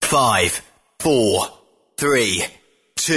5, 4, 3, 2,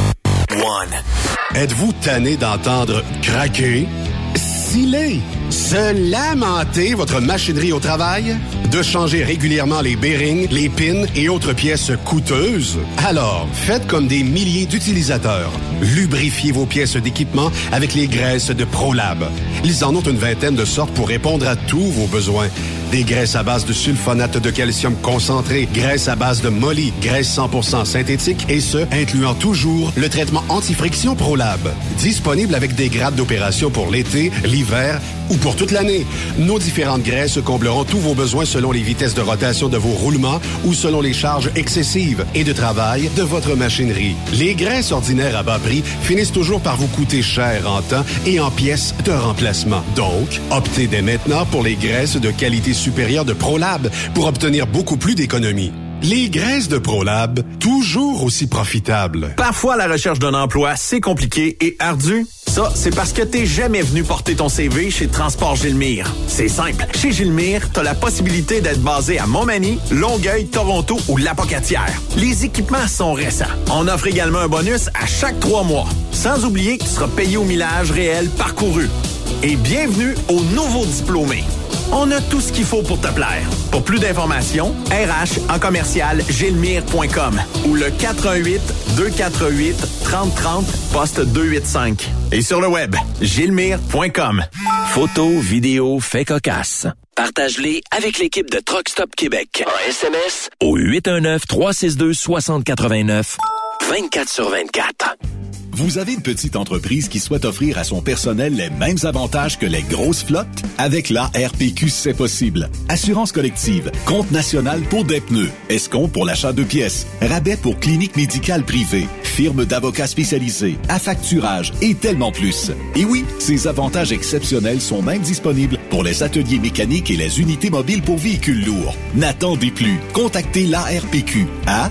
1. Êtes-vous tanné d'entendre craquer, sciller, se lamenter votre machinerie au travail? De changer régulièrement les bearings, les pins et autres pièces coûteuses? Alors, faites comme des milliers d'utilisateurs. Lubrifiez vos pièces d'équipement avec les graisses de ProLab. Ils en ont une vingtaine de sortes pour répondre à tous vos besoins. Des graisses à base de sulfonate de calcium concentré, graisses à base de moly, graisse 100% synthétique et ce, incluant toujours le traitement anti-friction ProLab. Disponible avec des grades d'opération pour l'été, l'hiver ou pour toute l'année. Nos différentes graisses combleront tous vos besoins selon les vitesses de rotation de vos roulements ou selon les charges excessives et de travail de votre machinerie. Les graisses ordinaires à bas prix finissent toujours par vous coûter cher en temps et en pièces de remplacement. Donc, optez dès maintenant pour les graisses de qualité supérieure de ProLab pour obtenir beaucoup plus d'économies. Les graisses de ProLab, toujours aussi profitables. Parfois, la recherche d'un emploi, c'est compliqué et ardu. Ça, c'est parce que t'es jamais venu porter ton CV chez Transport Gilmire. C'est simple. Chez Gilmire, t'as la possibilité d'être basé à Montmagny, Longueuil, Toronto ou Lapocatière. Les équipements sont récents. On offre également un bonus à chaque 3 mois. Sans oublier que tu seras payé au millage réel parcouru. Et bienvenue aux nouveaux diplômés. On a tout ce qu'il faut pour te plaire. Pour plus d'informations, RH en commercial gilmire.com ou le 418-248-3030 poste 285. Et sur le web, gilmire.com. Photos, vidéos, faits cocasses. Partage-les avec l'équipe de Truck Stop Québec. En SMS au 819-362-6089. 24/24. Vous avez une petite entreprise qui souhaite offrir à son personnel les mêmes avantages que les grosses flottes? Avec la RPQ, c'est possible. Assurance collective, compte national pour des pneus, escompte pour l'achat de pièces, rabais pour clinique médicale privée, firme d'avocats spécialisés, affacturage et tellement plus. Et oui, ces avantages exceptionnels sont même disponibles pour les ateliers mécaniques et les unités mobiles pour véhicules lourds. N'attendez plus. Contactez l'ARPQ à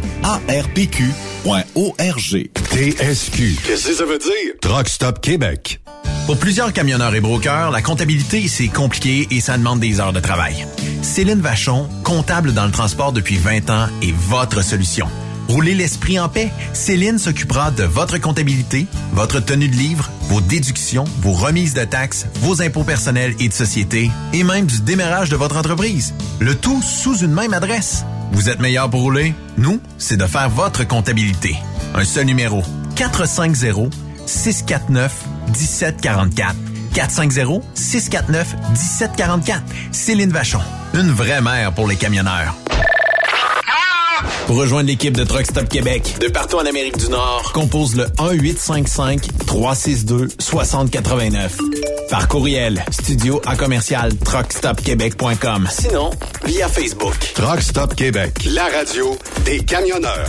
arpq.org. TSQ. Qu'est-ce que ça veut dire? Truck Stop Québec. Pour plusieurs camionneurs et brokers, la comptabilité, c'est compliqué et ça demande des heures de travail. Céline Vachon, comptable dans le transport depuis 20 ans, est votre solution. Roulez l'esprit en paix. Céline s'occupera de votre comptabilité, votre tenue de livre, vos déductions, vos remises de taxes, vos impôts personnels et de société, et même du démarrage de votre entreprise. Le tout sous une même adresse. Vous êtes meilleur pour rouler? Nous, c'est de faire votre comptabilité. Un seul numéro. 450-649-1744. 450-649-1744. Céline Vachon. Une vraie mère pour les camionneurs. Pour rejoindre l'équipe de Truck Stop Québec, de partout en Amérique du Nord, compose le 1-855-362-6089. Par courriel, studio@truckstopquebec.com. Sinon, via Facebook. Truck Stop Québec, la radio des camionneurs.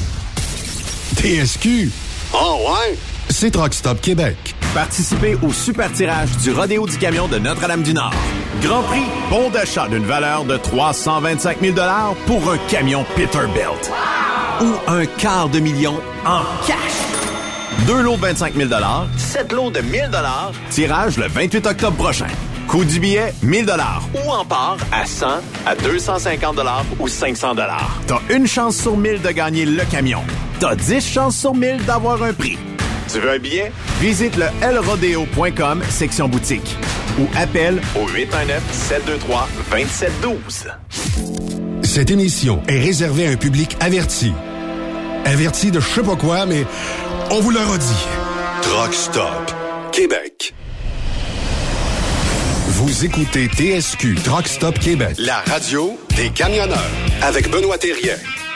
TSQ. Oh ouais? C'est Truck Stop Québec. Participez au super tirage du Rodéo du Camion de Notre-Dame-du-Nord. Grand prix, bon d'achat d'une valeur de 325 000 $ pour un camion Peterbilt. Wow! Ou un $250,000 en cash. 2 lots de 25 000 $, 7 lots de 1 000 $, tirage le 28 octobre prochain. Coût du billet, 1 000 $ ou en part à 100, à 250 $ ou 500 $. T'as une chance sur 1000 de gagner le camion. T'as 10 chances sur 1000 d'avoir un prix. Tu veux un billet? Visite le lrodeo.com, section boutique. Ou appelle au 819-723-2712. Cette émission est réservée à un public averti. Averti de je sais pas quoi, mais on vous le redit. Truck Stop Québec. Vous écoutez TSQ Truck Stop Québec, la radio des camionneurs, avec Benoît Thérien.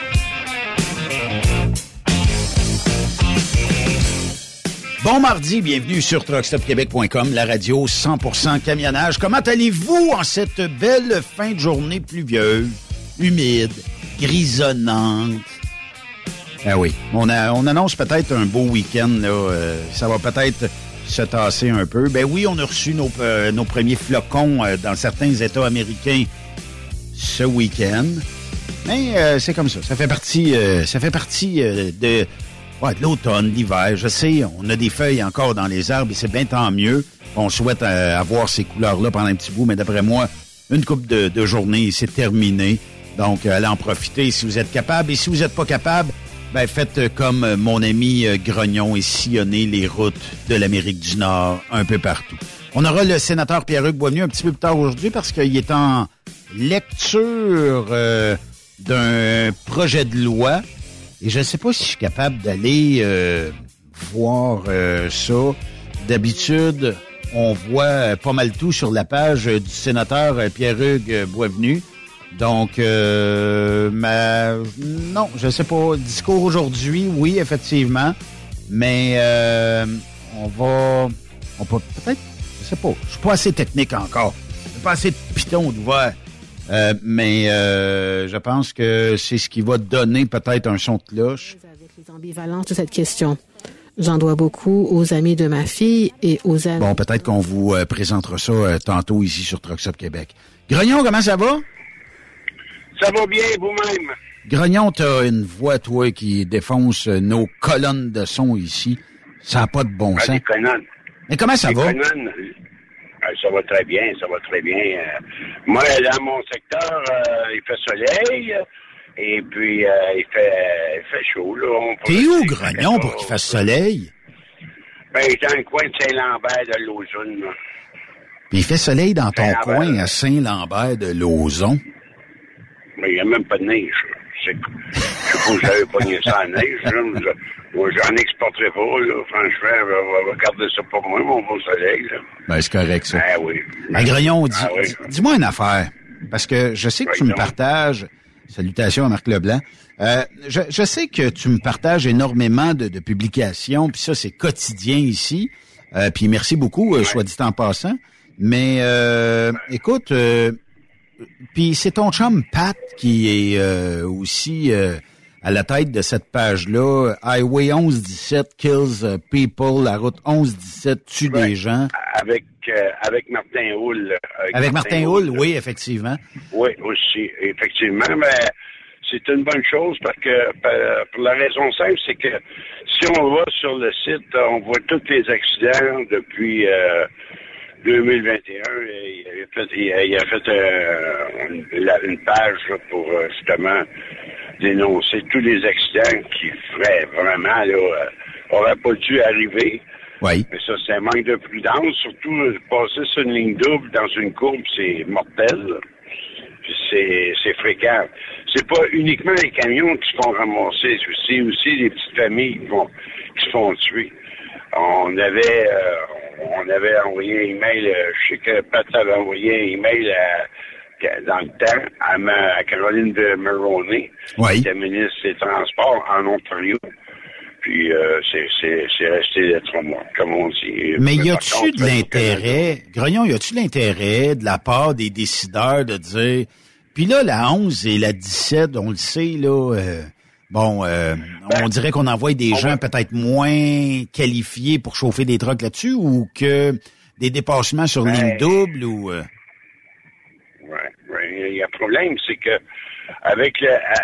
Bon mardi, bienvenue sur truckstopquebec.com, la radio 100% camionnage. Comment allez-vous en cette belle fin de journée pluvieuse, humide, grisonnante? Ah oui, on annonce peut-être un beau week-end, là. Ça va peut-être se tasser un peu. Ben oui, on a reçu nos premiers flocons dans certains États américains ce week-end. Mais c'est comme ça. Ça fait partie de l'automne, l'hiver. Je sais, on a des feuilles encore dans les arbres et c'est bien tant mieux. On souhaite avoir ces couleurs-là pendant un petit bout, mais d'après moi, une couple de journées, c'est terminé. Donc, allez en profiter si vous êtes capable. Et si vous n'êtes pas capable, ben faites comme mon ami Grognon et sillonnez les routes de l'Amérique du Nord un peu partout. On aura le sénateur Pierre-Hugues Boisvenu un petit peu plus tard aujourd'hui parce qu'il est en lecture d'un projet de loi. Et je ne sais pas si je suis capable d'aller voir ça. D'habitude, on voit pas mal tout sur la page du sénateur Pierre-Hugues Boisvenu. Donc, non, je sais pas. Discours aujourd'hui, oui, effectivement. Mais on peut peut-être, je sais pas. Je suis pas assez technique encore. J'ai pas assez de Python d'ouvert. Mais je pense que c'est ce qui va donner peut-être un son de cloche. Avec les ambivalences de cette question. J'en dois beaucoup aux amis de ma fille et aux amis... Bon, peut-être qu'on vous présentera ça tantôt ici sur Truck Stop Québec. Grognon, comment ça va? Ça va bien, vous-même. Grognon, t'as une voix, toi, qui défonce nos colonnes de son ici. Ça n'a pas de bon sens. Mais comment ça va? Ça va très bien, ça va très bien. Moi, dans mon secteur, il fait soleil, et puis il fait chaud. Là. T'es où, Grognon, pour qu'il fasse soleil? Ben, dans le coin de Saint-Lambert de Lauzon. Puis il fait soleil dans ton coin à Saint-Lambert de Lauzon. Mais il n'y a même pas de neige. Je sais pas que j'avais pogné ça en neige. J'en exporterai pas, là. Franchement, regardez ça pour moi, mon beau soleil. Là. Ben, c'est correct, ça. Ah oui. Mais Grognon, dis-moi une affaire. Parce que je sais que tu me partages... Salutations à Marc Leblanc. Je sais que tu me partages énormément de publications, puis ça, c'est quotidien ici. Puis merci beaucoup, soit dit en passant. Mais écoute... Puis c'est ton chum Pat qui est aussi à la tête de cette page-là. Highway 1117 kills people, la route 1117 tue des gens. Avec Martin Houle. Avec Martin Houle, oui, effectivement. Oui, aussi, effectivement. Mais c'est une bonne chose parce que pour la raison simple, c'est que si on va sur le site, on voit tous les accidents depuis 2021, il a fait une page là, pour justement dénoncer tous les accidents qui feraient vraiment là, auraient pas dû arriver. Oui. Mais ça, c'est un manque de prudence. Surtout, passer sur une ligne double dans une courbe, c'est mortel. C'est fréquent. C'est pas uniquement les camions qui se font ramasser, c'est aussi les petites familles qui se font tuer. On avait envoyé un email, je sais que Pat avait envoyé un email dans le temps à Caroline de Mulroney, qui était ministre des Transports en Ontario. Puis c'est resté lettre morte, comme on dit. Mais y a-tu de l'intérêt, Grognon, y a-tu de l'intérêt de la part des décideurs de dire, puis là, la 11 et la 17, on le sait, là... on dirait qu'on envoie des gens peut-être moins qualifiés pour chauffer des trucks là-dessus ou que des dépassements sur ligne double ou... Oui. Il y a un problème, c'est que avec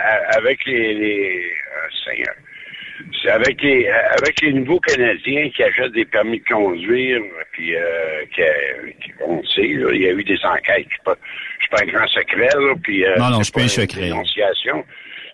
les nouveaux Canadiens qui achètent des permis de conduire, puis on sait, là, il y a eu des enquêtes. C'est pas un grand secret, là, puis non, c'est pas un secret. Dénonciation.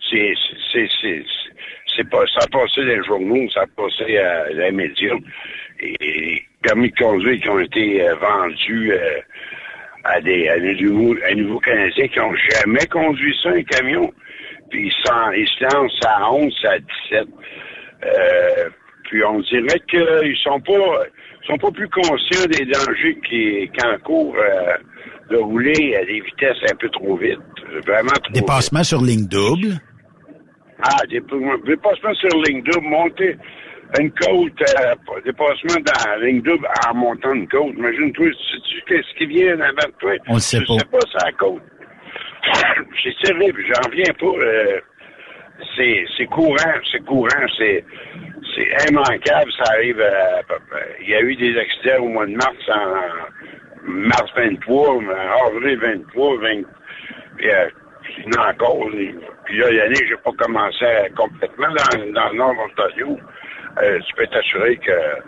Ça a passé dans les journaux, ça a passé à la média. Et permis de conduire qui ont été vendus à nouveaux Canadiens qui n'ont jamais conduit ça, un camion. Puis ils se lancent à 11, à 17. Puis on dirait qu'ils sont pas plus conscients des dangers qui encourent de rouler à des vitesses un peu trop vite. Vraiment trop dépassement vite. Sur ligne double? Dépassement sur ligne double, monter une côte, dépassement dans la ligne double en montant une côte. Imagine-toi, sais-tu qu'est-ce qui vient en avant de toi? On le sait pas. Je sais pas, c'est la côte. C'est terrible, j'en reviens pas. C'est courant, c'est immanquable, ça arrive il y a eu des accidents au mois de mars, en mars 23, avril 23, puis il y en a encore. Puis là, l'année, j'ai pas commencé complètement dans le nord de l'Ontario. Tu peux t'assurer que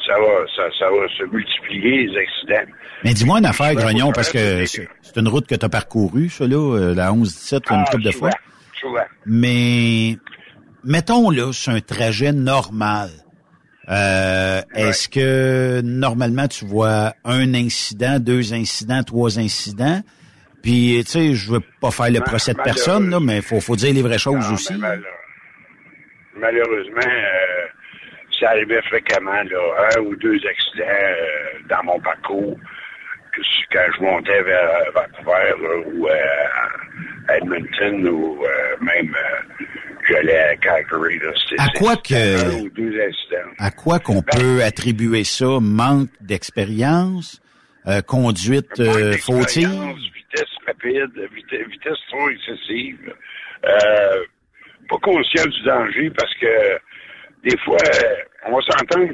ça va se multiplier, les accidents. Mais dis-moi une affaire, Grognon, parce que c'est une route que tu as parcourue, ça, là, la 11-17, une couple de fois. Souvent. Mais, mettons, là, c'est un trajet normal. Est-ce que, normalement, tu vois un incident, 2 incidents, 3 incidents? Puis, tu sais, je veux pas faire le procès de personne, là, mais faut dire les vraies choses aussi. Malheureusement, ça arrivait fréquemment, là, 1 ou 2 accidents dans mon parcours. Quand je montais vers Vancouver, là, ou à Edmonton, ou même j'allais à Calgary, là, c'était 1 ou 2 incidents. À quoi qu'on peut attribuer ça? Manque d'expérience? Conduite fautive? Vitesse rapide, vitesse trop excessive. Pas conscient du danger parce que des fois, on va s'entendre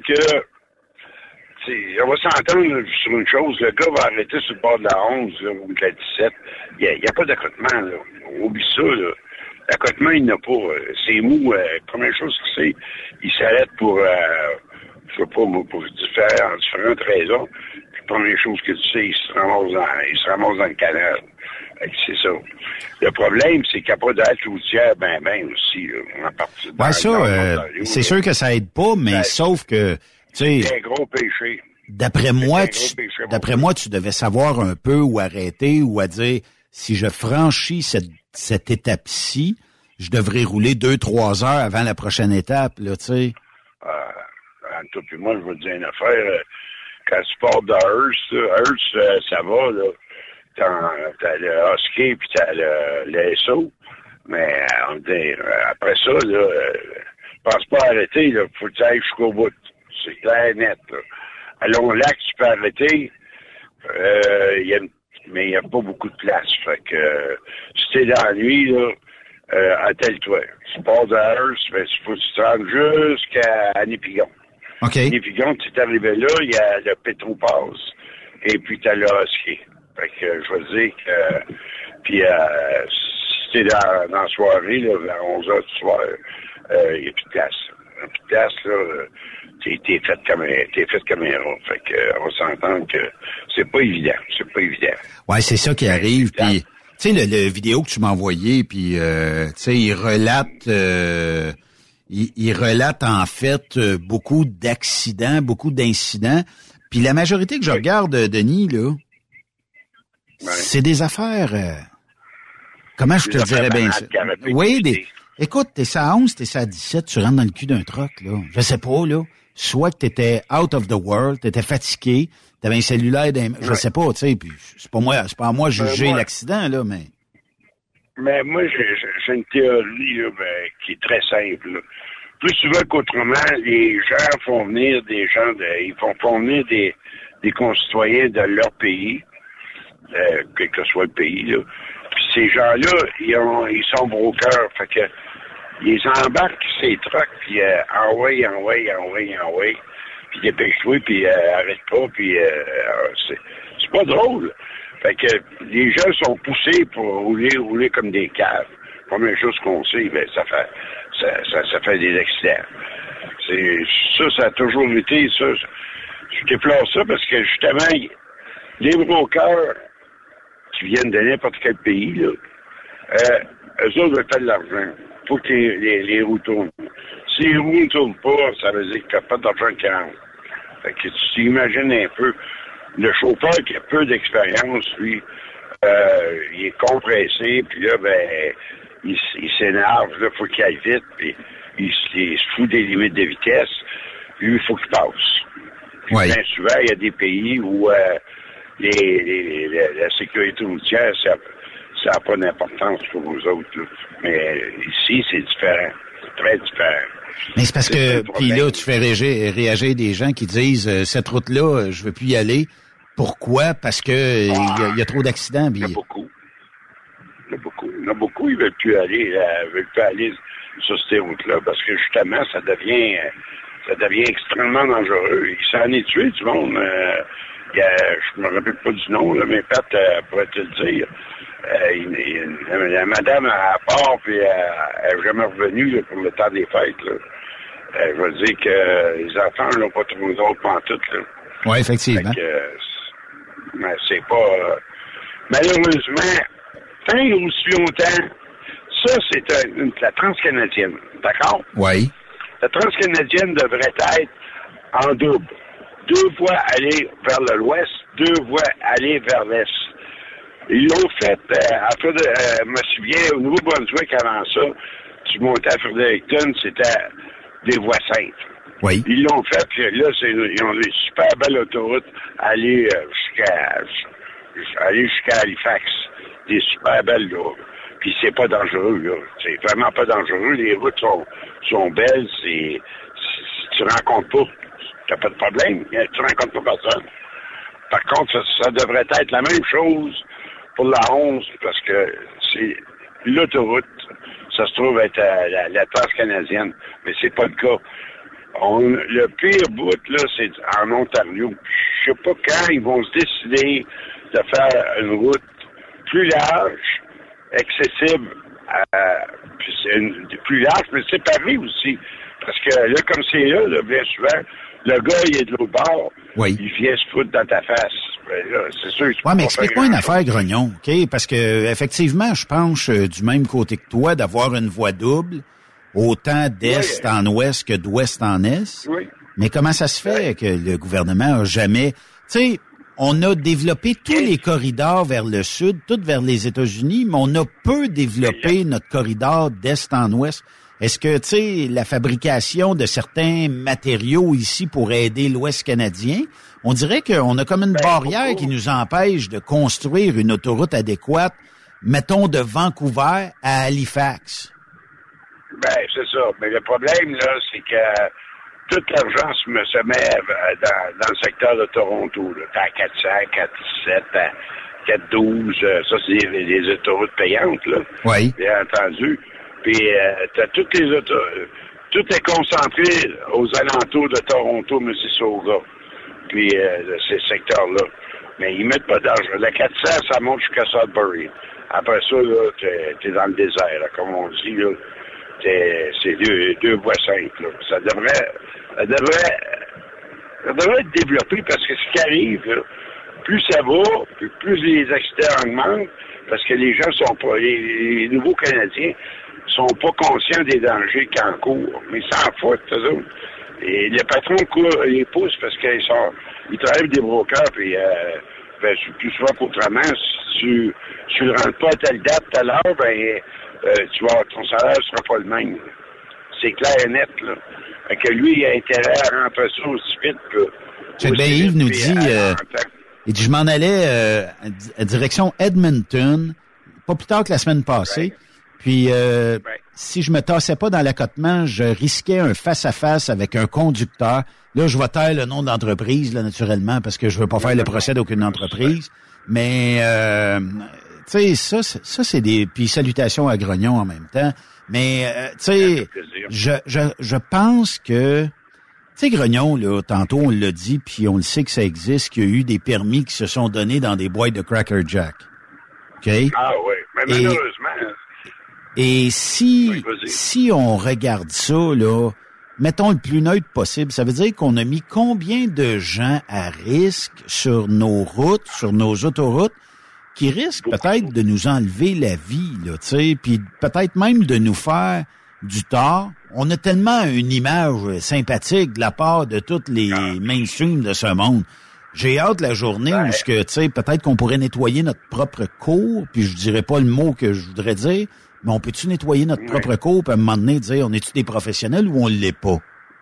sur une chose, le gars va arrêter sur le bord de la 11 là, ou de la 17. Il n'y a pas d'accotement, là. Oublie ça, là. L'accotement, il n'a pas. C'est mou. Première chose que c'est, il s'arrête pour, je sais pas, pour différentes raisons. Puis, première chose que tu sais, il se ramasse dans le canal. C'est ça. Le problème, c'est qu'il n'y a pas d'aide routière ben aussi, là, en partie. Ouais, ça, c'est sûr que ça aide pas, mais sauf que, tu sais. C'est un gros péché. D'après moi, tu devais savoir un peu où arrêter ou à dire, si je franchis cette étape-ci, je devrais rouler 2-3 heures avant la prochaine étape, là, tu sais. Toi puis moi, je vais te dire une affaire. Quand tu pars de Hearst, ça va, là. T'as le Husky puis t'as le SO. Mais après ça, là, pense pas arrêter, là. Faut que tu ailles jusqu'au bout. C'est clair et net, là. À Long-Lac, tu peux arrêter. Mais il n'y a pas beaucoup de place. Fait que si t'es dans la nuit, là, attelle-toi. Tu pars de Hearst, mais il faut que tu te rendes jusqu'à Népigon. OK. Népigon, tu es arrivé là, il y a le Petropass. Et puis t'as le Husky. Fait que je veux dire que puis si t'es dans la soirée, là, vers 11h du soir, il n'y a plus de place. Il n'y a plus de place, là, t'es fait comme un rat. Fait que on va s'entendre que c'est pas évident. Ouais, c'est ça qui arrive. Puis, tu sais, le vidéo que tu m'as envoyé, puis, tu sais, il relate en fait beaucoup d'accidents, beaucoup d'incidents. Puis la majorité que je regarde, Denis, là, c'est des affaires... comment je te dirais bien ça? Oui, écoute, t'es ça à 11, t'es ça à 17, tu rentres dans le cul d'un truck, là. Je sais pas, là. Soit que t'étais out of the world, t'étais fatigué, t'avais un cellulaire, je sais pas, tu sais, puis c'est pas à moi de juger l'accident, là, mais... Mais moi, j'ai une théorie, là, qui est très simple, là. Plus souvent qu'autrement, les gens font venir ils font venir des concitoyens de leur pays, quel que soit le pays, là. Puis ces gens-là, ils sont brokers, fait que ils embarquent ces trucks, puis envoie, puis dépêche-toi, puis arrête pas, puis c'est pas drôle. Fait que les gens sont poussés pour rouler comme des caves. Première chose qu'on sait, ben ça fait des accidents. Ça a toujours été ça. Je déplore ça parce que justement, les brokers qui viennent de n'importe quel pays, là, eux autres veulent faire de l'argent. Faut que les roues tournent. Si les roues ne tournent pas, ça veut dire qu'il n'y a pas d'argent qui rentre. Fait que tu t'imagines un peu. Le chauffeur qui a peu d'expérience, lui, il est compressé, puis là, ben, il s'énerve, là, faut qu'il aille vite, puis il se fout des limites de vitesse. Lui, il faut qu'il passe. Oui. Bien souvent, il y a des pays où la sécurité routière, ça n'a pas d'importance pour nous autres, là. Mais ici, c'est différent. C'est très différent. Mais c'est parce que, puis là, tu fais réagir des gens qui disent, cette route-là, je veux plus y aller. Pourquoi? Parce que il y a trop d'accidents. Il y en a beaucoup. Il y en a beaucoup, ils veulent plus aller sur ces routes-là parce que justement, ça devient extrêmement dangereux. Il s'en est tué du monde. Je me rappelle pas du nom, là, mais Pat pourrait te le dire. La madame à part, puis elle n'est jamais revenue là, pour le temps des fêtes. Là. je veux dire que les enfants n'ont pas trop d'autres pantoutes, là. Oui, effectivement. Mais c'est pas... malheureusement, tant et aussi longtemps, ça, c'est la transcanadienne, d'accord? Oui. La transcanadienne devrait être en double. 2 voies aller vers l'ouest, 2 voies aller vers l'est. Ils l'ont fait, je me souviens, au Nouveau-Brunswick, avant ça, tu montais à Fredericton, c'était des voies simples. Oui. Ils l'ont fait, puis là, ils ont des super belles autoroutes aller jusqu'à Halifax. Des super belles, là. Puis c'est pas dangereux, là. C'est vraiment pas dangereux. Les routes sont belles. Si tu rencontres pas, t'as pas de problème. Tu rencontres pas personne. Par contre, ça devrait être la même chose pour la 11, parce que c'est l'autoroute. Ça se trouve être la transcanadienne. Mais c'est pas le cas. Le pire bout, là, c'est en Ontario. Je sais pas quand ils vont se décider de faire une route plus large, accessible, puis c'est plus large, mais séparée aussi. Parce que là, comme c'est là, bien souvent, le gars, il est de l'autre bord, oui. Il vient se foutre dans ta face. Ben là, c'est sûr. Oui, mais explique-moi une affaire, Grognon, OK? Parce que, effectivement, je penche du même côté que toi d'avoir une voie double, autant d'est en ouest que d'ouest en est. Oui. Mais comment ça se fait que le gouvernement a jamais... Tu sais, on a développé tous les corridors vers le sud, tout vers les États-Unis, mais on a peu développé notre corridor d'est en ouest. Est-ce que, tu sais, la fabrication de certains matériaux ici pour aider l'Ouest canadien, on dirait qu'on a comme une barrière qui nous empêche de construire une autoroute adéquate, mettons, de Vancouver à Halifax? Ben, c'est ça. Mais le problème, là, c'est que tout l'argent se met dans le secteur de Toronto, là. T'as 400, 417, 412, ça, c'est les autoroutes payantes, là. Oui. Bien entendu. Puis, t'as toutes les autoroutes. Tout est concentré aux alentours de Toronto, Mississauga. Puis, ces secteurs-là. Mais ils mettent pas d'argent. La 400, ça monte jusqu'à Sudbury. Après ça, là, t'es dans le désert, là, comme on dit, là. C'est deux voies simples, là. Ça devrait être développé parce que ce qui arrive, là, plus ça va, plus les accidents augmentent, parce que les gens sont pas, les nouveaux Canadiens sont pas conscients des dangers qu'ils encourent. Mais ils s'en foutent, eux autres. Et le patron les pousse parce qu'ils travaillent avec des brokers, puis plus souvent qu'autrement, si tu le rentres pas à telle date, telle heure, ton salaire ne sera pas le même. C'est clair et net, là. Fait que lui, il a intérêt à rentrer ça aussi vite que... Yves nous dit, il dit, je m'en allais à direction Edmonton, pas plus tard que la semaine passée. Puis, si je me tassais pas dans l'accotement, je risquais un face-à-face avec un conducteur. Là, je vais taire le nom d'entreprise, là, naturellement, parce que je veux pas faire le procès d'aucune entreprise. Mais, tu sais, ça, c'est des... Puis, salutations à Grognon en même temps. Mais, tu sais, je pense que... Tu sais, Grognon, là, tantôt, on l'a dit, puis on le sait que ça existe, qu'il y a eu des permis qui se sont donnés dans des boîtes de Cracker Jack. OK? Ah oui, mais malheureusement... Et si on regarde ça, là, mettons le plus neutre possible, ça veut dire qu'on a mis combien de gens à risque sur nos routes, sur nos autoroutes, qui risquent peut-être de nous enlever la vie, là, tu sais, puis peut-être même de nous faire du tort. On a tellement une image sympathique de la part de tous les mainstream de ce monde. J'ai hâte la journée où, tu sais, peut-être qu'on pourrait nettoyer notre propre cour, puis je dirais pas le mot que je voudrais dire, mais on peut-tu nettoyer notre propre cour, puis à un moment donné dire, on est-tu des professionnels ou on l'est pas?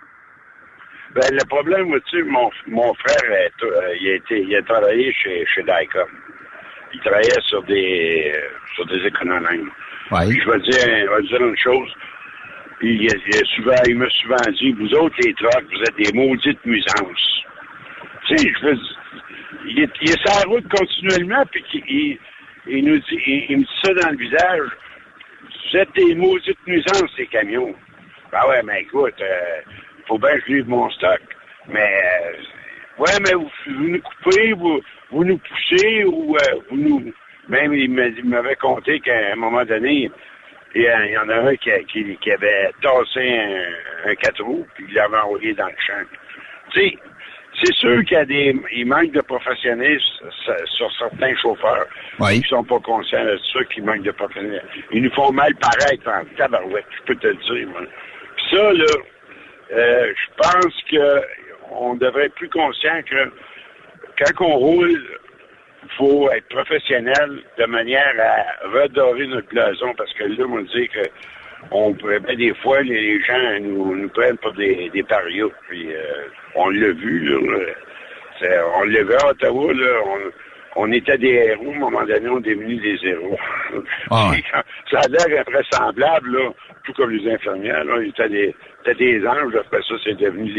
Ben, le problème, tu sais, mon frère, il a travaillé chez Dicom. Il travaillait sur des économies. Ouais. Puis je vais dire une chose. Il m'a souvent dit, vous autres, les trucks, vous êtes des maudites nuisances. Tu sais, je veux dire, il est sur la route continuellement, puis il me dit ça dans le visage. Vous êtes des maudites nuisances, ces camions. Ben ouais, mais écoute, faut bien que je livre mon stock. Mais, mais vous nous coupez, vous nous poussez, ou vous nous... Même, il m'avait compté qu'à un moment donné, il y en a un qui avait tassé un 4 roues, puis il l'avait envoyé dans le champ. Tu sais, c'est sûr qu'il manque de professionnalisme sur certains chauffeurs qui sont pas conscients de ça, qui manquent de professionnalisme. Ils nous font mal paraître en tabarouette, je peux te le dire. Moi. Puis ça, là, je pense que on devrait être plus conscient que quand on roule, il faut être professionnel de manière à redorer notre blason, parce que là, on dit que des fois, les gens nous prennent pour des parias. Puis on l'a vu, là. On l'a vu à Ottawa, là. On était des héros, à un moment donné, on est devenus des héros. Ah. Ça a l'air invraisemblable, là, tout comme les infirmières, là. Ils étaient des anges, après ça, c'est devenu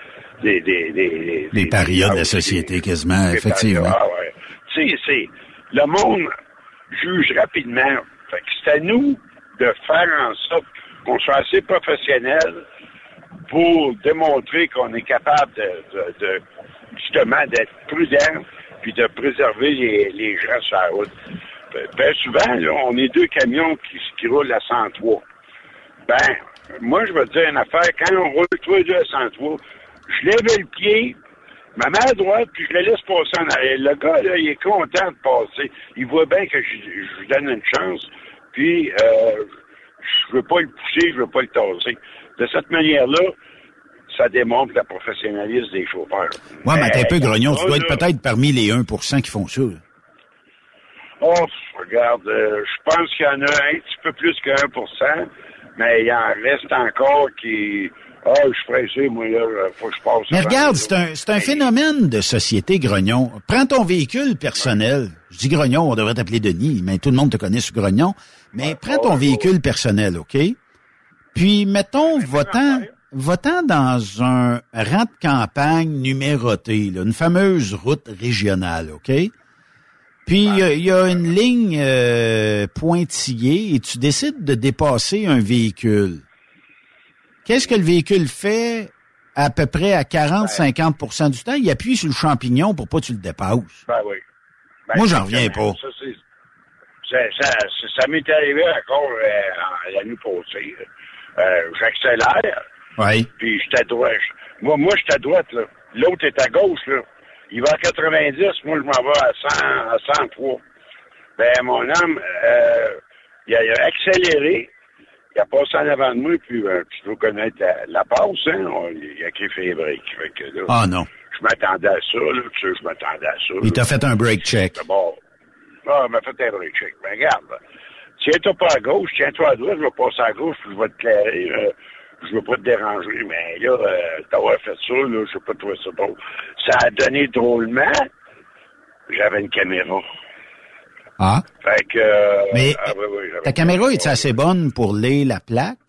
des parias de la société, quasiment, effectivement. Ah, ouais. Tu sais, le monde juge rapidement. Fait que c'est à nous de faire en sorte qu'on soit assez professionnel pour démontrer qu'on est capable de justement d'être prudent puis de préserver les gens sur la route. Ben souvent, là, on est 2 camions qui roulent à 103. Ben, moi, je vais te dire une affaire. Quand on roule tous les deux à 103, je lève le pied, ma main à droite, puis je le laisse passer en arrière. Le gars, là, il est content de passer. Il voit bien que je lui donne une chance. Puis, je veux pas le pousser, je veux pas le tasser. De cette manière-là, ça démontre le professionnalisme des chauffeurs. Ouais, mais t'es un peu grognon. Tu dois être peut-être parmi les 1% qui font ça. Là. Oh, regarde, je pense qu'il y en a un petit peu plus que 1%, mais il en reste encore qui... je suis pressé, moi, là, faut que je passe. Mais regarde, c'est un phénomène de société, grognon. Prends ton véhicule personnel. Je dis grognon, on devrait t'appeler Denis, mais tout le monde te connaît sur grognon. Mais prends ton véhicule personnel, OK? Puis, mettons, votant dans un rang de campagne numéroté, là, une fameuse route régionale, OK? Puis, il y a une ligne pointillée et tu décides de dépasser un véhicule. Qu'est-ce que le véhicule fait à peu près à 40-50% du temps? Il appuie sur le champignon pour pas que tu le dépasses. Ben oui. Moi, j'en reviens pas. Ça m'est arrivé encore l'année passée. J'accélère. Oui. Puis j'étais à droite. Moi, j'étais à droite, là. L'autre est à gauche, là. Il va à 90, moi, je m'en vais à 103. Ben, mon homme, il a accéléré. Il a passé en avant de moi, puis tu dois connaître la passe, hein? Il a griffé les breaks. Fait que, là, ah non. Je m'attendais à ça, là. Tu sais, je m'attendais à ça. Il t'a fait un break check. Bon. Ah, il m'a fait un break check. Ben, regarde, là. Tiens-toi pas à gauche, tiens-toi à droite, je vais passer à gauche, puis je vais te clairer. Je veux pas te déranger, mais là, t'avoir fait ça, là, je sais pas trouver ça drôle. Ça a donné drôlement. J'avais une caméra. Ah. Fait que... mais oui, ta caméra est assez bonne pour lire la plaque?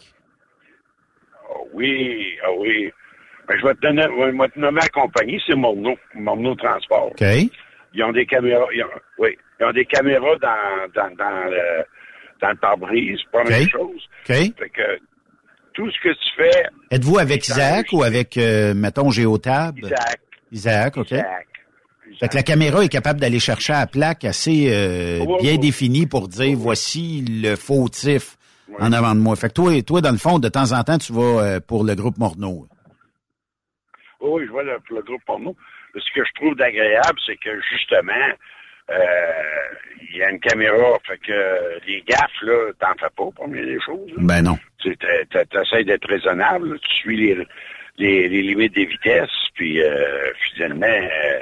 Oui. Ben, je vais te nommer la compagnie, c'est Morneau Transport. OK. Ils ont des caméras, ils ont des caméras dans le pare-brise, pas la même chose. OK. Fait que tout ce que tu fais... Êtes-vous avec Isaac ou avec, mettons, Géotab? Isaac, OK. Fait que la caméra est capable d'aller chercher à la plaque assez bien définie pour dire voici le fautif en avant de moi. Fait que toi, dans le fond, de temps en temps, tu vas pour le groupe Morneau. Oui, je vais pour le groupe Morneau. Ce que je trouve d'agréable, c'est que justement, il y a une caméra. Fait que les gaffes, là, t'en fais pas, parmi les choses. Là. Ben non. Tu essaies d'être raisonnable, là, tu suis les limites des vitesses, puis finalement,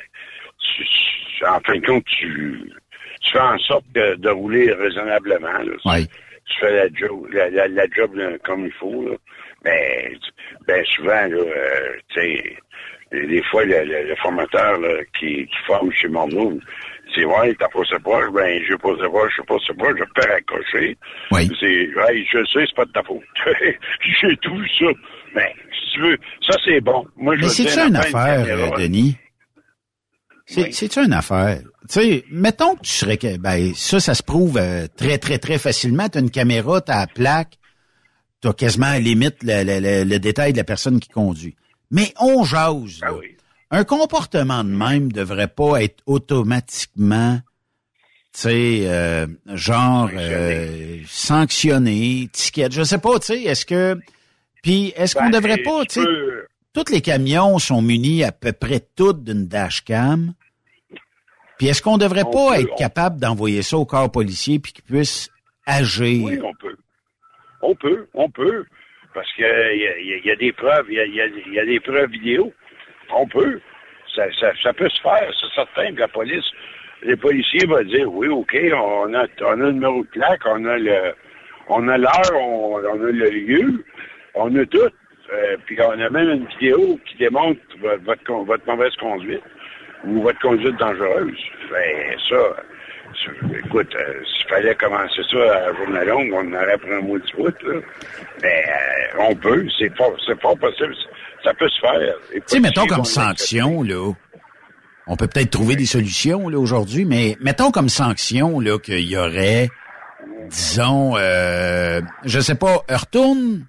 en fin de compte, tu fais en sorte de rouler raisonnablement. Là. Oui. Tu fais la job là, comme il faut. Là. Mais ben souvent, là, tu sais, des fois, le formateur là, qui forme chez Morneau, c'est ouais, t'as pas ce proche, ben j'ai pas ce proche, je sais pas ce proche, je peux raccrocher. Oui. Je sais, c'est pas de ta faute. J'ai tout vu ça. Mais si tu veux, ça c'est bon. Moi, mais c'est-tu une affaire, Denis? C'est-tu une affaire? Tu sais, mettons que tu serais... Ben, ça se prouve très, très, très facilement. T'as une caméra, t'as la plaque, t'as quasiment à la limite le détail de la personne qui conduit. Mais on jase, là. Oui. Un comportement de même devrait pas être automatiquement, sanctionner, ticket, je sais pas, tu sais, est-ce qu'on devrait pas, tu sais, tous les camions sont munis à peu près toutes d'une dashcam. Puis est-ce qu'on devrait pas être capable d'envoyer ça au corps policier puis qu'ils puissent agir? Oui, on peut. Parce que il y a des preuves, il y a des preuves vidéo. On peut. Ça peut se faire, c'est certain que la police, les policiers vont dire oui, OK, on a le numéro de plaque, on a l'heure, on a le lieu, on a tout. Puis on a même une vidéo qui démontre votre mauvaise conduite ou votre conduite dangereuse. Ben, ça, écoute, s'il fallait commencer ça à la journée longue, on aurait pris un mot de bout, là. Mais on peut, c'est fort possible. Ça peut se faire. Tu sais, mettons comme sanction, là, on peut peut-être trouver des solutions, là, aujourd'hui, mais mettons comme sanction, là, qu'il y aurait, disons, je sais pas, retourne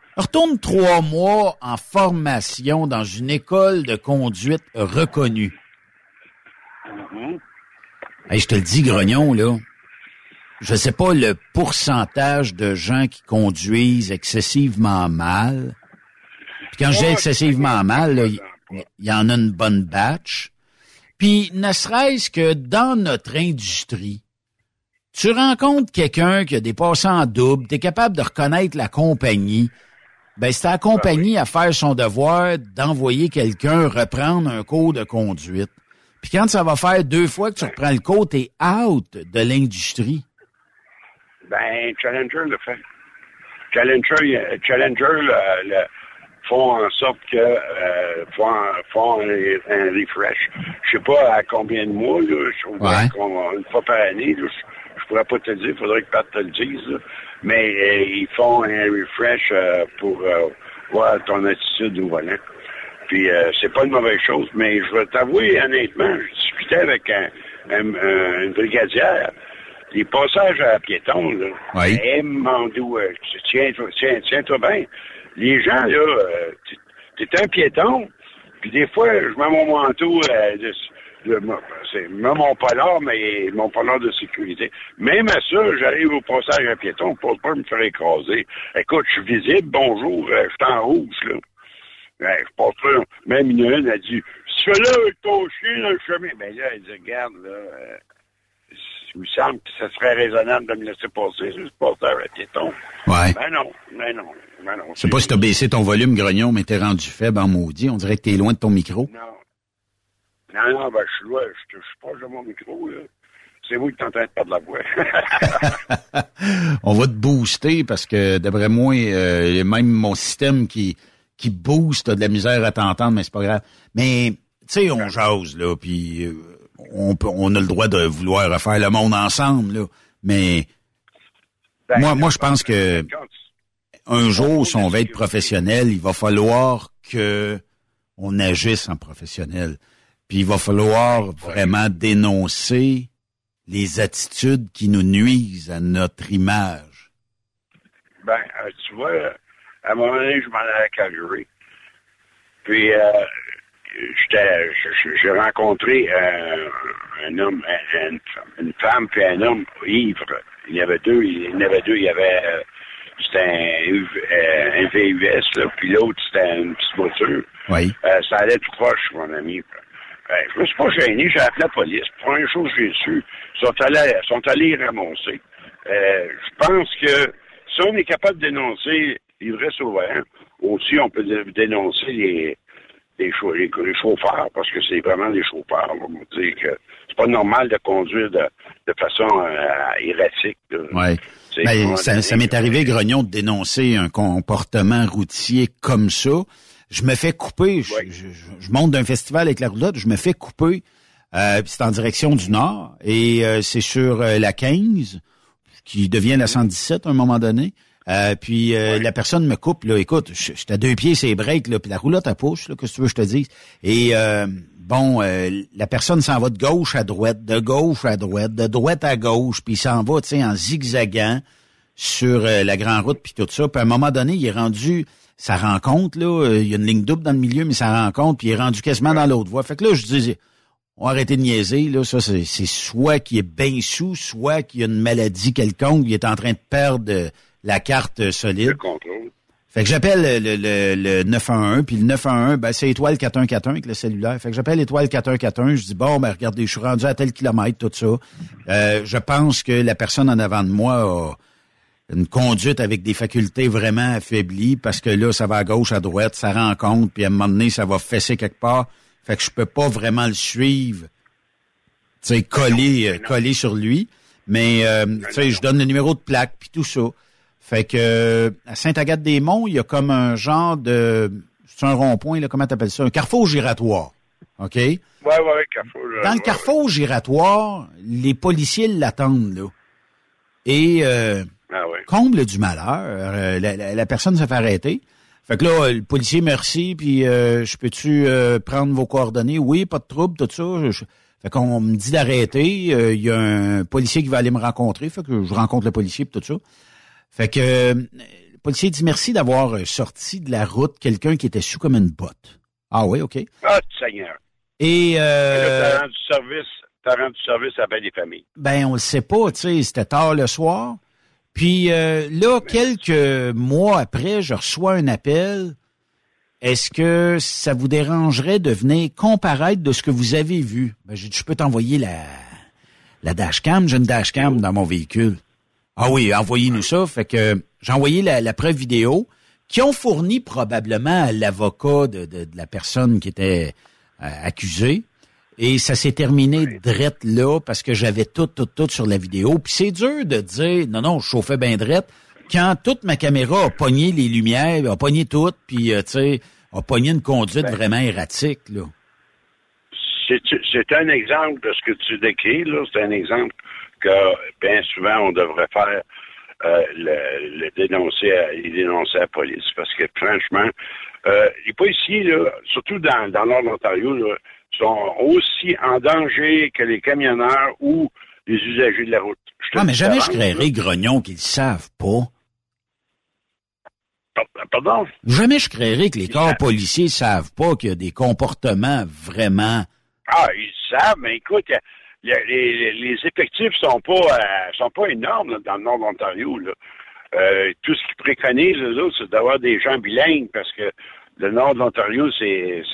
3 mois en formation dans une école de conduite reconnue. Mm-hmm. Hey, je te le dis, Grognon, là, je sais pas le pourcentage de gens qui conduisent excessivement mal. Puis quand je dis excessivement mal, là, il y en a une bonne batch. Puis ne serait-ce que dans notre industrie, tu rencontres quelqu'un qui a dépassé en double, tu es capable de reconnaître la compagnie, ben c'est à la compagnie à faire son devoir d'envoyer quelqu'un reprendre un cours de conduite. Puis quand ça va faire 2 fois que tu reprends le cours, t'es out de l'industrie. Ben, Challenger le fait. Challenger font en sorte que font un refresh. Je sais pas à combien de mois, là, une fois par année, là, je pourrais pas te le dire, il faudrait que Pat te le dise, là. Mais ils font un refresh pour voir ton attitude au volant. Puis c'est pas une mauvaise chose, mais je vais t'avouer honnêtement, je discutais avec une brigadière. Les passages à piétons, là, tiens-toi bien. Les gens, là, t'es un piéton, puis des fois, je mets mon manteau, c'est mon polar, mais mon polar de sécurité. Même à ça, j'arrive au passage à piéton pour pas me faire écraser. Écoute, je suis visible, bonjour, je suis en rouge, là. Je passe là, même une a dit, tu fais là avec ton chien dans le chemin. Ben là, elle dit, regarde, là, il me semble que ça serait raisonnable de me laisser passer, juste passer à piéton. Ouais. Ben non. Je sais pas si t'as baissé ton volume, Grognon, mais t'es rendu faible en maudit. On dirait que t'es loin de ton micro. Non, ben je suis loin, je suis proche de mon micro, là. C'est vous qui êtes en train de perdre la voix. On va te booster parce que, d'après moi, même mon système qui booste, t'as de la misère à t'entendre, mais c'est pas grave. Mais, tu sais, on jase, là, puis on a le droit de vouloir refaire le monde ensemble, là. Mais, moi, je pense que un jour, si on veut être professionnel, il va falloir que on agisse en professionnel. Puis il va falloir vraiment dénoncer les attitudes qui nous nuisent à notre image. Ben, tu vois, à un moment donné, je m'en allais à Calgary. Puis, j'ai rencontré un homme, une femme puis un homme ivre. Il y avait deux. Il y avait, c'était un VUS, là, puis l'autre, c'était une petite voiture. Oui. Ça allait tout proche, mon ami. Je me suis pas gêné, j'ai appelé la police. Première chose que j'ai su, ils sont allés ramasser. Je pense que si on est capable de dénoncer l'ivresse au volant, aussi on peut dénoncer les chauffeurs, parce que c'est vraiment des chauffeurs. On va dire que c'est pas normal de conduire de façon erratique. Oui. Ben, ça m'est arrivé, Grognon, de dénoncer un comportement routier comme ça. Je me fais couper, je monte d'un festival avec la roulotte, je me fais couper, c'est en direction du nord, et c'est sur la 15, qui devient la 117 à un moment donné. Puis la personne me coupe, là, écoute, j'étais à 2 pieds, c'est break, là, puis la roulotte à push, là, qu'est-ce que tu veux que je te dise? Et la personne s'en va de gauche à droite, de gauche à droite, de droite à gauche, puis il s'en va, tu sais, en zigzagant sur la grande route, puis tout ça. Puis à un moment donné, il est rendu sa rencontre, là, il y a une ligne double dans le milieu, mais ça rencontre, puis il est rendu quasiment dans l'autre voie. Fait que là, je disais, on va arrêter de niaiser, là. Ça, c'est soit qu'il est bien sous, soit qu'il y a une maladie quelconque, il est en train de perdre la carte solide. Le contrôle. Fait que j'appelle le 911, puis le 911, ben c'est étoile 4141 avec le cellulaire. Fait que j'appelle étoile 4141, je dis bon, ben regardez, je suis rendu à tel kilomètre, tout ça. Je pense que la personne en avant de moi a une conduite avec des facultés vraiment affaiblies, parce que là, ça va à gauche, à droite, ça rencontre, puis à un moment donné, ça va fesser quelque part. Fait que je peux pas vraiment le suivre, tu sais, coller sur lui. Mais, tu sais, je donne le numéro de plaque, puis tout ça. Fait que à Sainte-Agathe-des-Monts, il y a comme un genre de... C'est un rond-point, là, comment t'appelles ça? Un carrefour giratoire, OK? Ouais, carrefour giratoire. Dans le carrefour giratoire, les policiers l'attendent, là. Et comble du malheur, la personne se fait arrêter. Fait que là, le policier, merci, puis je peux-tu prendre vos coordonnées? Oui, pas de trouble, tout ça. Fait qu'on me dit d'arrêter. Il y a un policier qui va aller me rencontrer. Fait que je rencontre le policier, puis tout ça. Fait que le policier dit merci d'avoir sorti de la route quelqu'un qui était sous comme une botte. Ah oui, OK. Ah, Seigneur. Et t'as rendu service à bien des familles. Ben, on le sait pas, tu sais, c'était tard le soir. Puis là, quelques mois après, je reçois un appel. Est-ce que ça vous dérangerait de venir comparaître de ce que vous avez vu? Ben, j'ai dit, je peux t'envoyer la dashcam. J'ai une dashcam dans mon véhicule. Ah oui, envoyez-nous ça. Fait que j'ai envoyé la preuve vidéo qui ont fourni probablement à l'avocat de la personne qui était accusée. Et ça s'est terminé drette là parce que j'avais tout sur la vidéo. Puis c'est dur de dire, non, je chauffais bien drette. Quand toute ma caméra a pogné les lumières, a pogné tout, puis tu sais, a pogné une conduite vraiment erratique, là. C'est un exemple de ce que tu décris, là. C'est un exemple que bien souvent on devrait faire le dénoncer à la police. Parce que franchement, les policiers, là, surtout dans le nord de l'Ontario, là, sont aussi en danger que les camionneurs ou les usagers de la route. Mais jamais je créerais Grognon qu'ils ne savent pas. Pardon? Jamais je créerais que les corps policiers ne savent pas qu'il y a des comportements vraiment... Ah, ils savent, mais écoute, les effectifs sont pas énormes là, dans le nord de l'Ontario. Là. Tout ce qu'ils préconisent, eux autres, c'est d'avoir des gens bilingues, parce que le nord de l'Ontario, c'est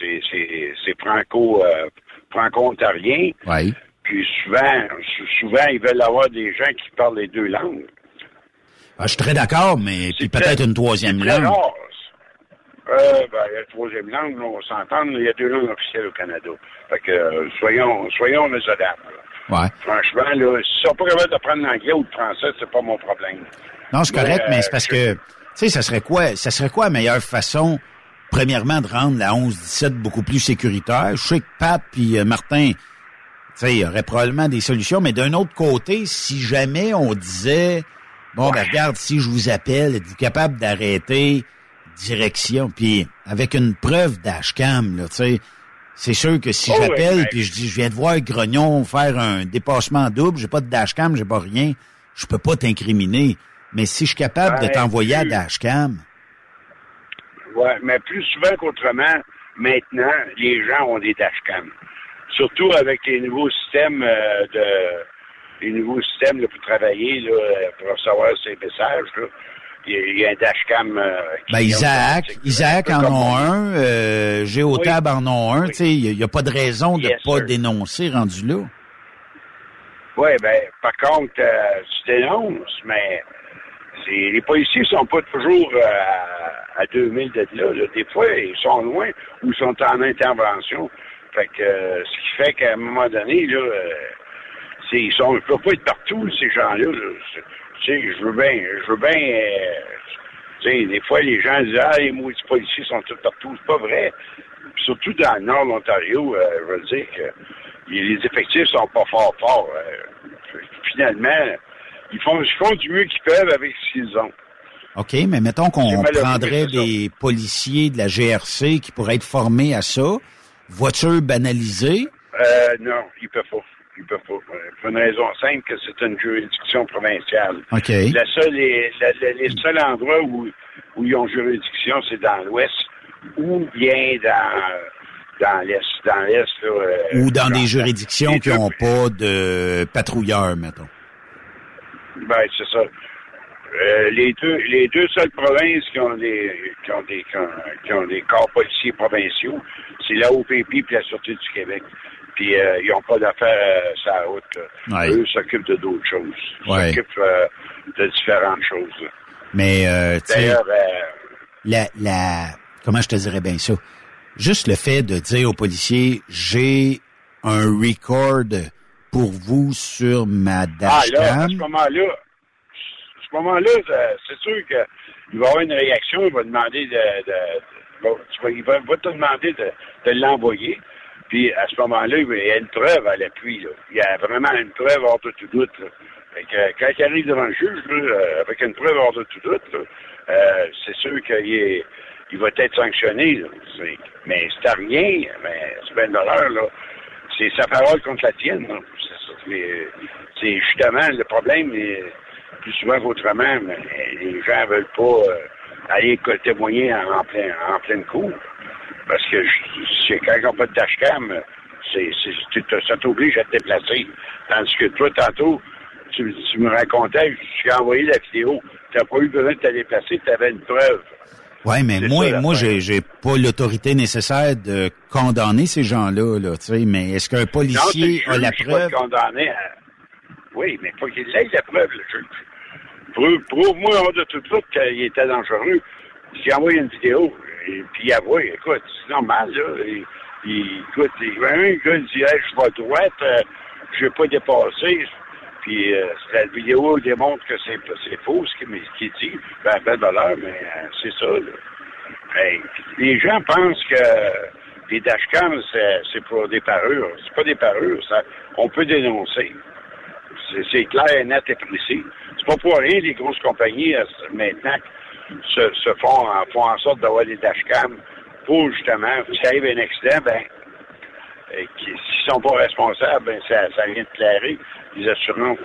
franco-ontarien. Oui. Puis souvent, ils veulent avoir des gens qui parlent les deux langues. Ah, je suis très d'accord, mais puis peut-être une troisième langue. Rare. La troisième langue, là, on s'entend, il y a deux langues officielles au Canada. Fait que soyons raisonnables. Ouais. Franchement, là, s'ils sont pas capables d'apprendre l'anglais ou le français, c'est pas mon problème. Non, c'est correct, mais c'est parce que, tu sais, ça serait quoi la meilleure façon, premièrement, de rendre la 11-17 beaucoup plus sécuritaire? Je sais que Pat puis Martin, tu sais, il y aurait probablement des solutions, mais d'un autre côté, si jamais on disait, bon, ben regarde, si je vous appelle, êtes-vous capable d'arrêter direction, puis avec une preuve dashcam, là, tu sais, c'est sûr que si j'appelle puis je dis, je viens de voir Grognon faire un dépassement double, j'ai pas de dashcam, j'ai pas rien, je peux pas t'incriminer. Mais si je suis capable de t'envoyer à dashcam. Ouais, mais plus souvent qu'autrement, maintenant, les gens ont des dashcams. Surtout avec les nouveaux systèmes là, pour travailler, là, pour recevoir ces messages, là. Il y a un dashcam. Isaac en ont un, Géotab en ont un, tu sais, il n'y a pas de raison de pas dénoncer rendu là. Oui, ben, par contre, tu dénonces, mais les policiers sont pas toujours à 2000 d'être là. Des fois, ils sont loin ou ils sont en intervention. Fait que, ce qui fait qu'à un moment donné, là, ils peuvent pas être partout, ces gens-là. Tu sais, je veux bien, tu sais, des fois, les gens disent, les maudits policiers sont tous partout. C'est pas vrai. Puis surtout dans le nord de l'Ontario, je veux dire que les effectifs sont pas forts. Finalement, ils font du mieux qu'ils peuvent avec ce qu'ils ont. OK, mais mettons qu'on prendrait des policiers de la GRC qui pourraient être formés à ça. Voiture banalisée? Non, ils peuvent pas. Pour une raison simple, que c'est une juridiction provinciale. OK. Les seuls endroits où ils ont juridiction, c'est dans l'Ouest ou bien dans l'Est, là. Ou dans des juridictions qui n'ont pas de patrouilleurs, mettons. Ben, c'est ça. Les deux seules provinces qui ont des corps policiers provinciaux, c'est la OPP et la Sûreté du Québec. Puis ils n'ont pas d'affaires sur la route. Ouais. Eux s'occupent de d'autres choses. Ils s'occupent de différentes choses. Là. Mais d'ailleurs, comment je te dirais bien ça? Juste le fait de dire aux policiers, j'ai un record pour vous sur ma dashcam. Là, à ce moment-là, c'est sûr qu'il va y avoir une réaction. Il va demander il va te demander de l'envoyer. Puis à ce moment-là, il y a une preuve à l'appui. Là. Il y a vraiment une preuve hors de tout doute. Là. Fait que, quand il arrive devant le juge, là, avec une preuve hors de tout doute, là, c'est sûr qu'il va être sanctionné. Là. Mais c'est à rien. Mais c'est $20, là. C'est sa parole contre la tienne. Là. C'est justement le problème. Plus souvent qu'autrement, mais les gens veulent pas aller témoigner en pleine cour. Parce que quand ils n'ont pas de dashcam, ça t'oblige à te déplacer. Tandis que toi, tantôt, tu me racontais, tu as envoyé la vidéo, tu n'as pas eu besoin de te déplacer, tu avais une preuve. Oui, mais moi, j'ai pas l'autorité nécessaire de condamner ces gens-là, là, tu sais, mais est-ce qu'un policier a la preuve? Oui, mais pas qu'il ait la preuve, le juge. Prouve-moi hors de tout doute qu'il était dangereux. J'ai envoyé une vidéo, et puis il avoue, écoute, c'est normal, là. Écoute, il y a un gars qui dit, hey, je vais à droite, je vais pas dépasser. Puis la vidéo démontre que c'est faux ce qu'il dit. Ben, $20, mais c'est ça, là. Hey, les gens pensent que les dashcams, c'est pour des parures. C'est pas des parures, ça. On peut dénoncer. C'est clair, net et précis. C'est pas pour rien les grosses compagnies maintenant se font en sorte d'avoir des dashcams pour justement, s'il arrive un accident, s'ils sont pas responsables, ça vient de clairer. Les assurances,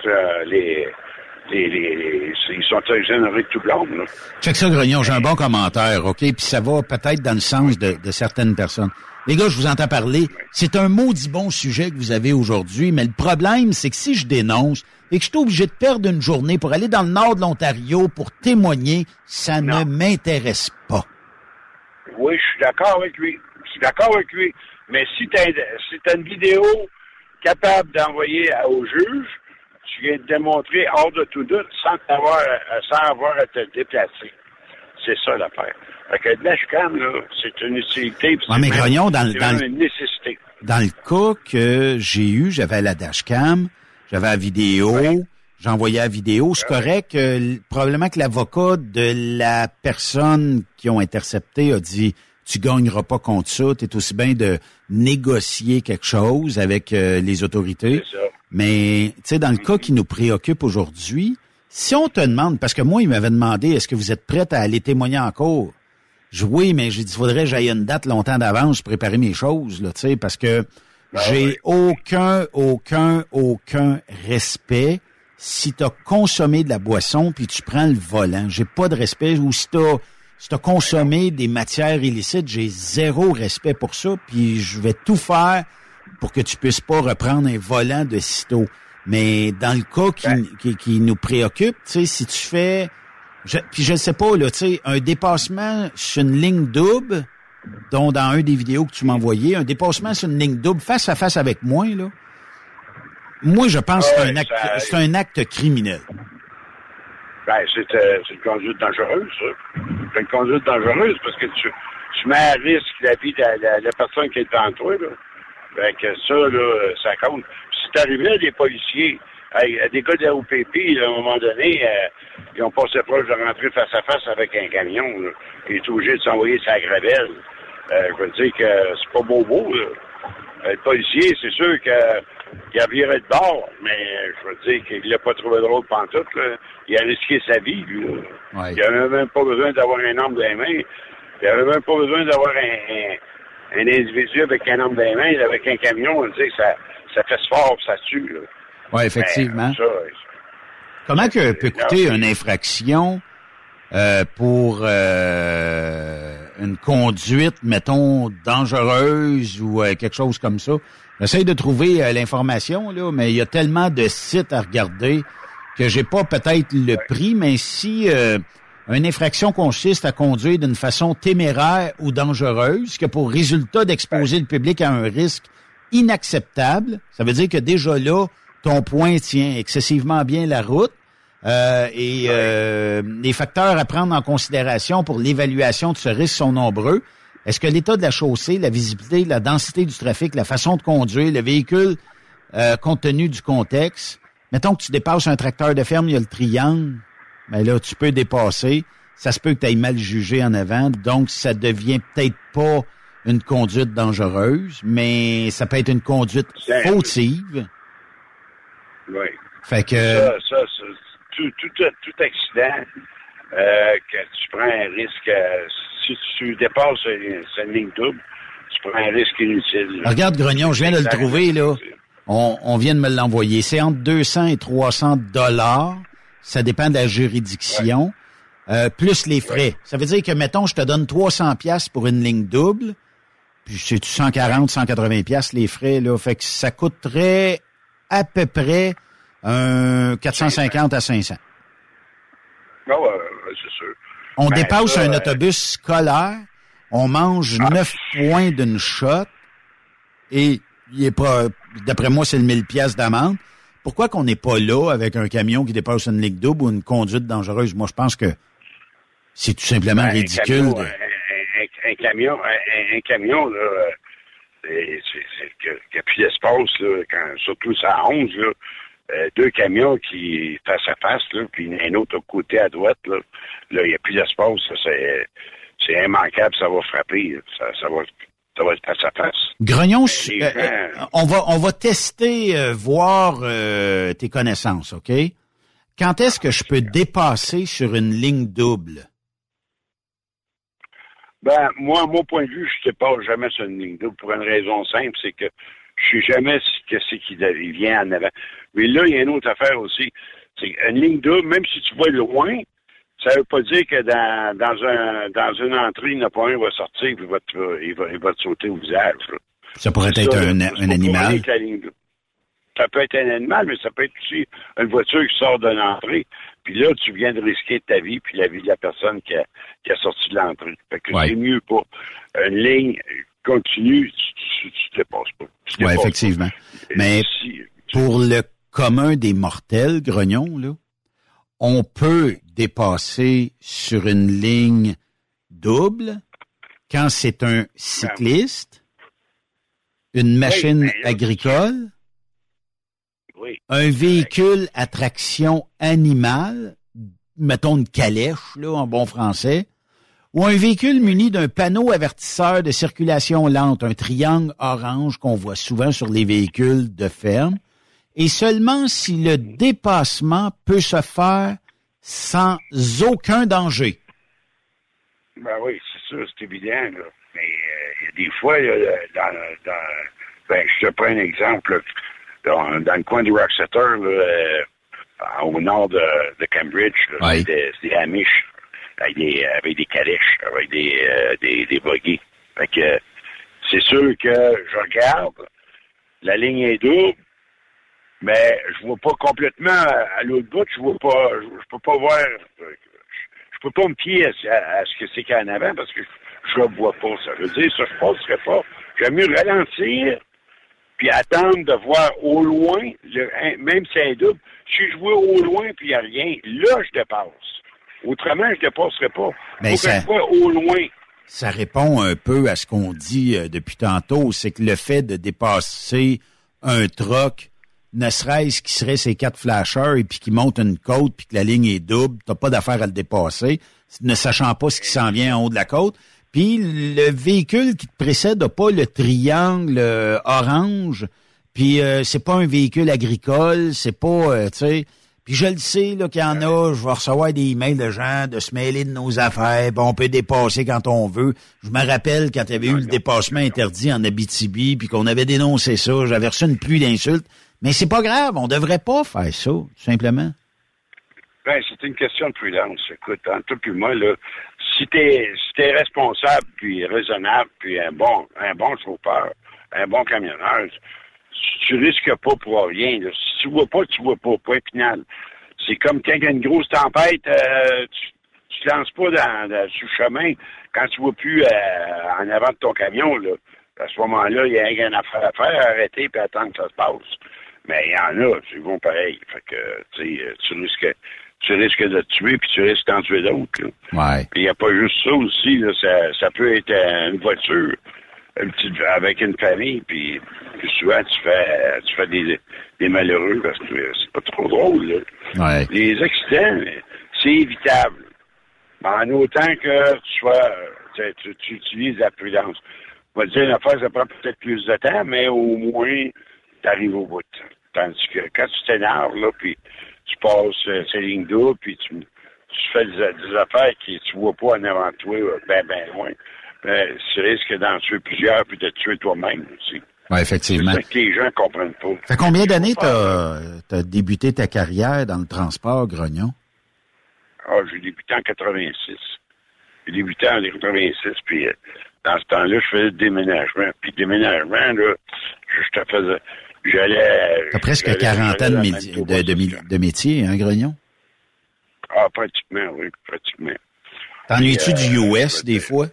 ils sont exonérés de tout blâme. Là. Check ça, Grognon, j'ai un bon commentaire, OK? Puis ça va peut-être dans le sens de certaines personnes. Les gars, je vous entends parler. C'est un maudit bon sujet que vous avez aujourd'hui, mais le problème, c'est que si je dénonce et que je suis obligé de perdre une journée pour aller dans le nord de l'Ontario pour témoigner, ça ne m'intéresse pas. Oui, je suis d'accord avec lui. Mais si tu as une vidéo capable d'envoyer au juge, tu viens de démontrer hors de tout doute sans avoir à te déplacer. C'est ça l'affaire. Fait que le dashcam, là, c'est une utilité. Ouais, mais Grognon, une nécessité. Dans le cas que j'avais la dashcam, j'avais la vidéo, j'envoyais la vidéo, c'est correct. Probablement que l'avocat de la personne qui ont intercepté a dit tu gagneras pas contre ça, t'es aussi bien de négocier quelque chose avec les autorités. C'est ça. Mais tu sais, dans le cas qui nous préoccupe aujourd'hui, si on te demande, parce que moi, il m'avait demandé, est-ce que vous êtes prête à aller témoigner en cours? Oui, mais j'ai dit, il faudrait que j'aille une date longtemps d'avance pour préparer mes choses, là, tu sais, parce que j'ai aucun respect si t'as consommé de la boisson puis tu prends le volant. J'ai pas de respect. Ou si t'as consommé des matières illicites, j'ai zéro respect pour ça, puis je vais tout faire pour que tu puisses pas reprendre un volant de sitôt. Mais dans le cas qui nous préoccupe, tu sais, si tu fais... Puis je sais pas, là, tu sais, un dépassement sur une ligne double, dont dans un des vidéos que tu m'as envoyé, un dépassement sur une ligne double face à face avec moi, là, moi, je pense que c'est un acte criminel. Ben, c'est une conduite dangereuse, ça. C'est une conduite dangereuse parce que tu mets à risque la vie de la personne qui est devant toi, là. Fait que ça, là, ça compte. C'est arrivé à des policiers, à des gars de la OPP, là, à un moment donné, ils ont passé proche de rentrer face à face avec un camion, là. Ils étaient obligés de s'envoyer sa gravelle. Je veux dire que c'est pas beau, là. Le policier, c'est sûr qu'il a viré de bord, mais je veux dire qu'il l'a pas trouvé drôle pantoute, là. Il a risqué sa vie, lui, là. Ouais. Il avait même pas besoin d'avoir un arme dans les mains. Il avait même pas besoin d'avoir un individu avec un arme dans les mains, avec un camion, on dit que ça fait fort, ça tue, là. Oui, effectivement. Ben, comment peut coûter une infraction pour une une conduite, mettons, dangereuse ou quelque chose comme ça. J'essaie de trouver l'information, là, mais il y a tellement de sites à regarder que j'ai pas peut-être le prix, mais si une infraction consiste à conduire d'une façon téméraire ou dangereuse, qui a pour résultat d'exposer le public à un risque inacceptable, ça veut dire que déjà là, ton point tient excessivement bien la route. Les facteurs à prendre en considération pour l'évaluation de ce risque sont nombreux. Est-ce que l'état de la chaussée, la visibilité, la densité du trafic, la façon de conduire, le véhicule, compte tenu du contexte, mettons que tu dépasses un tracteur de ferme, il y a le triangle, mais là, tu peux dépasser. Ça se peut que tu ailles mal jugé en avant, donc ça devient peut-être pas une conduite dangereuse, mais ça peut être une conduite fautive. Oui. Fait que... Ça, tout accident que tu prends un risque, si tu dépasses une ligne double, tu prends un risque inutile. Regarde, Grognon, je viens de le trouver, là. On vient de me l'envoyer. C'est entre 200 et 300 $. Ça dépend de la juridiction. Plus les frais. Ouais. Ça veut dire que, mettons, je te donne 300 $ pour une ligne double, puis c'est 140, 180 $ les frais, là. Fait que ça coûterait à peu près 450 à 500. Ah ouais, c'est sûr. On dépasse un autobus scolaire, on mange 9 points d'une shot, et il est pas, d'après moi, c'est le 1000 $ d'amende. Pourquoi qu'on n'est pas là avec un camion qui dépasse une ligne double ou une conduite dangereuse? Moi, je pense que c'est tout simplement ridicule. Un camion, là, c'est qu'il n'y a plus d'espace, là, surtout ça à 11, là. 2 camions qui face à face, là, puis un autre côté à droite, là, il n'y a plus d'espace, c'est immanquable, ça va frapper, ça va être face à face. Grognon, on va tester, voir tes connaissances, OK? Quand est-ce que je peux dépasser sur une ligne double? Ben, moi, à mon point de vue, je ne dépasse jamais sur une ligne double pour une raison simple, c'est que je sais jamais ce qui vient en avant. Mais là, il y a une autre affaire aussi. C'est qu'une ligne double, même si tu vas loin, ça veut pas dire que dans une entrée, il n'y en a pas un qui va sortir et il va te sauter au visage. Là. Ça pourrait être un animal. Ça peut être un animal, mais ça peut être aussi une voiture qui sort d'une entrée. Puis là, tu viens de risquer ta vie puis la vie de la personne qui a sorti de l'entrée. Fait que c'est mieux pas. Une ligne continue, tu dépasses pas. Oui, effectivement. Mais pour le commun des mortels, Grognon, là, on peut dépasser sur une ligne double quand c'est un cycliste, une machine agricole, un véhicule à traction animale, mettons une calèche, là, en bon français, ou un véhicule muni d'un panneau avertisseur de circulation lente, un triangle orange qu'on voit souvent sur les véhicules de ferme, et seulement si le dépassement peut se faire sans aucun danger. Ben oui, c'est sûr, c'est évident, là. Mais il y a des fois, je te prends un exemple, dans le coin du Rochester, là, au nord de Cambridge, là, c'est des Amish avec des calèches, avec des buggy. Fait que c'est sûr que je regarde, la ligne est double, mais je vois pas complètement à l'autre bout, je peux pas voir, je peux pas me fier à ce que c'est qu'il y a en avant parce que je le vois pas. Ça veut dire, ça, je passerais pas. J'aime mieux ralentir puis attendre de voir au loin, même si c'est double. Si je vois au loin puis il n'y a rien, là, je dépasse. Autrement, je dépasserai pas. Mais faut que je vois au loin. Ça répond un peu à ce qu'on dit depuis tantôt, c'est que le fait de dépasser un truck, ne serait-ce qu'il serait ces 4 flashers et puis qu'il monte une côte puis que la ligne est double, t'as pas d'affaire à le dépasser, ne sachant pas ce qui s'en vient en haut de la côte. Puis le véhicule qui te précède n'a pas le triangle orange, puis c'est pas un véhicule agricole, c'est pas, tu sais... Puis je le sais là qu'il y en a, je vais recevoir des emails de gens de se mêler de nos affaires, puis on peut dépasser quand on veut. Je me rappelle quand il y avait eu le dépassement interdit en Abitibi, puis qu'on avait dénoncé ça, j'avais reçu une pluie d'insultes. Mais c'est pas grave, on devrait pas faire ça, tout simplement. Ben, c'est une question de prudence. Écoute, entre toi et moi, là, si t'es responsable, puis raisonnable, puis un bon chauffeur, un bon camionneur, tu risques pas pour rien. Là. Si tu vois pas, point final. C'est comme quand il y a une grosse tempête, tu te lances pas sur le chemin quand tu vois plus en avant de ton camion. Là. À ce moment-là, il y a une affaire à faire, arrêter puis attendre que ça se passe. Mais il y en a, c'est bon pareil. Fait que tu risques de te tuer puis tu risques d'en tuer d'autres. Là. Ouais. Puis il n'y a pas juste ça aussi, là, ça peut être une voiture. Avec une famille, puis souvent tu fais des malheureux parce que c'est pas trop drôle. Là. Ouais. Les accidents, c'est évitable. En autant que tu utilises la prudence. On va dire une affaire, ça prend peut-être plus de temps, mais au moins tu arrives au bout. Tandis que quand tu t'énerves, là, puis tu passes ces lignes doubles, puis tu fais des affaires que tu vois pas en avant de toi, ben loin. Tu risques d'en tuer plusieurs puis de te tuer toi-même aussi. Oui, effectivement. C'est ça que les gens comprennent pas. Ça fait combien d'années t'as débuté ta carrière dans le transport, Grognon? J'ai débuté en 86. J'ai débuté en 86, puis dans ce temps-là, je faisais le déménagement. Puis le déménagement, là, T'as presque 40 ans de métier, hein, Grognon? Pratiquement, oui, pratiquement. T'ennuies-tu du US des fois?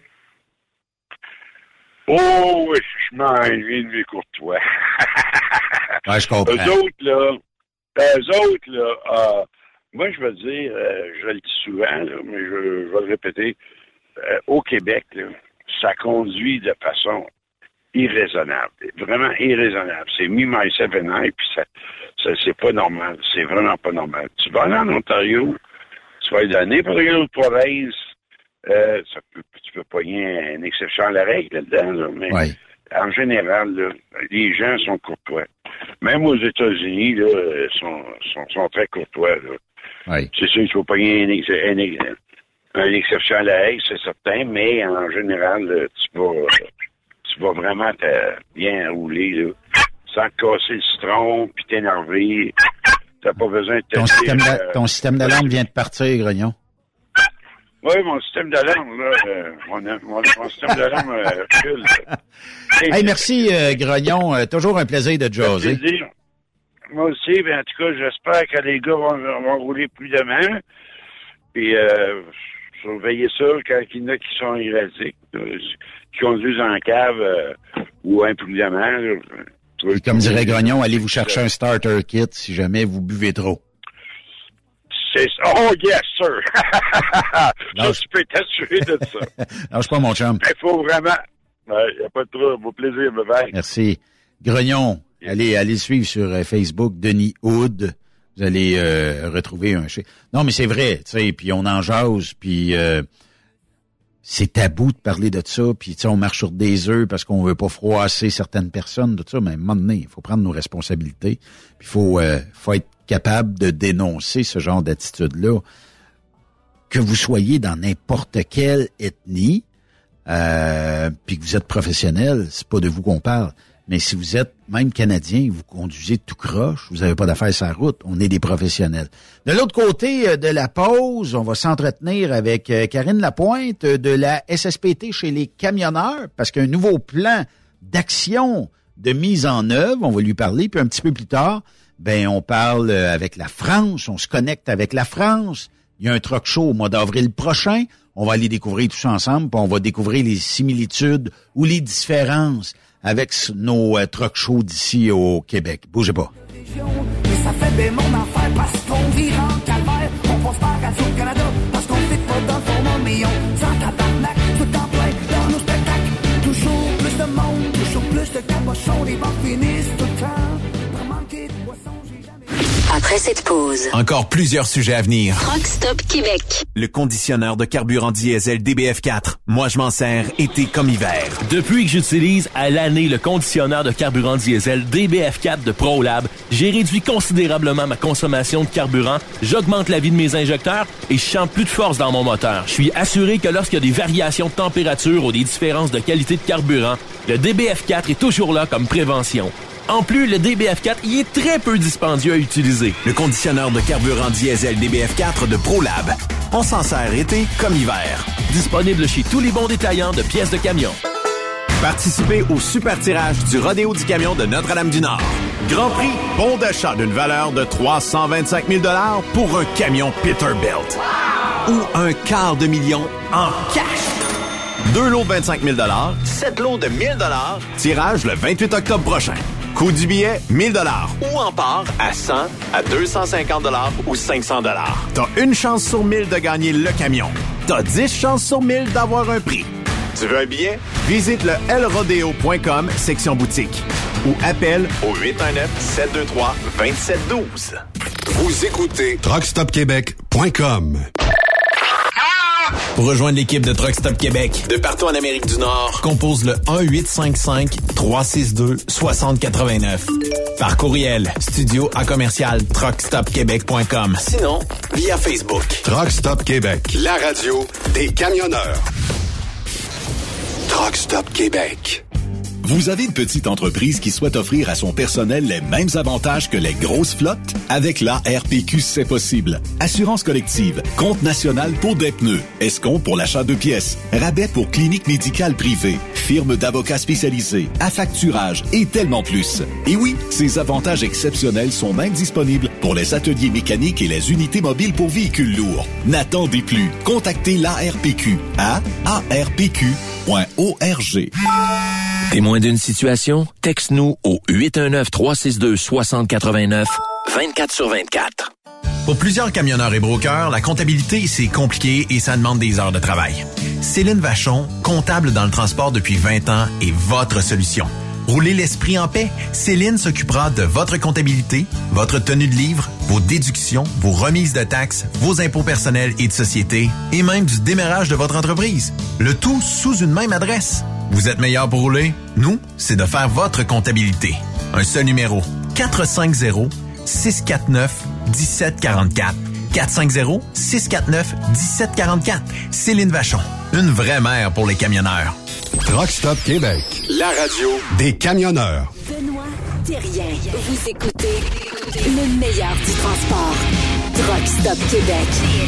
Oh, oui, je m'ennuie de mes courtois. Ouais, je comprends. Eux autres, là, moi, je veux dire, je le dis souvent, là, mais je vais le répéter, au Québec, là, ça conduit de façon irraisonnable, vraiment irraisonnable. C'est me, myself and I, puis ça c'est pas normal. C'est vraiment pas normal. Tu vas aller en Ontario, tu vas aller dans n'importe quelle autre province, tu peux pogner une exception à la règle là-dedans, là, mais en général, là, les gens sont courtois. Même aux États-Unis, là, sont très courtois. Là. Oui. C'est sûr qu'il faut pogner une exception à la règle, c'est certain, mais en général, là, tu vas vraiment bien rouler, là, sans te casser le citron, puis t'énerver. T'as pas besoin de te ton système d'alarme vient de partir, Grognon. Oui, mon système d'alarme, là, mon système d'alarme recule. Hey, merci, Grognon. Toujours un plaisir de jaser. Moi aussi, ben, en tout cas, j'espère que les gars vont rouler plus demain. Puis, surveiller ça quand il y en a qui sont erratiques, qui conduisent en cave ou imprudemment. Et comme dirait Grognon, allez vous chercher un starter kit si jamais vous buvez trop. Oh, yes, sir! Ça, tu peux t'assurer de ça. Lâche pas, mon chum. Il faut vraiment... Il n'y a pas de trouble. Au plaisir, bye-bye. Merci. Grognon, allez suivre sur Facebook, Denis Hood. Vous allez retrouver un... Non, mais c'est vrai, tu sais, puis on en jase, puis c'est tabou de parler de ça, puis tu sais, on marche sur des œufs parce qu'on veut pas froisser certaines personnes, tout ça, mais à un moment donné, il faut prendre nos responsabilités, puis il faut être capable de dénoncer ce genre d'attitude-là. Que vous soyez dans n'importe quelle ethnie, puis que vous êtes professionnel, c'est pas de vous qu'on parle. Mais si vous êtes même Canadien, vous conduisez tout croche, vous n'avez pas d'affaires sur la route, on est des professionnels. De l'autre côté de la pause, on va s'entretenir avec Karine Lapointe de la SSPT chez les camionneurs, parce qu'un nouveau plan d'action de mise en œuvre, on va lui parler, puis un petit peu plus tard, on parle avec la France, on se connecte avec la France. Il y a un truck show au mois d'avril prochain. On va aller découvrir tout ça ensemble, puis on va découvrir les similitudes ou les différences avec nos truck shows d'ici au Québec. Bougez pas. Ça fait des mondes en fer parce qu'on vit en calvaire. On pense pas à Radio-Canada parce qu'on fait pas dans le format, mais on s'en tabarnak tout en plein dans nos spectacles. Toujours plus de monde, toujours plus de cabochons. Les banques finissent tout le temps. Pour manquer de boissons, j'ai jamais... Après cette pause, encore plusieurs sujets à venir. Truck Stop Québec. Le conditionneur de carburant diesel DBF4. Moi, je m'en sers été comme hiver. Depuis que j'utilise à l'année le conditionneur de carburant diesel DBF4 de ProLab, j'ai réduit considérablement ma consommation de carburant, j'augmente la vie de mes injecteurs et je sens plus de force dans mon moteur. Je suis assuré que lorsqu'il y a des variations de température ou des différences de qualité de carburant, le DBF4 est toujours là comme prévention. En plus, le DBF4 y est très peu dispendieux à utiliser. Le conditionneur de carburant diesel DBF4 de ProLab. On s'en sert été comme hiver. Disponible chez tous les bons détaillants de pièces de camion. Participez au super tirage du Rodéo du Camion de Notre-Dame-du-Nord. Grand prix, bon d'achat d'une valeur de 325 000 $ pour un camion Peterbilt. Wow! Ou un $250,000 en cash. 2 lots de 25 000 $, 7 lots de 1 000 $. Tirage le 28 octobre prochain. Coût du billet, 1 000 $. Ou en part à 100, à 250 $ ou 500 $. T'as une chance sur 1000 de gagner le camion. T'as 10 chances sur 1000 d'avoir un prix. Tu veux un billet? Visite le lrodeo.com, section boutique. Ou appelle au 819-723-2712. Vous écoutez TruckStopQuébec.com. Pour rejoindre l'équipe de Truck Stop Québec, de partout en Amérique du Nord, compose le 1-855-362-6089. Par courriel, studio@truckstopquebec.com. Sinon, via Facebook. Truck Stop Québec, la radio des camionneurs. Truck Stop Québec. Vous avez une petite entreprise qui souhaite offrir à son personnel les mêmes avantages que les grosses flottes? Avec l'ARPQ, c'est possible. Assurance collective, compte national pour des pneus, escompte pour l'achat de pièces, rabais pour clinique médicale privée, firme d'avocats spécialisés, affacturage et tellement plus. Et oui, ces avantages exceptionnels sont même disponibles pour les ateliers mécaniques et les unités mobiles pour véhicules lourds. N'attendez plus. Contactez l'ARPQ à arpq.org. Témoin d'une situation? Texte-nous au 819-362-6089, 24/24. Pour plusieurs camionneurs et brokers, la comptabilité, c'est compliqué et ça demande des heures de travail. Céline Vachon, comptable dans le transport depuis 20 ans, est votre solution. Roulez l'esprit en paix. Céline s'occupera de votre comptabilité, votre tenue de livre, vos déductions, vos remises de taxes, vos impôts personnels et de société, et même du démarrage de votre entreprise. Le tout sous une même adresse. Vous êtes meilleur pour rouler? Nous, c'est de faire votre comptabilité. Un seul numéro. 450-649-1744. 450-649-1744. Céline Vachon. Une vraie mère pour les camionneurs. Truck Stop Québec, la radio des camionneurs. Benoît Thérien. Vous écoutez le meilleur du transport. Truck Stop Québec.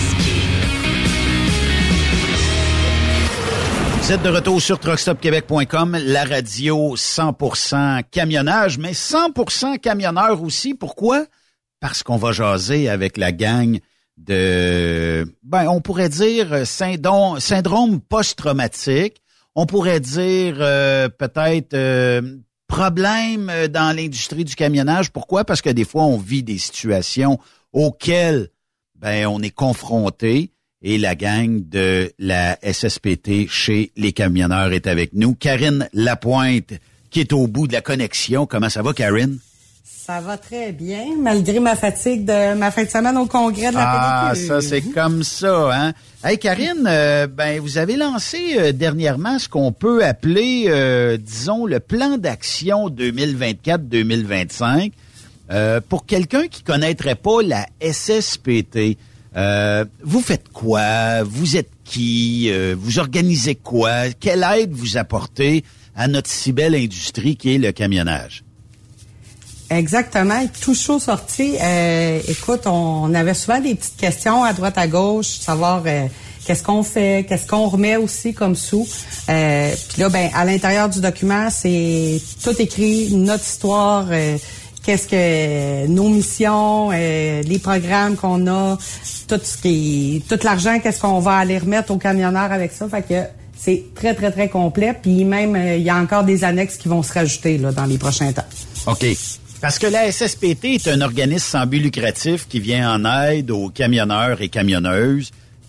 Vous êtes de retour sur truckstopquebec.com, la radio 100% camionnage, mais 100% camionneur aussi. Pourquoi? Parce qu'on va jaser avec la gang de, on pourrait dire syndrome post-traumatique. On pourrait dire peut-être problème dans l'industrie du camionnage. Pourquoi? Parce que des fois, on vit des situations auxquelles on est confronté. Et la gang de la SSPT chez les camionneurs est avec nous. Karine Lapointe, qui est au bout de la connexion. Comment ça va, Karine? Ça va très bien, malgré ma fatigue de ma fin de semaine au congrès de la pellicule. Ah, ça, c'est comme ça, hein? Hey, Karine, vous avez lancé dernièrement ce qu'on peut appeler, disons, le plan d'action 2024-2025. Pour quelqu'un qui connaîtrait pas la SSPT, vous faites quoi? Vous êtes qui? Vous organisez quoi? Quelle aide vous apportez à notre si belle industrie qui est le camionnage? Exactement. Tout chaud sorti. Écoute, on avait souvent des petites questions à droite à gauche, savoir qu'est-ce qu'on fait, qu'est-ce qu'on remet aussi comme sous. Puis là, à l'intérieur du document, c'est tout écrit, notre histoire, qu'est-ce que nos missions, les programmes qu'on a, tout l'argent, qu'est-ce qu'on va aller remettre aux camionneurs avec ça. Fait que c'est très, très, très complet. Puis même, il y a encore des annexes qui vont se rajouter là, dans les prochains temps. OK. Parce que la SSPT est un organisme sans but lucratif qui vient en aide aux camionneurs et camionneuses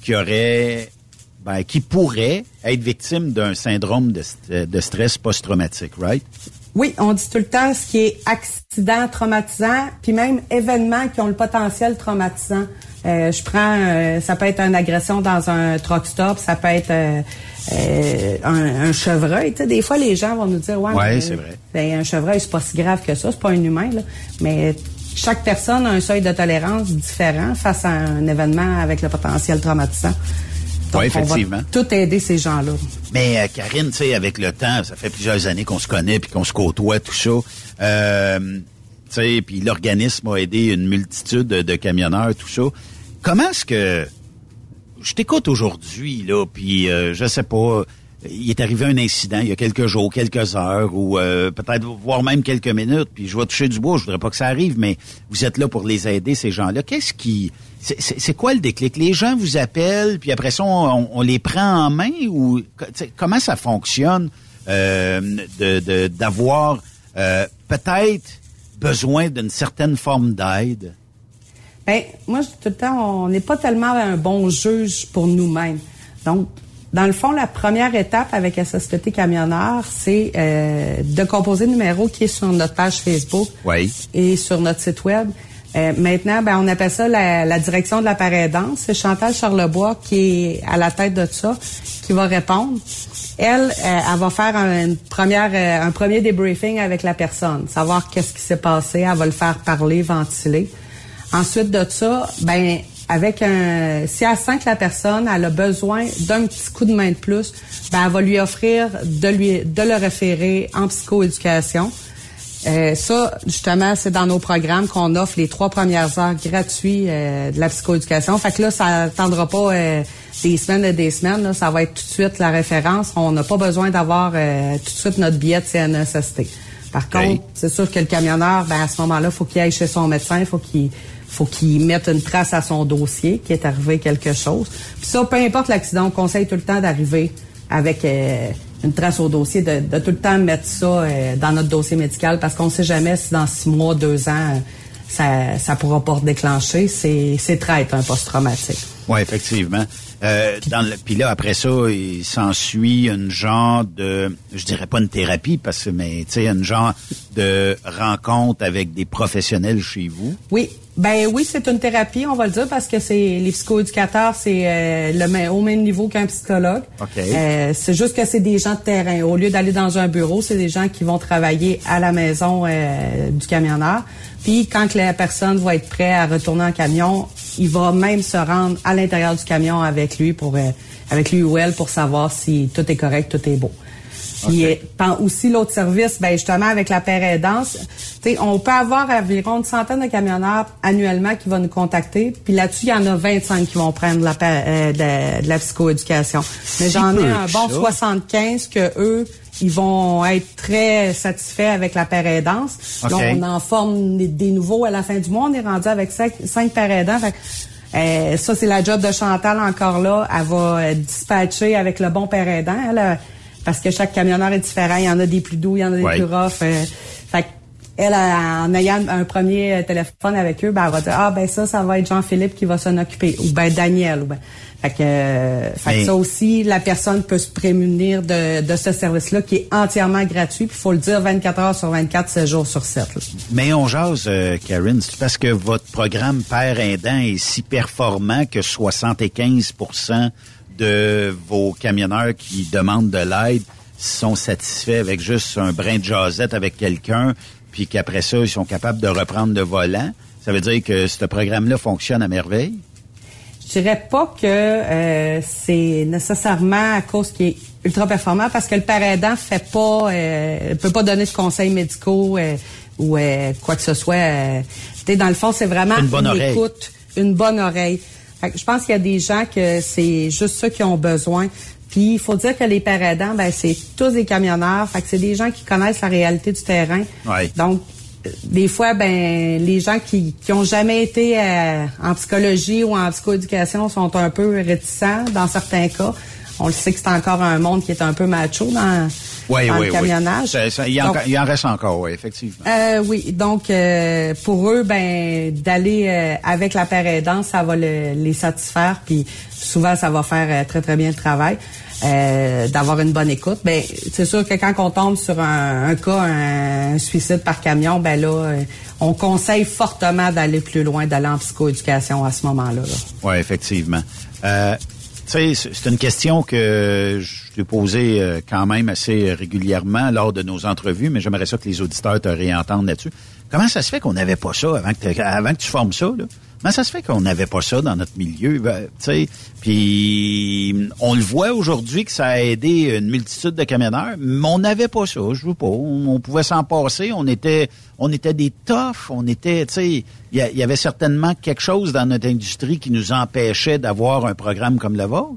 qui pourraient être victimes d'un syndrome de stress post-traumatique, right? Oui, on dit tout le temps ce qui est accident traumatisant, puis même événements qui ont le potentiel traumatisant. Je prends, ça peut être une agression dans un truck stop, ça peut être un chevreuil. Tu sais, des fois, les gens vont nous dire, ouais, c'est vrai. Un chevreuil, c'est pas si grave que ça, c'est pas un humain, là. Mais chaque personne a un seuil de tolérance différent face à un événement avec le potentiel traumatisant. Donc, effectivement. On va tout aider ces gens-là. Mais Karine, tu sais, avec le temps, ça fait plusieurs années qu'on se connaît puis qu'on se côtoie, tout ça. Tu sais, puis l'organisme a aidé une multitude de camionneurs, tout ça. Comment est-ce que... Je t'écoute aujourd'hui, là, puis je sais pas... Il est arrivé un incident il y a quelques jours, quelques heures, ou peut-être voire même quelques minutes, puis je vais toucher du bois, je voudrais pas que ça arrive, mais vous êtes là pour les aider, ces gens-là. Qu'est-ce qui... C'est quoi le déclic? Les gens vous appellent, puis après ça, on les prend en main, ou comment ça fonctionne d'avoir peut-être besoin d'une certaine forme d'aide? Ben, moi, je dis tout le temps, on n'est pas tellement un bon juge pour nous-mêmes. Donc, dans le fond, la première étape avec la Société Camionneur, c'est de composer le numéro qui est sur notre page Facebook et sur notre site web. Maintenant, ben, on appelle ça la direction de l'appareil aidance. C'est Chantal Charlebois qui est à la tête de ça, qui va répondre. Elle va faire un premier débriefing avec la personne, savoir qu'est-ce qui s'est passé. Elle va le faire parler, ventiler. Ensuite de ça, ben, si elle sent que la personne elle a besoin d'un petit coup de main de plus, ben elle va lui offrir de le référer en psychoéducation. Ça, justement, c'est dans nos programmes qu'on offre les 3 premières heures gratuits de la psychoéducation. Fait que là, ça attendra pas des semaines et des semaines. Là, ça va être tout de suite la référence. On n'a pas besoin d'avoir tout de suite notre billet de CNESST. Par contre, c'est sûr que le camionneur, ben à ce moment-là, faut qu'il aille chez son médecin, faut qu'il mette une trace à son dossier, qu'il est arrivé quelque chose. Puis ça, peu importe l'accident, on conseille tout le temps d'arriver avec une trace au dossier, de tout le temps mettre ça dans notre dossier médical, parce qu'on ne sait jamais si dans 6 mois, 2 ans, ça pourra pas redéclencher. C'est traite, un post-traumatique. Oui, effectivement. Puis là, après ça, il s'ensuit une genre de, je dirais pas une thérapie, mais tu sais, une genre de rencontre avec des professionnels chez vous. Oui. Ben oui, c'est une thérapie, on va le dire, parce que les psychoéducateurs, c'est au même niveau qu'un psychologue. Okay. C'est juste que c'est des gens de terrain. Au lieu d'aller dans un bureau, c'est des gens qui vont travailler à la maison du camionneur. Puis quand la personne va être prête à retourner en camion, il va même se rendre à l'intérieur du camion avec lui ou elle pour savoir si tout est correct, tout est beau. Puis aussi l'autre service, ben justement avec la paire aidance, on peut avoir environ une centaine de camionneurs annuellement qui vont nous contacter. Puis là-dessus, il y en a 25 qui vont prendre de la psychoéducation. Mais j'en ai un bon 75 que eux, ils vont être très satisfaits avec la paire aidance. Donc on en forme des nouveaux à la fin du mois. On est rendu avec 5 paires aidants. Fait ça, c'est la job de Chantal encore là. Elle va dispatcher avec le bon paire aidant. Parce que chaque camionneur est différent. Il y en a des plus doux, il y en a des plus rough. Fait elle, en ayant un premier téléphone avec eux, ben, elle va dire, ça va être Jean-Philippe qui va s'en occuper. Ou ben Daniel. Fait que ça aussi, la personne peut se prémunir de ce service-là qui est entièrement gratuit. Puis il faut le dire 24 heures sur 24, 7 jours sur 7. Là. Mais on jase, Karen, c'est parce que votre programme Père aidant est si performant que 75% de vos camionneurs qui demandent de l'aide sont satisfaits avec juste un brin de jasette avec quelqu'un, puis qu'après ça, ils sont capables de reprendre le volant. Ça veut dire que ce programme-là fonctionne à merveille? Je dirais pas que c'est nécessairement à cause qu'il est ultra performant, parce que le père aidant peut pas donner de conseils médicaux ou quoi que ce soit. Dans le fond, c'est vraiment une écoute, une bonne oreille. Fait que je pense qu'il y a des gens que c'est juste ça qu'ils ont besoin. Puis il faut dire que les pères aidants, ben c'est tous des camionneurs. Fait que c'est des gens qui connaissent la réalité du terrain. Ouais. Donc des fois, ben les gens qui ont jamais été en psychologie ou en psychoéducation sont un peu réticents dans certains cas. On le sait que c'est encore un monde qui est un peu macho dans le camionnage. Il en reste encore, oui, effectivement. Oui, donc pour eux, ben d'aller avec la paire aidante, ça va les satisfaire, puis souvent ça va faire très très bien le travail. D'avoir une bonne écoute. Ben c'est sûr que quand on tombe sur un cas, un suicide par camion, ben là, on conseille fortement d'aller plus loin, d'aller en psychoéducation à ce moment-là. Oui, effectivement. Tu sais, c'est une question que je t'ai posée quand même assez régulièrement lors de nos entrevues, mais j'aimerais ça que les auditeurs te réentendent là-dessus. Comment ça se fait qu'on n'avait pas ça avant que tu formes ça, là? Mais ça se fait qu'on n'avait pas ça dans notre milieu, tu sais. Puis on le voit aujourd'hui que ça a aidé une multitude de camionneurs, mais on n'avait pas ça, je veux pas. On pouvait s'en passer, on était des toughs, on était, tu sais, il y avait certainement quelque chose dans notre industrie qui nous empêchait d'avoir un programme comme le vôtre.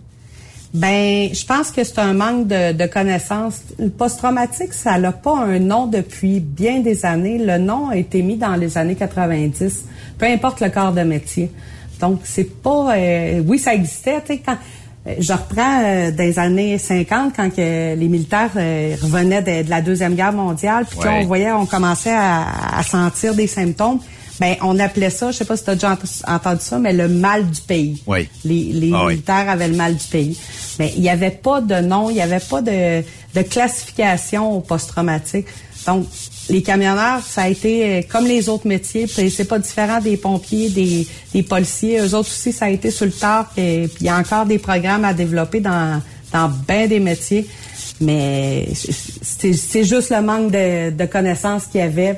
Ben, je pense que c'est un manque de connaissances. Le post-traumatique, ça n'a pas un nom depuis bien des années. Le nom a été mis dans les années 90, peu importe le corps de métier. Donc, c'est pas... oui, ça existait, tu sais, quand... Je reprends des années 50, quand les militaires revenaient de la Deuxième Guerre mondiale, puis on commençait à sentir des symptômes. Ben, on appelait ça, je sais pas si tu as déjà entendu ça, mais le mal du pays. Oui. Les militaires avaient le mal du pays. Mais il n'y avait pas de nom, il n'y avait pas de classification au post-traumatique. Donc, les camionneurs, ça a été comme les autres métiers, c'est pas différent des pompiers, des policiers. Eux autres aussi, ça a été sur le tard. Puis il y a encore des programmes à développer dans bien des métiers. Mais c'est juste le manque de connaissances qu'il y avait.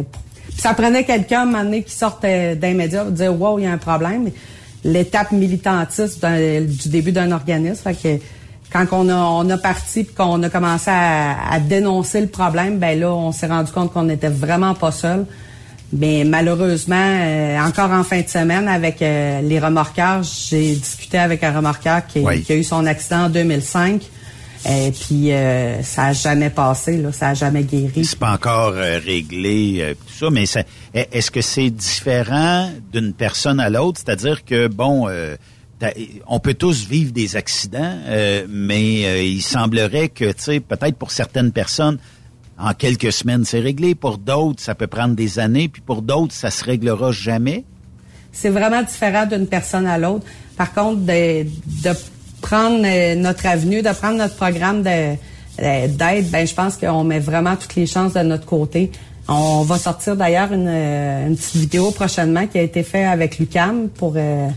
Ça prenait quelqu'un, à un moment donné, qui sortait d'un média pour dire « Wow, il y a un problème ». L'étape militantiste du début d'un organisme. Fait que quand on a parti et qu'on a commencé à dénoncer le problème, ben là, on s'est rendu compte qu'on n'était vraiment pas seul. Mais malheureusement, encore en fin de semaine, avec les remorqueurs, j'ai discuté avec un remorqueur qui a eu son accident en 2005. Et puis ça a jamais passé, là, ça a jamais guéri. C'est pas encore réglé, tout ça, mais est-ce que c'est différent d'une personne à l'autre? C'est-à-dire que, bon, on peut tous vivre des accidents, mais il semblerait que, tu sais, peut-être pour certaines personnes, en quelques semaines, c'est réglé. Pour d'autres, ça peut prendre des années, puis pour d'autres, ça se réglera jamais. C'est vraiment différent d'une personne à l'autre. Par contre, de prendre notre avenue, de prendre notre programme d'aide, ben je pense qu'on met vraiment toutes les chances de notre côté. On va sortir d'ailleurs une petite vidéo prochainement qui a été faite avec l'UQAM pour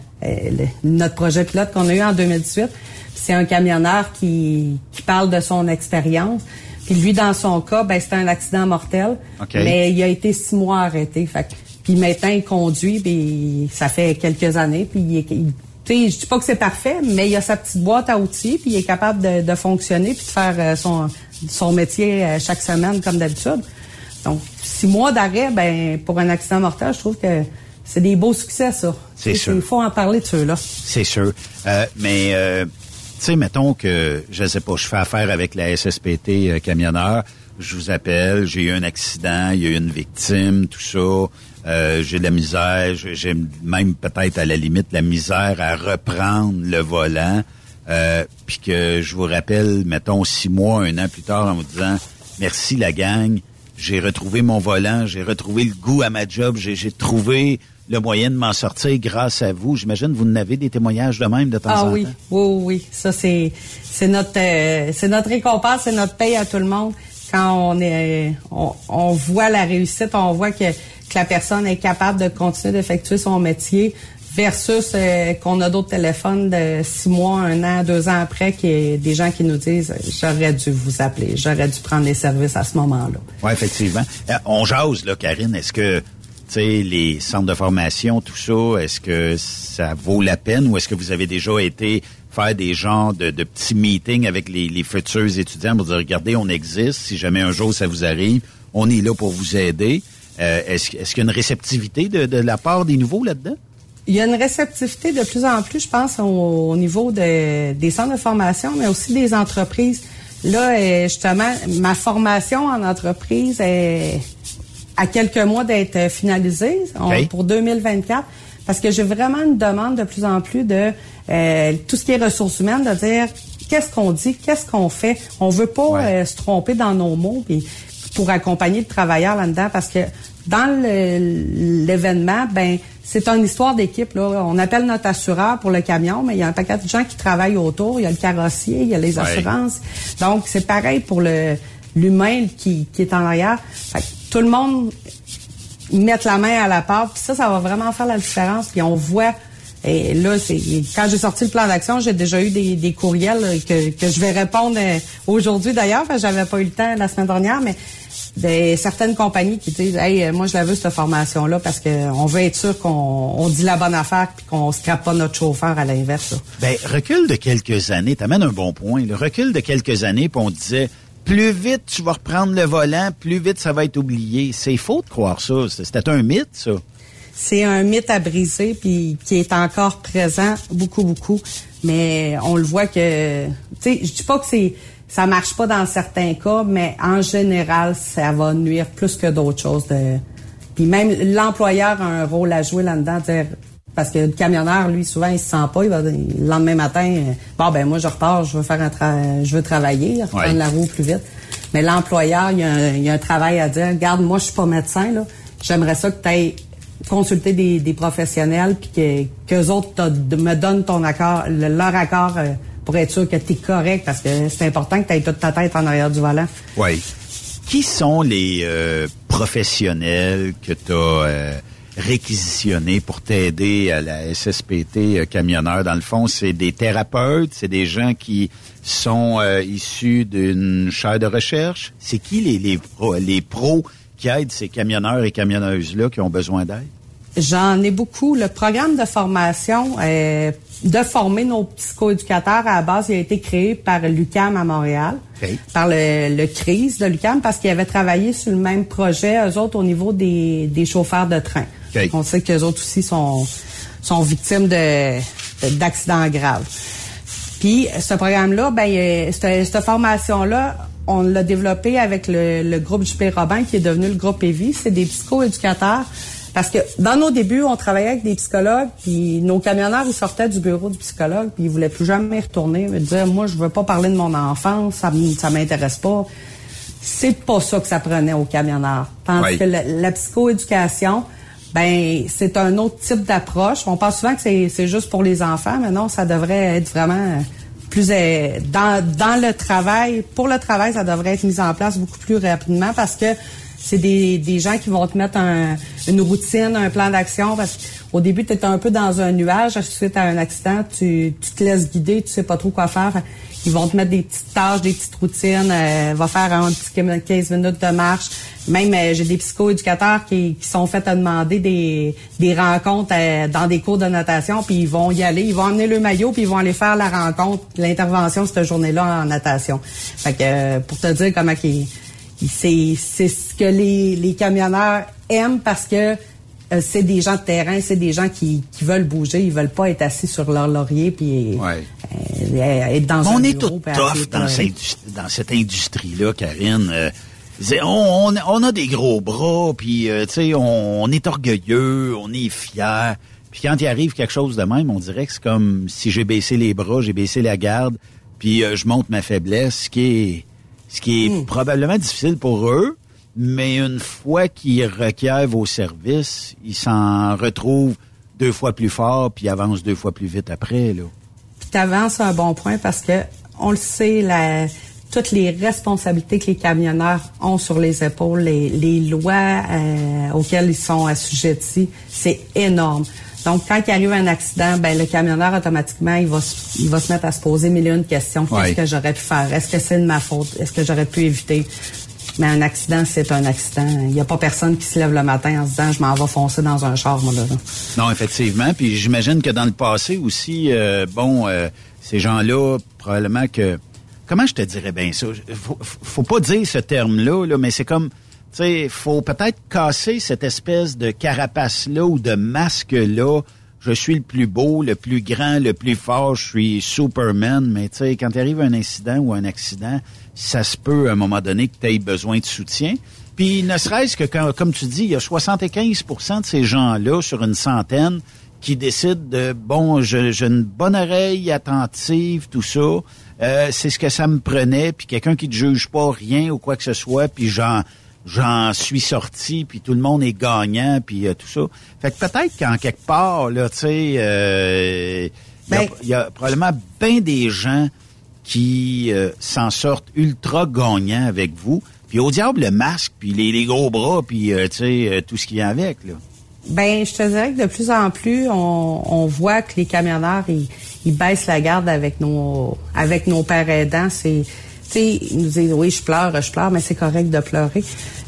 notre projet pilote qu'on a eu en 2018. C'est un camionneur qui parle de son expérience. Puis lui, dans son cas, ben c'était un accident mortel, mais il a été 6 mois arrêté. Puis maintenant, il conduit, puis ça fait quelques années, puis je dis pas que c'est parfait, mais il a sa petite boîte à outils, puis il est capable de fonctionner puis de faire son métier chaque semaine comme d'habitude. Donc, 6 mois d'arrêt, ben pour un accident mortel, je trouve que c'est des beaux succès, ça. C'est sûr. Il faut en parler de ceux-là. C'est sûr. Mais, tu sais, mettons que, je sais pas, je fais affaire avec la SSPT camionneur, je vous appelle, j'ai eu un accident, il y a eu une victime, tout ça. J'ai de la misère, j'ai même peut-être à la limite la misère à reprendre le volant, puis que je vous rappelle, mettons 6 mois, 1 an plus tard, en vous disant merci la gang, j'ai retrouvé mon volant, j'ai retrouvé le goût à ma job, j'ai trouvé le moyen de m'en sortir grâce à vous. J'imagine que vous en avez des témoignages de même de temps en temps. Oui. Ça c'est notre récompense, c'est notre paye à tout le monde. Quand on voit la réussite, on voit que la personne est capable de continuer d'effectuer son métier versus qu'on a d'autres téléphones de 6 mois, 1 an, 2 ans après, qu'il y a des gens qui nous disent « J'aurais dû vous appeler, j'aurais dû prendre les services à ce moment-là. » Oui, effectivement. On jase, là, Karine. Est-ce que, tu sais, les centres de formation, tout ça, est-ce que ça vaut la peine ou est-ce que vous avez déjà été faire des genres de petits meetings avec les futurs étudiants pour dire « Regardez, on existe, si jamais un jour ça vous arrive, on est là pour vous aider. » Est-ce qu'il y a une réceptivité de la part des nouveaux là-dedans? Il y a une réceptivité de plus en plus, je pense, au niveau des centres de formation, mais aussi des entreprises. Là, justement, ma formation en entreprise est à quelques mois d'être finalisée pour 2024, parce que j'ai vraiment une demande de plus en plus de tout ce qui est ressources humaines, de dire qu'est-ce qu'on dit, qu'est-ce qu'on fait. On veut pas se tromper dans nos mots, puis pour accompagner le travailleur là-dedans, parce que dans l'événement, ben c'est une histoire d'équipe, là. On appelle notre assureur pour le camion, mais il y a un paquet de gens qui travaillent autour. Il y a le carrossier, il y a les assurances. Donc, c'est pareil pour l'humain qui est en arrière. Fait que tout le monde met la main à la pâte, puis ça va vraiment faire la différence. Puis on voit, et là, quand j'ai sorti le plan d'action, j'ai déjà eu des courriels que je vais répondre aujourd'hui d'ailleurs, parce que j'avais pas eu le temps la semaine dernière, mais certaines compagnies qui disent, hey, moi je la veux cette formation-là parce qu'on veut être sûr qu'on dit la bonne affaire puis qu'on scrape pas notre chauffeur à l'inverse. Là. Ben, recul de quelques années, t'amènes un bon point. Le recul de quelques années, puis on disait, plus vite tu vas reprendre le volant, plus vite ça va être oublié. C'est faux de croire ça. C'était un mythe, ça. C'est un mythe à briser puis qui est encore présent beaucoup. Mais on le voit que, tu sais, je dis pas que ça marche pas dans certains cas, mais en général, ça va nuire plus que d'autres choses. Puis même l'employeur a un rôle à jouer là-dedans, dire, parce que le camionneur, lui, souvent, il se sent pas. Le lendemain matin, moi, je repars, je veux travailler, reprendre la roue plus vite. Mais l'employeur, il y a un travail à dire. Regarde, moi, je suis pas médecin, là. J'aimerais ça que tu ailles consulter des professionnels puis qu'eux autres me donnent ton accord, leur accord pour être sûr que tu es correct, parce que c'est important que tu aies toute ta tête en arrière du volant. Oui. Qui sont les professionnels que tu as réquisitionnés pour t'aider à la SSPT camionneur? Dans le fond, c'est des thérapeutes, c'est des gens qui sont issus d'une chaire de recherche. C'est qui les pros qui aident ces camionneurs et camionneuses-là qui ont besoin d'aide? J'en ai beaucoup. Le programme de formation de former nos psychoéducateurs, à la base, il a été créé par l'UQAM à Montréal, par le CRIS de l'UQAM, parce qu'ils avaient travaillé sur le même projet, eux autres, au niveau des chauffeurs de train. On sait qu'eux autres aussi sont victimes d'accidents graves. Puis, ce programme-là, cette formation-là, on l'a développé avec le groupe JP Robin, qui est devenu le groupe EVI. C'est des psychoéducateurs. Parce que dans nos débuts, on travaillait avec des psychologues, puis nos camionneurs, ils sortaient du bureau du psychologue, puis ils voulaient plus jamais y retourner, me dire, moi, je veux pas parler de mon enfance, ça m'intéresse pas. C'est pas ça que ça prenait aux camionneurs. Tandis que la psychoéducation, c'est un autre type d'approche. On pense souvent que c'est juste pour les enfants, mais non, ça devrait être vraiment plus dans le travail. Pour le travail, ça devrait être mis en place beaucoup plus rapidement, parce que c'est des gens qui vont te mettre une routine, un plan d'action, parce qu'au début, tu es un peu dans un nuage, suite à un accident, tu te laisses guider, tu sais pas trop quoi faire. Ils vont te mettre des petites tâches, des petites routines, va faire un petit 15 minutes de marche. Même, j'ai des psychoéducateurs qui sont faits à demander des rencontres dans des cours de natation, puis ils vont y aller, ils vont emmener le maillot, puis ils vont aller faire la rencontre, l'intervention cette journée-là en natation. Fait que, pour te dire comment c'est ce que les camionneurs aiment, parce que c'est des gens de terrain, c'est des gens qui veulent bouger, ils veulent pas être assis sur leur laurier puis être dans un bureau. On est tout tough dans cette industrie-là, Karine. On a des gros bras, puis tu sais, on est orgueilleux, on est fiers. Puis quand il arrive quelque chose de même, on dirait que c'est comme si j'ai baissé les bras, j'ai baissé la garde, puis je montre ma faiblesse, ce qui est probablement difficile pour eux, mais une fois qu'ils requièrent vos services, ils s'en retrouvent 2 fois plus fort, puis ils avancent 2 fois plus vite après, là. Puis t'avances un bon point, parce que on le sait, toutes les responsabilités que les camionneurs ont sur les épaules, les lois auxquelles ils sont assujettis, c'est énorme. Donc, quand il arrive un accident, le camionneur, automatiquement, il va se mettre à se poser 1001 questions. Qu'est-ce que j'aurais pu faire? Est-ce que c'est de ma faute? Est-ce que j'aurais pu éviter? Mais un accident, c'est un accident. Il n'y a pas personne qui se lève le matin en se disant, je m'en vais foncer dans un char, moi, là. Non, effectivement. Puis j'imagine que dans le passé aussi, ces gens-là, probablement que... Comment je te dirais bien ça? Faut pas dire ce terme-là, là, mais c'est comme... Tu sais, faut peut-être casser cette espèce de carapace-là ou de masque-là. Je suis le plus beau, le plus grand, le plus fort, je suis Superman. Mais tu sais, quand il arrive un incident ou un accident, ça se peut à un moment donné que tu aies besoin de soutien. Puis ne serait-ce que, comme tu dis, il y a 75% de ces gens-là sur une centaine qui décident de, j'ai une bonne oreille attentive, tout ça. C'est ce que ça me prenait. Puis quelqu'un qui ne juge pas rien ou quoi que ce soit, puis j'en suis sorti, puis tout le monde est gagnant, puis tout ça. Fait que peut-être qu'en quelque part, là, tu sais, il y a probablement bien des gens qui s'en sortent ultra gagnants avec vous. Puis au diable, le masque, puis les gros bras, puis tu sais, tout ce qui vient avec, là. Je te dirais que de plus en plus, on voit que les camionneurs, ils baissent la garde avec nos pères aidants. Ils nous disent, oui, je pleure, mais c'est correct de pleurer.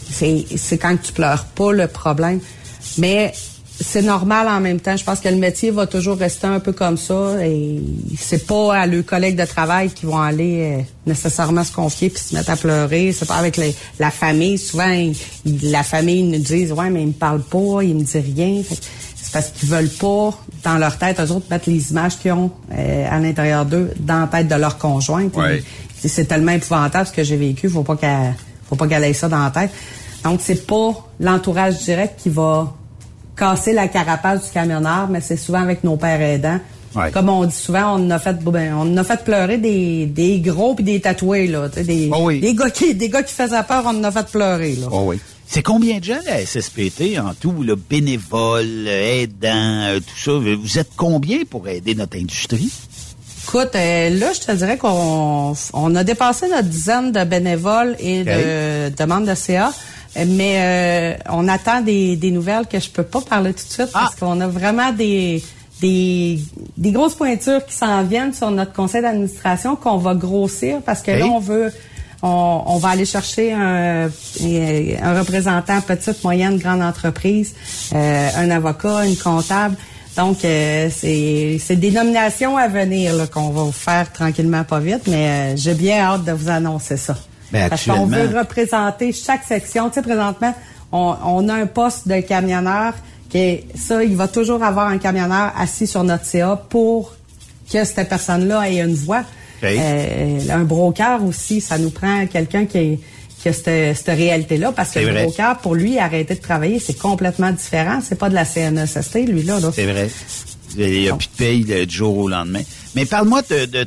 c'est quand tu pleures pas le problème. Mais c'est normal en même temps. Je pense que le métier va toujours rester un peu comme ça et c'est pas à leurs collègues de travail qui vont aller nécessairement se confier puis se mettre à pleurer. C'est pas avec la famille. Souvent, la famille nous dit « Ouais, mais il me parle pas, il me dit rien. » C'est parce qu'ils veulent pas, dans leur tête, eux autres, mettre les images qu'ils ont à l'intérieur d'eux dans la tête de leur conjointe. Ouais. C'est tellement épouvantable ce que j'ai vécu. Faut pas qu'elle ait ça dans la tête. Donc, c'est pas l'entourage direct qui va casser la carapace du camionneur, mais c'est souvent avec nos pères aidants. Ouais. Comme on dit souvent, on a fait pleurer des gros puis des tatoués, là. Des gars qui faisaient peur, on en a fait pleurer, là. Oh oui. C'est combien de gens, la SSPT, en tout, là, bénévoles, aidants, tout ça? Vous êtes combien pour aider notre industrie? Écoute, là, je te dirais qu'on a dépassé notre dizaine de bénévoles et de membres de CA. Mais on attend des nouvelles que je peux pas parler tout de suite parce qu'on a vraiment des grosses pointures qui s'en viennent sur notre conseil d'administration qu'on va grossir parce que là on va aller chercher un représentant petite, moyenne, grande entreprise, un avocat, une comptable. Donc c'est des nominations à venir là, qu'on va vous faire tranquillement pas vite, mais j'ai bien hâte de vous annoncer ça. Ben, parce qu'on veut représenter chaque section. Tu sais, présentement, on a un poste de camionneur il va toujours avoir un camionneur assis sur notre CA pour que cette personne-là ait une voix. Un broker aussi, ça nous prend quelqu'un qui a cette réalité-là, parce que le broker, pour lui, arrêter de travailler, c'est complètement différent. C'est pas de la CNESST, lui-là. Là. C'est vrai. Il n'y a plus de paye du jour au lendemain. Mais parle-moi de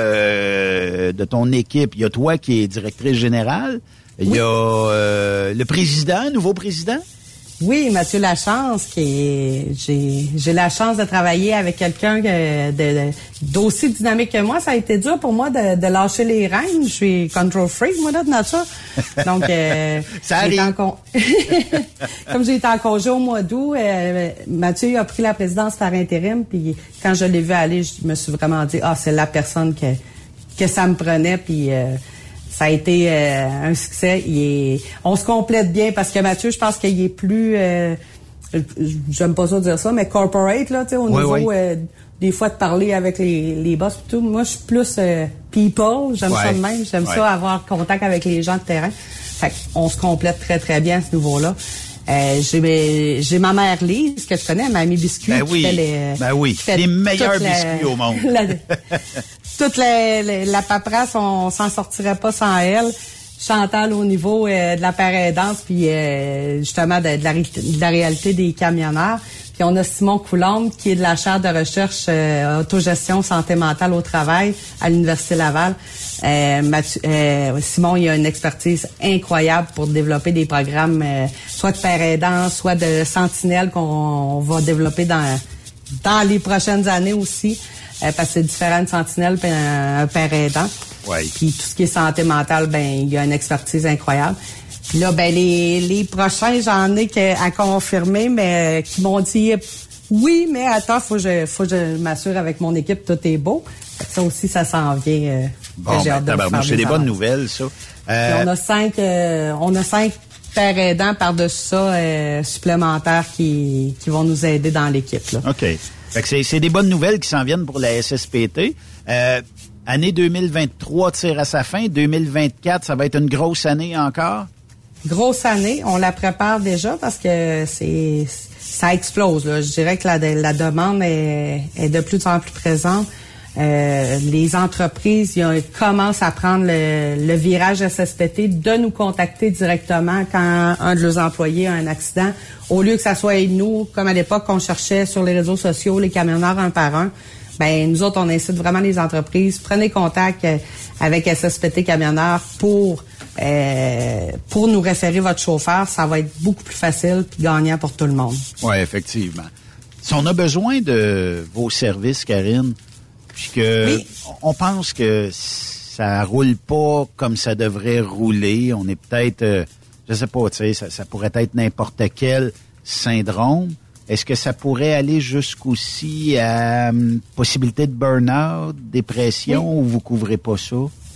ton équipe. Il y a toi qui es directrice générale. Il y a le président, nouveau président. Oui, Mathieu Lachance, j'ai la chance de travailler avec quelqu'un d'aussi dynamique que moi. Ça a été dur pour moi de lâcher les rênes. Je suis control freak, moi, là, de nature. Donc, ça arrive. Comme j'ai été en congé au mois d'août, Mathieu a pris la présidence par intérim. Puis quand je l'ai vu aller, je me suis vraiment dit, c'est la personne que ça me prenait. Puis ça a été un succès. On se complète bien parce que Mathieu, je pense qu'il est plus, j'aime pas ça dire ça, mais corporate, là, tu sais, au niveau des fois de parler avec les boss et tout. Moi, je suis plus people, j'aime ça de même, j'aime ça avoir contact avec les gens de terrain. Fait qu'on se complète très, très bien à ce niveau-là. J'ai ma mère Lise, que tu connais, Mamie Biscuit. Qui fait les meilleurs biscuits au monde. Toute la paperasse, on s'en sortirait pas sans elle. Chantal au niveau de la paraidance, puis justement de la réalité des camionneurs. Puis on a Simon Coulombe, qui est de la chaire de recherche autogestion santé mentale au travail à l'Université Laval. Simon, il a une expertise incroyable pour développer des programmes soit de paraidance, soit de sentinelle qu'on va développer dans les prochaines années aussi. Parce que c'est différent de sentinelle et un père aidant. Puis tout ce qui est santé mentale, il y a une expertise incroyable. Puis là, les prochains, j'en ai à confirmer, mais qui m'ont dit oui, mais attends, faut que je m'assure avec mon équipe, tout est beau. Ça aussi, ça s'en vient. J'ai hâte de faire c'est des bonnes nouvelles, ça. On a 5 pères aidants par-dessus ça supplémentaires qui vont nous aider dans l'équipe. Là. OK. Fait que c'est des bonnes nouvelles qui s'en viennent pour la SSPT. Année 2023 tire à sa fin. 2024, ça va être une grosse année encore? Grosse année. On la prépare déjà parce que ça explose. Là. Je dirais que la demande est de plus en plus présente. Les entreprises commencent à prendre le virage SSPT, de nous contacter directement quand un de leurs employés a un accident. Au lieu que ça soit nous, comme à l'époque, qu'on cherchait sur les réseaux sociaux les camionneurs un par un, nous autres, on incite vraiment les entreprises. Prenez contact avec SSPT Camionneurs pour nous référer votre chauffeur. Ça va être beaucoup plus facile et gagnant pour tout le monde. Oui, effectivement. Si on a besoin de vos services, Karine, puisque on pense que ça roule pas comme ça devrait rouler. On est peut-être, je sais pas, tu sais, ça pourrait être n'importe quel syndrome. Est-ce que ça pourrait aller jusqu'aussi à possibilité de burn-out, dépression, ou vous couvrez pas ça?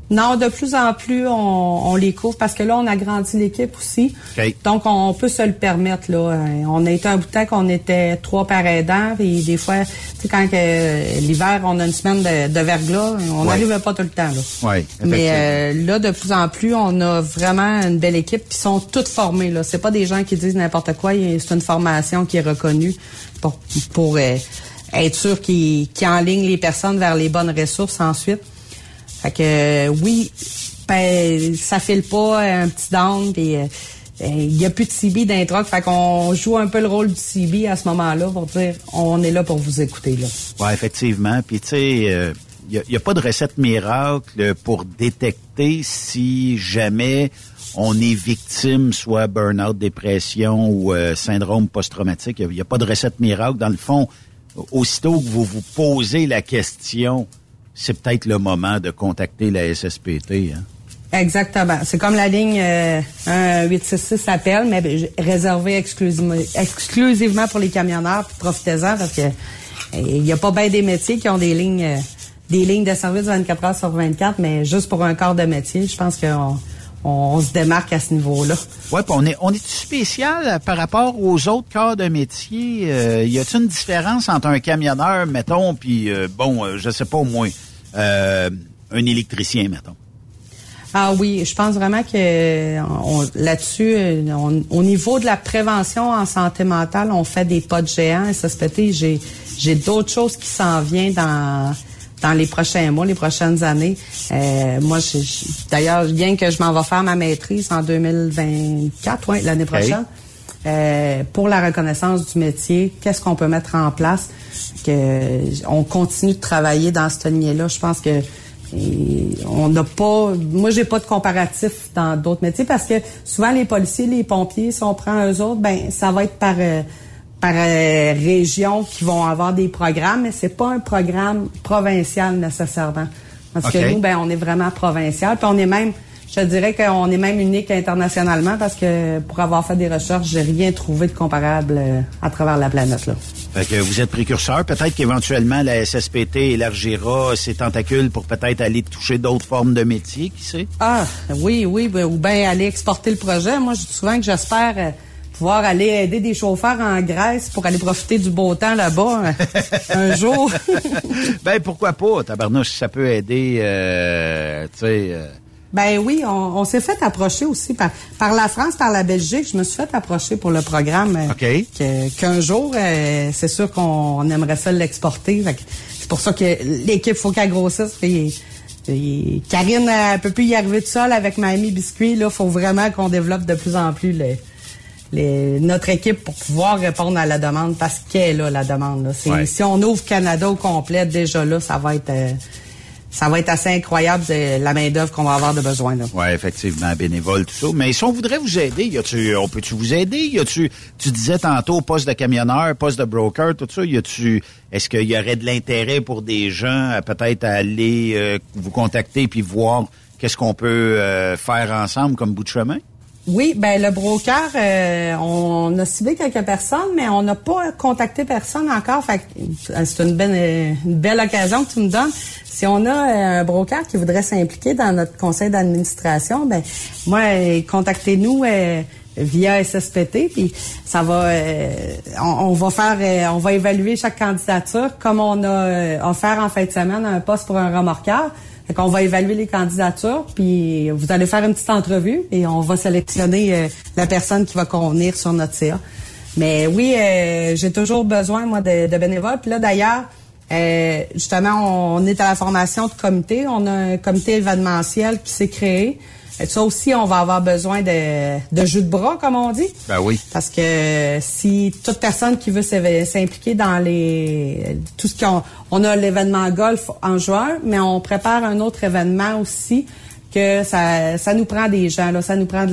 Non, de plus en plus, on les couvre parce que là, on a grandi l'équipe aussi. Okay. Donc, on peut se le permettre, là. On a été un bout de temps qu'on était 3 par aidant, et des fois, tu sais, quand l'hiver, on a une semaine de verglas, on n'arrive pas tout le temps, là. Oui, mais là, de plus en plus, on a vraiment une belle équipe, puis ils sont toutes formés, là. C'est pas des gens qui disent n'importe quoi, c'est une formation qui est reconnue pour être sûr qu'ils enlignent les personnes vers les bonnes ressources ensuite. Fait que oui, ben, ça file pas un petit down, puis il y a plus de CB dans les trucks, fait qu'on joue un peu le rôle du CB à ce moment-là pour dire on est là pour vous écouter là. Ouais, effectivement. Puis tu sais, il y a pas de recette miracle pour détecter si jamais on est victime, soit burn-out, dépression ou syndrome post-traumatique. Il y a pas de recette miracle. Dans le fond, aussitôt que vous vous posez la question, c'est peut-être le moment de contacter la SSPT. Hein? Exactement. C'est comme la ligne 866 appel, mais réservée exclusivement pour les camionneurs. Puis profitez-en parce que il y a pas bien des métiers qui ont des lignes de service 24 heures sur 24, mais juste pour un corps de métier, je pense qu'on se démarque à ce niveau-là. Ouais, puis on est spécial par rapport aux autres corps de métier. Y a-t-il une différence entre un camionneur, mettons, puis je sais pas au moins un électricien, mettons? Ah oui, je pense vraiment que là-dessus, au niveau de la prévention en santé mentale, on fait des pas de géant. SSPT, j'ai d'autres choses qui s'en viennent dans les prochains mois, les prochaines années. Moi, d'ailleurs, bien que je m'en vais faire ma maîtrise en 2024, l'année prochaine, pour la reconnaissance du métier, qu'est-ce qu'on peut mettre en place? On continue de travailler dans cette lignée-là. Je pense que moi, j'ai pas de comparatif dans d'autres métiers parce que souvent les policiers, les pompiers, si on prend eux autres, ben ça va être par région qui vont avoir des programmes, mais c'est pas un programme provincial nécessairement. Parce que nous, ben on est vraiment provincial, puis on est même, je te dirais qu'on est même unique internationalement parce que pour avoir fait des recherches, j'ai rien trouvé de comparable à travers la planète là. Fait que vous êtes précurseur. Peut-être qu'éventuellement, la SSPT élargira ses tentacules pour peut-être aller toucher d'autres formes de métiers, qui sait? Ah, oui, ou bien aller exporter le projet. Moi, je dis souvent que j'espère pouvoir aller aider des chauffeurs en Grèce pour aller profiter du beau temps là-bas un jour. Ben, pourquoi pas? Tabarnouche, ça peut aider, tu sais... Ben oui, on s'est fait approcher aussi par la France, par la Belgique. Je me suis fait approcher pour le programme. Qu'un jour, c'est sûr qu'on aimerait ça l'exporter. C'est pour ça que l'équipe, faut qu'elle grossisse. Puis Karine, elle peut plus y arriver toute seule avec Mamie Biscuit. Là, faut vraiment qu'on développe de plus en plus notre équipe pour pouvoir répondre à la demande parce qu'elle est là, la demande. Là. Si on ouvre Canada au complet, déjà là, ça va être assez incroyable la main-d'œuvre qu'on va avoir de besoin. Oui, effectivement, bénévole, tout ça. Mais si on voudrait vous aider, on peut-tu vous aider? Tu disais tantôt poste de camionneur, poste de broker, tout ça. Est-ce qu'il y aurait de l'intérêt pour des gens à peut-être aller vous contacter puis voir qu'est-ce qu'on peut faire ensemble comme bout de chemin? Oui, ben le broker, on a ciblé quelques personnes, mais on n'a pas contacté personne encore. Fait que c'est une belle occasion que tu me donnes. Si on a un broker qui voudrait s'impliquer dans notre conseil d'administration, ben moi, contactez-nous via SSPT, puis ça va, on va évaluer chaque candidature comme on a offert en fin de semaine un poste pour un remorqueur. Fait qu'on va évaluer les candidatures, puis vous allez faire une petite entrevue et on va sélectionner la personne qui va convenir sur notre CA. Mais oui, j'ai toujours besoin, moi, de bénévoles. Puis là, d'ailleurs, justement, on est à la formation de comité. On a un comité événementiel qui s'est créé. Ça aussi, on va avoir besoin de jus de bras, comme on dit. Ben oui. Parce que si toute personne qui veut s'impliquer dans tout ce on a l'événement golf en juin, mais on prépare un autre événement aussi que ça nous prend des gens, là. Ça nous prend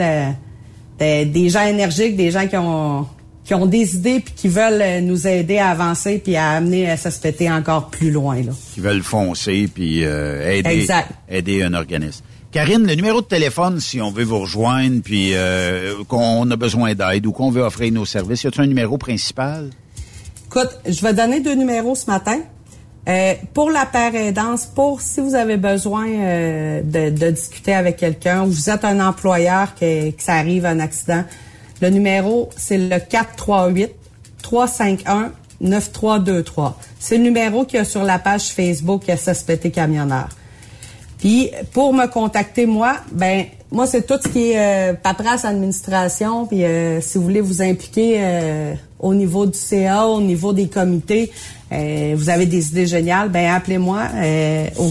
des gens énergiques, des gens qui ont des idées puis qui veulent nous aider à avancer puis à amener SSPT encore plus loin, là. Qui veulent foncer puis aider un organisme. Karine, le numéro de téléphone, si on veut vous rejoindre, puis qu'on a besoin d'aide ou qu'on veut offrir nos services, y a-t-il un numéro principal? Écoute, je vais donner 2 numéros ce matin. Pour la paraidance, si vous avez besoin de discuter avec quelqu'un, ou vous êtes un employeur que ça arrive un accident, le numéro, c'est le 438-351-9323. C'est le numéro qu'il y a sur la page Facebook SSPT Camionneurs. Puis, pour me contacter, moi, c'est tout ce qui est paperasse, administration, puis si vous voulez vous impliquer au niveau du CA, au niveau des comités, vous avez des idées géniales, appelez-moi au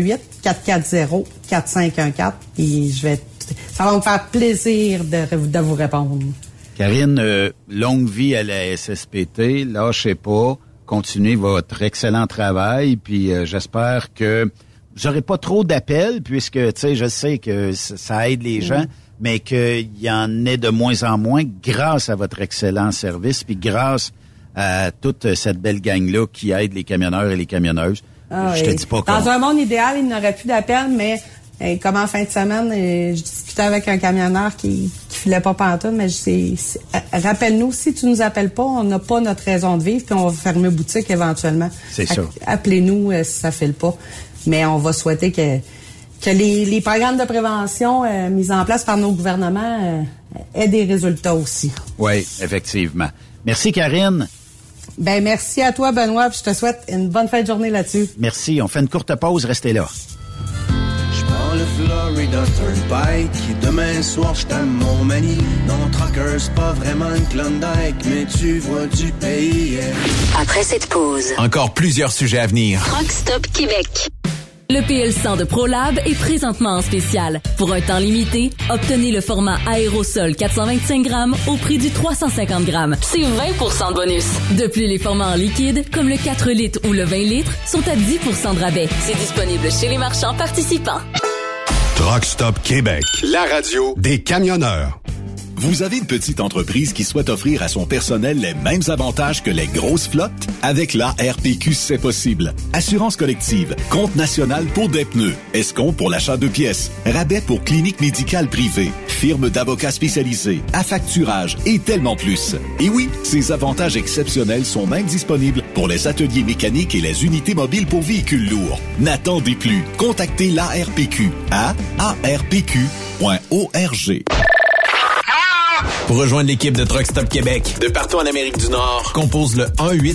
418-440-4514, puis ça va me faire plaisir de vous répondre. Karine, longue vie à la SSPT, lâchez pas, continuez votre excellent travail, puis j'espère que j'aurai pas trop d'appels, puisque, tu sais, je sais que ça aide les gens, mais qu'il y en ait de moins en moins grâce à votre excellent service, puis grâce à toute cette belle gang-là qui aide les camionneurs et les camionneuses. Je te dis pas comment. Dans un monde idéal, il n'aurait plus d'appels, mais comme en fin de semaine, je discutais avec un camionneur qui filait pas pantoute, mais rappelle-nous, si tu nous appelles pas, on n'a pas notre raison de vivre, puis on va fermer boutique éventuellement. C'est ça. Appelez-nous si ça file pas. Mais on va souhaiter que les programmes de prévention mis en place par nos gouvernements aient des résultats aussi. Oui, effectivement. Merci, Karine. Merci à toi, Benoît, puis je te souhaite une bonne fin de journée là-dessus. Merci. On fait une courte pause. Restez là. Je prends le Florida Turnpike. Demain soir, je t'aime mon mani. Non, Trucker, c'est pas vraiment une Klondike, mais tu vois du pays. Après cette pause, encore plusieurs sujets à venir. Truck Stop Québec. Le PL100 de ProLab est présentement en spécial. Pour un temps limité, obtenez le format aérosol 425 grammes au prix du 350 grammes. C'est 20 % de bonus. De plus, les formats en liquide, comme le 4 litres ou le 20 litres, sont à 10 % de rabais. C'est disponible chez les marchands participants. Truck Stop Québec, la radio des camionneurs. Vous avez une petite entreprise qui souhaite offrir à son personnel les mêmes avantages que les grosses flottes? Avec la RPQ, c'est possible. Assurance collective, compte national pour des pneus, escompte pour l'achat de pièces, rabais pour clinique médicale privée, firme d'avocats spécialisés, affacturage et tellement plus. Et oui, ces avantages exceptionnels sont même disponibles pour les ateliers mécaniques et les unités mobiles pour véhicules lourds. N'attendez plus. Contactez l'ARPQ à arpq.org. Pour rejoindre l'équipe de Truck Stop Québec, de partout en Amérique du Nord, compose le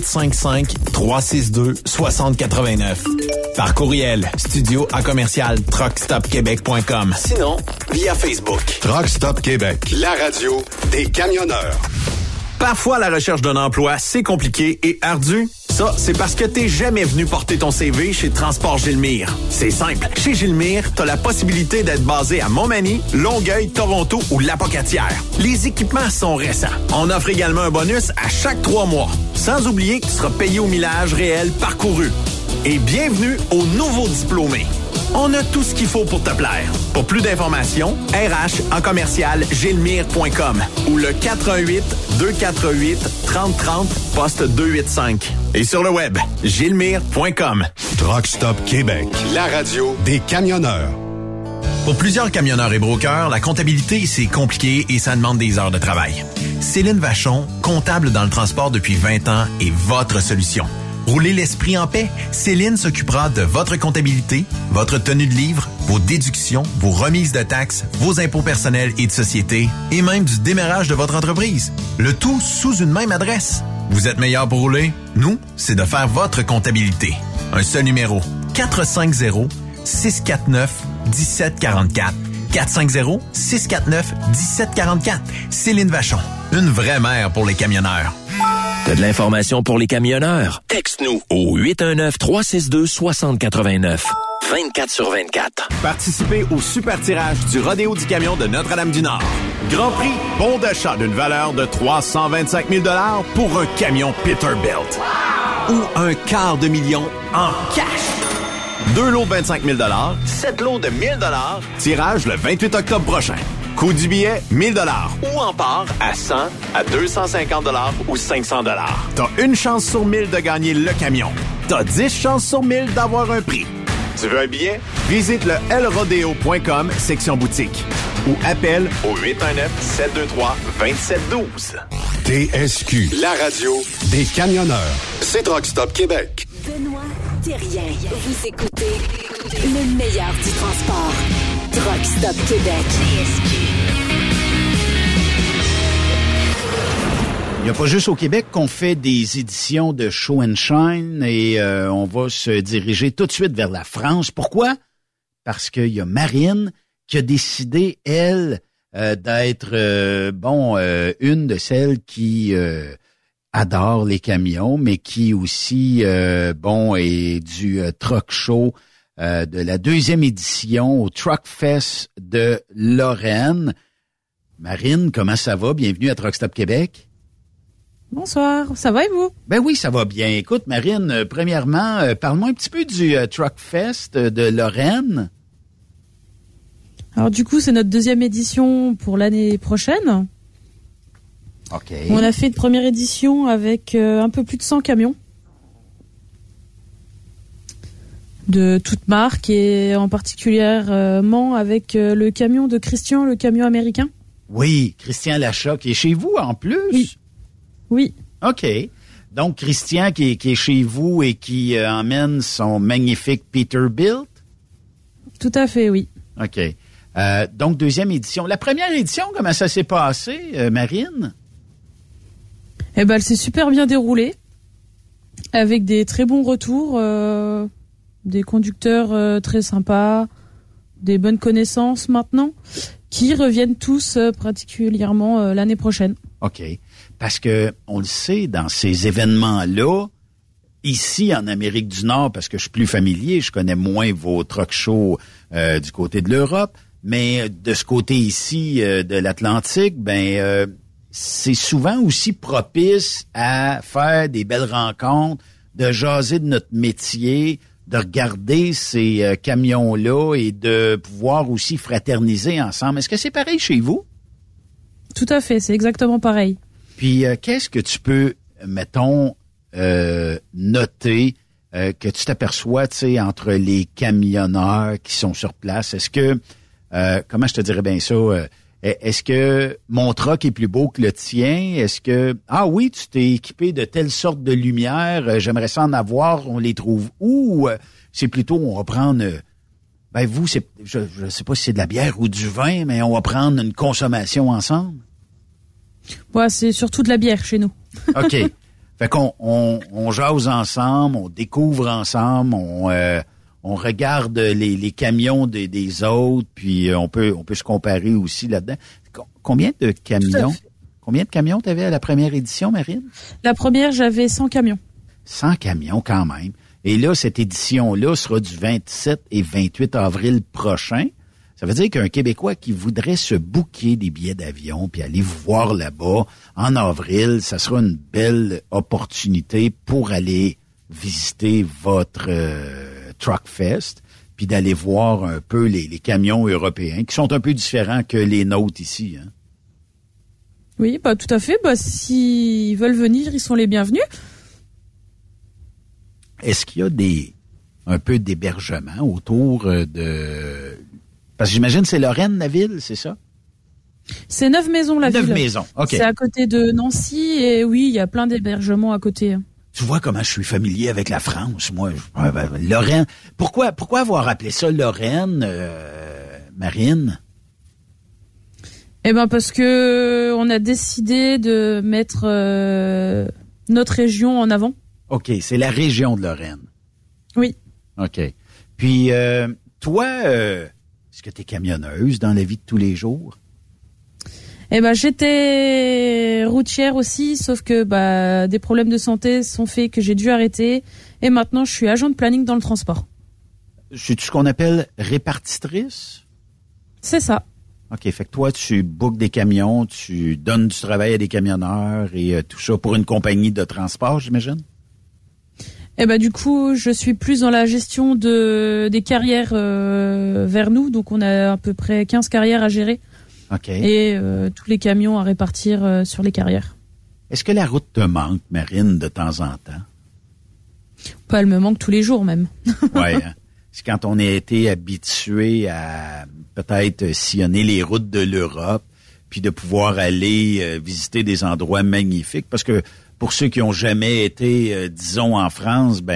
1-855-362-6089. Par courriel, studio@truckstopquebec.com. Sinon, via Facebook. Truck Stop Québec, la radio des camionneurs. Parfois, la recherche d'un emploi, c'est compliqué et ardu. Ça, c'est parce que t'es jamais venu porter ton CV chez Transport Gilmire. C'est simple. Chez Gilmire, t'as la possibilité d'être basé à Montmagny, Longueuil, Toronto ou Lapocatière. Les équipements sont récents. On offre également un bonus à chaque 3 mois. Sans oublier que tu seras payé au millage réel parcouru. Et bienvenue aux nouveaux diplômés. On a tout ce qu'il faut pour te plaire. Pour plus d'informations, RH@gilmire.com ou le 418-248-3030 poste 285. Et sur le web, gilmire.com. Truck Stop Québec, la radio des camionneurs. Pour plusieurs camionneurs et brokers, la comptabilité, c'est compliqué et ça demande des heures de travail. Céline Vachon, comptable dans le transport depuis 20 ans, est votre solution. Roulez l'esprit en paix. Céline s'occupera de votre comptabilité, votre tenue de livre, vos déductions, vos remises de taxes, vos impôts personnels et de société, et même du démarrage de votre entreprise. Le tout sous une même adresse. Vous êtes meilleur pour rouler? Nous, c'est de faire votre comptabilité. Un seul numéro. 450-649-1744. 450-649-1744. Céline Vachon. Une vraie mère pour les camionneurs. T'as de l'information pour les camionneurs? Texte-nous au 819-362-6089. 24/24. Participez au super tirage du Rodéo du Camion de Notre-Dame-du-Nord. Grand prix, bon d'achat d'une valeur de 325 000 $ pour un camion Peterbilt. Ou un $250 000 en cash. 2 lots de 25 000 $, 7 lots de 1 000 $, tirage le 28 octobre prochain. Coût du billet, 1 000 $ ou en part à 100, à 250 $ ou 500 $. T'as une chance sur 1000 de gagner le camion. T'as 10 chances sur 1000 d'avoir un prix. Tu veux un billet? Visite le lrodeo.com, section boutique. Ou appelle au 819-723-2712. TSQ, la radio des camionneurs. C'est Truck Stop Québec. Benoît manquez rien. Vous écoutez le meilleur du transport. Truck Stop Québec. Il n'y a pas juste au Québec qu'on fait des éditions de Show and Shine et on va se diriger tout de suite vers la France. Pourquoi? Parce qu'il y a Marine qui a décidé, elle, d'être une de celles qui adore les camions, mais qui aussi est du Truck Show de la 2e édition au Truck Fest de Lorraine. Marine, comment ça va? Bienvenue à Truck Stop Québec. Bonsoir, ça va et vous? Ben oui, ça va bien. Écoute, Marine, premièrement, parle-moi un petit peu du Truck Fest de Lorraine. Alors du coup, c'est notre 2e édition pour l'année prochaine. OK. On a fait une première édition avec un peu plus de 100 camions de toutes marques et en particulièrement avec le camion de Christian, le camion américain. Oui, Christian Lachat qui est chez vous en plus. Oui. OK. Donc, Christian qui est chez vous et qui emmène son magnifique Peterbilt. Tout à fait, oui. OK. Donc, 2e édition. La première édition, comment ça s'est passé, Marine? Eh ben, elle s'est super bien déroulée, avec des très bons retours, des conducteurs très sympas, des bonnes connaissances maintenant, qui reviennent tous particulièrement l'année prochaine. OK. Parce que on le sait, dans ces événements-là, ici en Amérique du Nord, parce que je suis plus familier, je connais moins vos truck shows du côté de l'Europe, mais de ce côté ici de l'Atlantique, c'est souvent aussi propice à faire des belles rencontres, de jaser de notre métier, de regarder ces camions-là et de pouvoir aussi fraterniser ensemble. Est-ce que c'est pareil chez vous? Tout à fait, c'est exactement pareil. Puis, qu'est-ce que tu peux, mettons, noter que tu t'aperçois, tu sais, entre les camionneurs qui sont sur place? Est-ce que, comment je te dirais bien ça, est-ce que mon truck est plus beau que le tien? Est-ce que, ah oui, tu t'es équipé de telle sorte de lumière, j'aimerais ça en avoir, on les trouve où? C'est plutôt, on va prendre, vous, je sais pas si c'est de la bière ou du vin, mais on va prendre une consommation ensemble? Ouais, c'est surtout de la bière chez nous. OK. Fait qu'on on jase ensemble, on découvre ensemble, on regarde les camions des autres, puis on peut se comparer aussi là-dedans. Combien de camions t'avais à la première édition, Marine? La première, j'avais 100 camions. 100 camions quand même. Et là, cette édition-là sera du 27 et 28 avril prochain. Ça veut dire qu'un Québécois qui voudrait se booker des billets d'avion puis aller vous voir là-bas en avril, ça sera une belle opportunité pour aller visiter votre Truck Fest puis d'aller voir un peu les camions européens qui sont un peu différents que les nôtres ici. Hein? Oui, tout à fait. S'ils veulent venir, ils sont les bienvenus. Est-ce qu'il y a un peu d'hébergement autour de... Parce que j'imagine c'est Lorraine, la ville, c'est ça? C'est 9 maisons, la ville. 9 maisons, OK. C'est à côté de Nancy et oui, il y a plein d'hébergements à côté. Tu vois comment je suis familier avec la France, moi. Lorraine. Pourquoi avoir appelé ça Lorraine, Marine? Eh ben parce que on a décidé de mettre notre région en avant. OK, c'est la région de Lorraine. Oui. OK. Puis toi, est-ce que tu es camionneuse dans la vie de tous les jours? Eh ben j'étais routière aussi, sauf que des problèmes de santé sont faits que j'ai dû arrêter et maintenant je suis agent de planning dans le transport. C'est ce qu'on appelle répartitrice? C'est ça. OK, fait que toi tu bookes des camions, tu donnes du travail à des camionneurs et tout ça pour une compagnie de transport, j'imagine? Eh ben du coup, je suis plus dans la gestion des carrières vers nous, donc on a à peu près 15 carrières à gérer. OK. Et tous les camions à répartir sur les carrières. Est-ce que la route te manque, Marine, de temps en temps? Elle me manque tous les jours même. Oui, hein? C'est quand on a été habitué à peut-être sillonner les routes de l'Europe, puis de pouvoir aller visiter des endroits magnifiques, parce que pour ceux qui ont jamais été, disons, en France,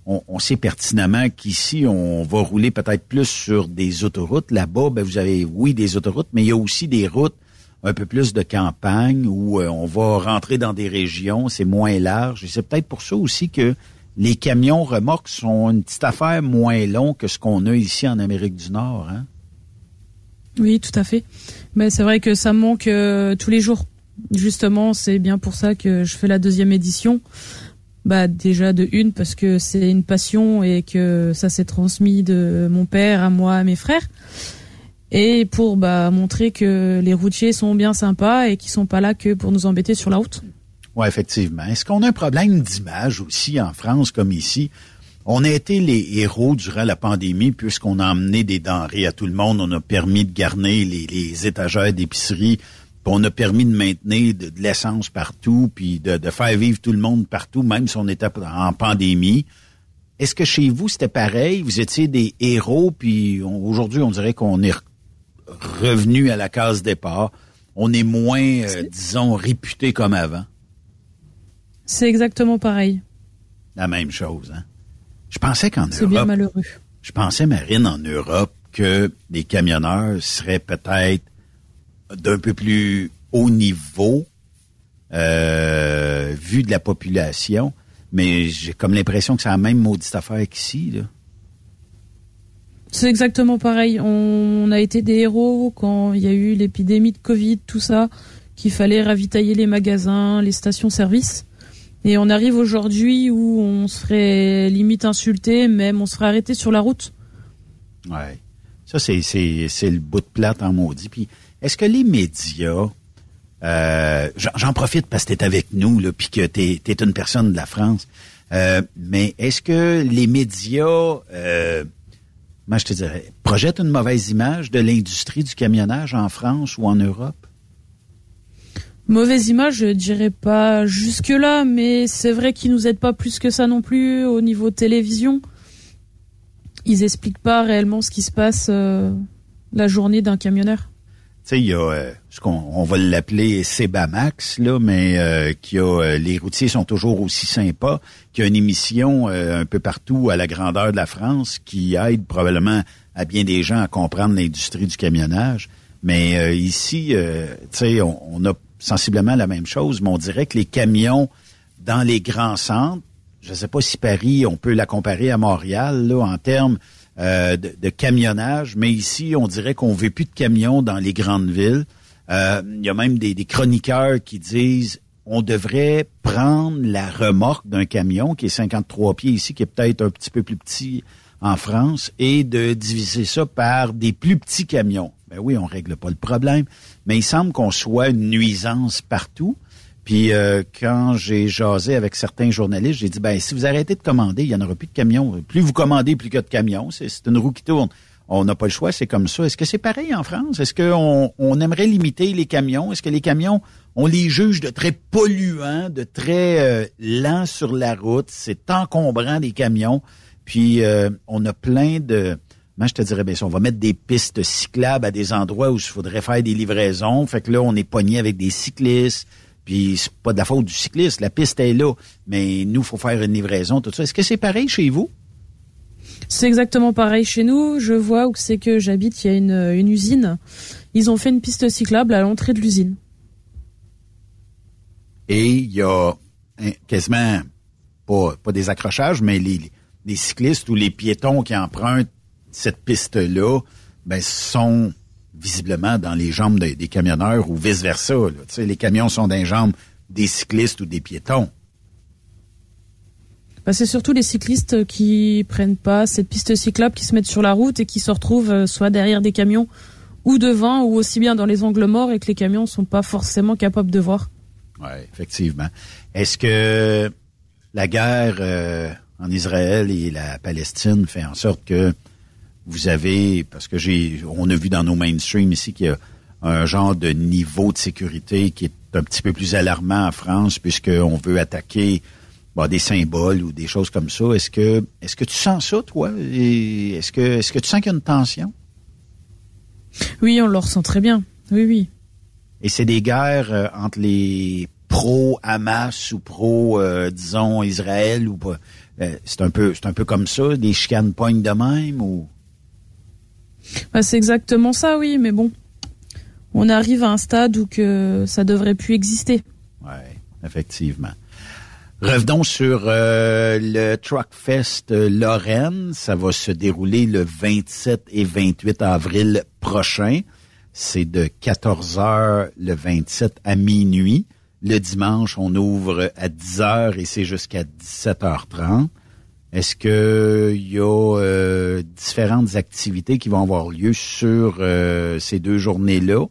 on sait pertinemment qu'ici, on va rouler peut-être plus sur des autoroutes. Là-bas, ben, vous avez, oui, des autoroutes, mais il y a aussi des routes un peu plus de campagne où on va rentrer dans des régions, c'est moins large. Et c'est peut-être pour ça aussi que les camions remorques sont une petite affaire moins longue que ce qu'on a ici en Amérique du Nord, hein? Oui, tout à fait. Mais c'est vrai que ça me manque tous les jours. Justement, c'est bien pour ça que je fais la 2e édition. Bah, déjà de une, parce que c'est une passion et que ça s'est transmis de mon père à moi, à mes frères. Et pour montrer que les routiers sont bien sympas et qu'ils sont pas là que pour nous embêter sur la route. Oui, effectivement. Est-ce qu'on a un problème d'image aussi en France comme ici? On a été les héros durant la pandémie puisqu'on a emmené des denrées à tout le monde. On a permis de garnir les étagères d'épicerie. Puis on a permis de maintenir de l'essence partout puis de faire vivre tout le monde partout, même si on était en pandémie. Est-ce que chez vous, c'était pareil? Vous étiez des héros puis aujourd'hui, on dirait qu'on est revenu à la case départ. On est moins, disons, réputé comme avant. C'est exactement pareil. La même chose, hein? Je pensais qu'en Europe... C'est bien malheureux. Je pensais, Marine, en Europe, que les camionneurs seraient peut-être d'un peu plus haut niveau, vu de la population, mais j'ai comme l'impression que c'est la même maudite affaire qu'ici, là. C'est exactement pareil. On a été des héros quand il y a eu l'épidémie de Covid, tout ça, qu'il fallait ravitailler les magasins, les stations-service. Et on arrive aujourd'hui où on se ferait limite insulter, même on se ferait arrêter sur la route. Ouais. Ça, c'est le bout de plate en maudit. Puis, est-ce que les médias, j'en profite parce que t'es avec nous, là, puis que t'es une personne de la France, mais est-ce que les médias, moi je te dirais, projettent une mauvaise image de l'industrie du camionnage en France ou en Europe? Mauvaise image, je dirais pas jusque-là, mais c'est vrai qu'ils nous aident pas plus que ça non plus au niveau télévision. Ils expliquent pas réellement ce qui se passe la journée d'un camionneur. Tu sais, il y a ce qu'on va l'appeler Sebamax, là, mais qui a les routiers sont toujours aussi sympas, qui a une émission un peu partout à la grandeur de la France qui aide probablement à bien des gens à comprendre l'industrie du camionnage. Mais ici, tu sais, on a sensiblement la même chose, mais on dirait que les camions dans les grands centres, je ne sais pas si Paris, on peut la comparer à Montréal, là, en termes de camionnage, mais ici, on dirait qu'on ne veut plus de camions dans les grandes villes. Il y a même des chroniqueurs qui disent on devrait prendre la remorque d'un camion qui est 53 pieds ici, qui est peut-être un petit peu plus petit en France, et de diviser ça par des plus petits camions. Ben oui, on règle pas le problème, mais il semble qu'on soit une nuisance partout. Puis quand j'ai jasé avec certains journalistes, j'ai dit, ben si vous arrêtez de commander, il n'y en aura plus de camions. Plus vous commandez, plus qu'il y a de camions. C'est une roue qui tourne. On n'a pas le choix, c'est comme ça. Est-ce que c'est pareil en France? Est-ce qu'on aimerait limiter les camions? Est-ce que les camions, on les juge de très polluants, de très lents sur la route? C'est encombrant des camions. Puis on a plein de... Moi, je te dirais, bien, on va mettre des pistes cyclables à des endroits où il faudrait faire des livraisons. Fait que là, on est pogné avec des cyclistes. Puis c'est pas de la faute du cycliste, la piste est là. Mais nous, il faut faire une livraison, tout ça. Est-ce que c'est pareil chez vous? C'est exactement pareil chez nous. Je vois où c'est que j'habite, il y a une usine. Ils ont fait une piste cyclable à l'entrée de l'usine. Et il y a quasiment, pas des accrochages, mais les cyclistes ou les piétons qui empruntent cette piste-là, ben, sont visiblement dans les jambes des camionneurs ou vice-versa. Tu sais, les camions sont dans les jambes des cyclistes ou des piétons. Ben, c'est surtout les cyclistes qui prennent pas cette piste cyclable, qui se mettent sur la route et qui se retrouvent soit derrière des camions ou devant ou aussi bien dans les angles morts et que les camions sont pas forcément capables de voir. Oui, effectivement. Est-ce que la guerre en Israël et la Palestine fait en sorte que vous avez, parce que on a vu dans nos mainstreams ici qu'il y a un genre de niveau de sécurité qui est un petit peu plus alarmant en France puisqu'on veut attaquer des symboles ou des choses comme ça. Est-ce que tu sens ça, toi? Et est-ce que tu sens qu'il y a une tension? Oui, on le ressent très bien. Oui, oui. Et c'est des guerres entre les pro-Hamas ou pro, disons, Israël ou c'est un peu comme ça, des chicanes poignes de même ou? Ben, c'est exactement ça, oui, mais bon. On arrive à un stade où que ça devrait plus exister. Ouais, effectivement. Revenons sur le Truck Fest Lorraine. Ça va se dérouler le 27 et 28 avril prochain. C'est de 14h le 27 à minuit. Le dimanche, on ouvre à 10h et c'est jusqu'à 17h30. Est-ce que il y a différentes activités qui vont avoir lieu sur ces 2 journées-là?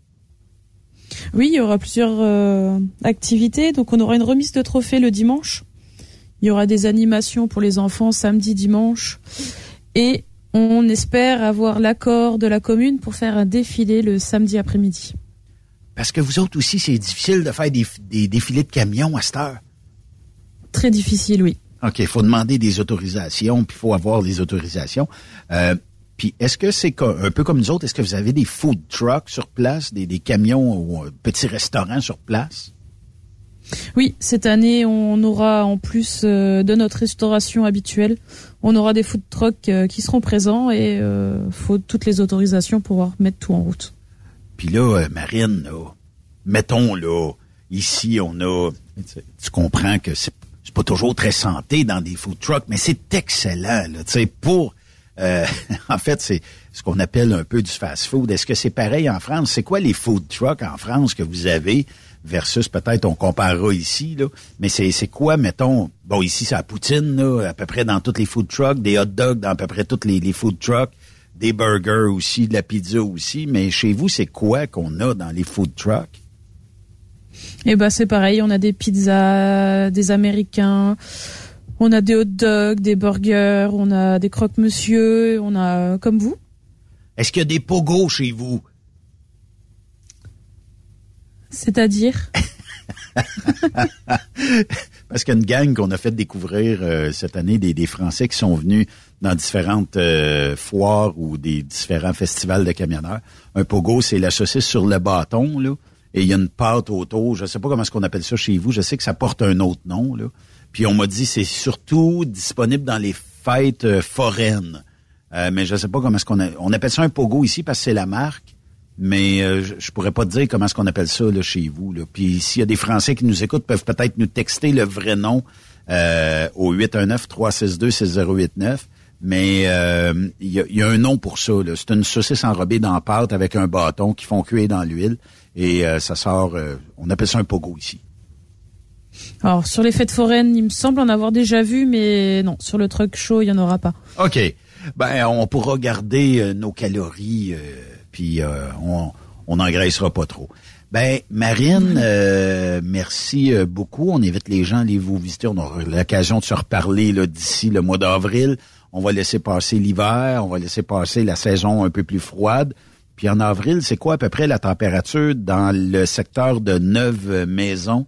Oui, il y aura plusieurs activités. Donc, on aura une remise de trophées le dimanche. Il y aura des animations pour les enfants samedi, dimanche. Et on espère avoir l'accord de la commune pour faire un défilé le samedi après-midi. Parce que vous autres aussi, c'est difficile de faire des défilés de camions à cette heure. Très difficile, oui. OK, il faut demander des autorisations, puis il faut avoir des autorisations. Puis est-ce que c'est un peu comme nous autres, est-ce que vous avez des food trucks sur place, des camions ou petits restaurants sur place? Oui, cette année, on aura, en plus de notre restauration habituelle, on aura des food trucks qui seront présents et faut toutes les autorisations pour pouvoir mettre tout en route. Puis là, Marine, là, mettons, là, ici, on a... Tu comprends que c'est pas toujours très santé dans des food trucks, mais c'est excellent, là, tu sais, pour... en fait, c'est ce qu'on appelle un peu du fast-food. Est-ce que c'est pareil en France? C'est quoi les food trucks en France que vous avez versus peut-être on comparera ici, là? Mais c'est quoi, mettons, bon, ici, c'est la poutine, là, à peu près dans tous les food trucks, des hot dogs dans à peu près tous les food trucks, des burgers aussi, de la pizza aussi. Mais chez vous, c'est quoi qu'on a dans les food trucks? Eh ben, c'est pareil. On a des pizzas, des Américains, on a des hot dogs, des burgers, on a des croque-monsieur, on a comme vous. Est-ce qu'il y a des pogos chez vous? C'est-à-dire? Parce qu'il y a une gang qu'on a fait découvrir cette année, des Français qui sont venus dans différentes foires ou des différents festivals de camionneurs. Un pogo, c'est la saucisse sur le bâton, là, et il y a une pâte autour. Je sais pas comment est-ce qu'on appelle ça chez vous. Je sais que ça porte un autre nom, là. Puis on m'a dit c'est surtout disponible dans les fêtes foraines. Mais je sais pas comment est-ce on appelle ça un pogo ici parce que c'est la marque. Mais je pourrais pas te dire comment est-ce qu'on appelle ça là chez vous. Là. Puis s'il y a des Français qui nous écoutent, peuvent peut-être nous texter le vrai nom au 819-362-6089. Mais il y a un nom pour ça. Là. C'est une saucisse enrobée dans la pâte avec un bâton qui font cuire dans l'huile. Et ça sort, on appelle ça un pogo ici. Alors, sur les fêtes foraines, il me semble en avoir déjà vu, mais non, sur le truck show, il n'y en aura pas. OK. Ben, on pourra garder nos calories, puis on n'engraissera pas trop. Ben, Marine, merci beaucoup. On invite les gens à aller vous visiter. On aura l'occasion de se reparler là, d'ici le mois d'avril. On va laisser passer l'hiver, on va laisser passer la saison un peu plus froide. Puis en avril, c'est quoi à peu près la température dans le secteur de Neuve-Maisons?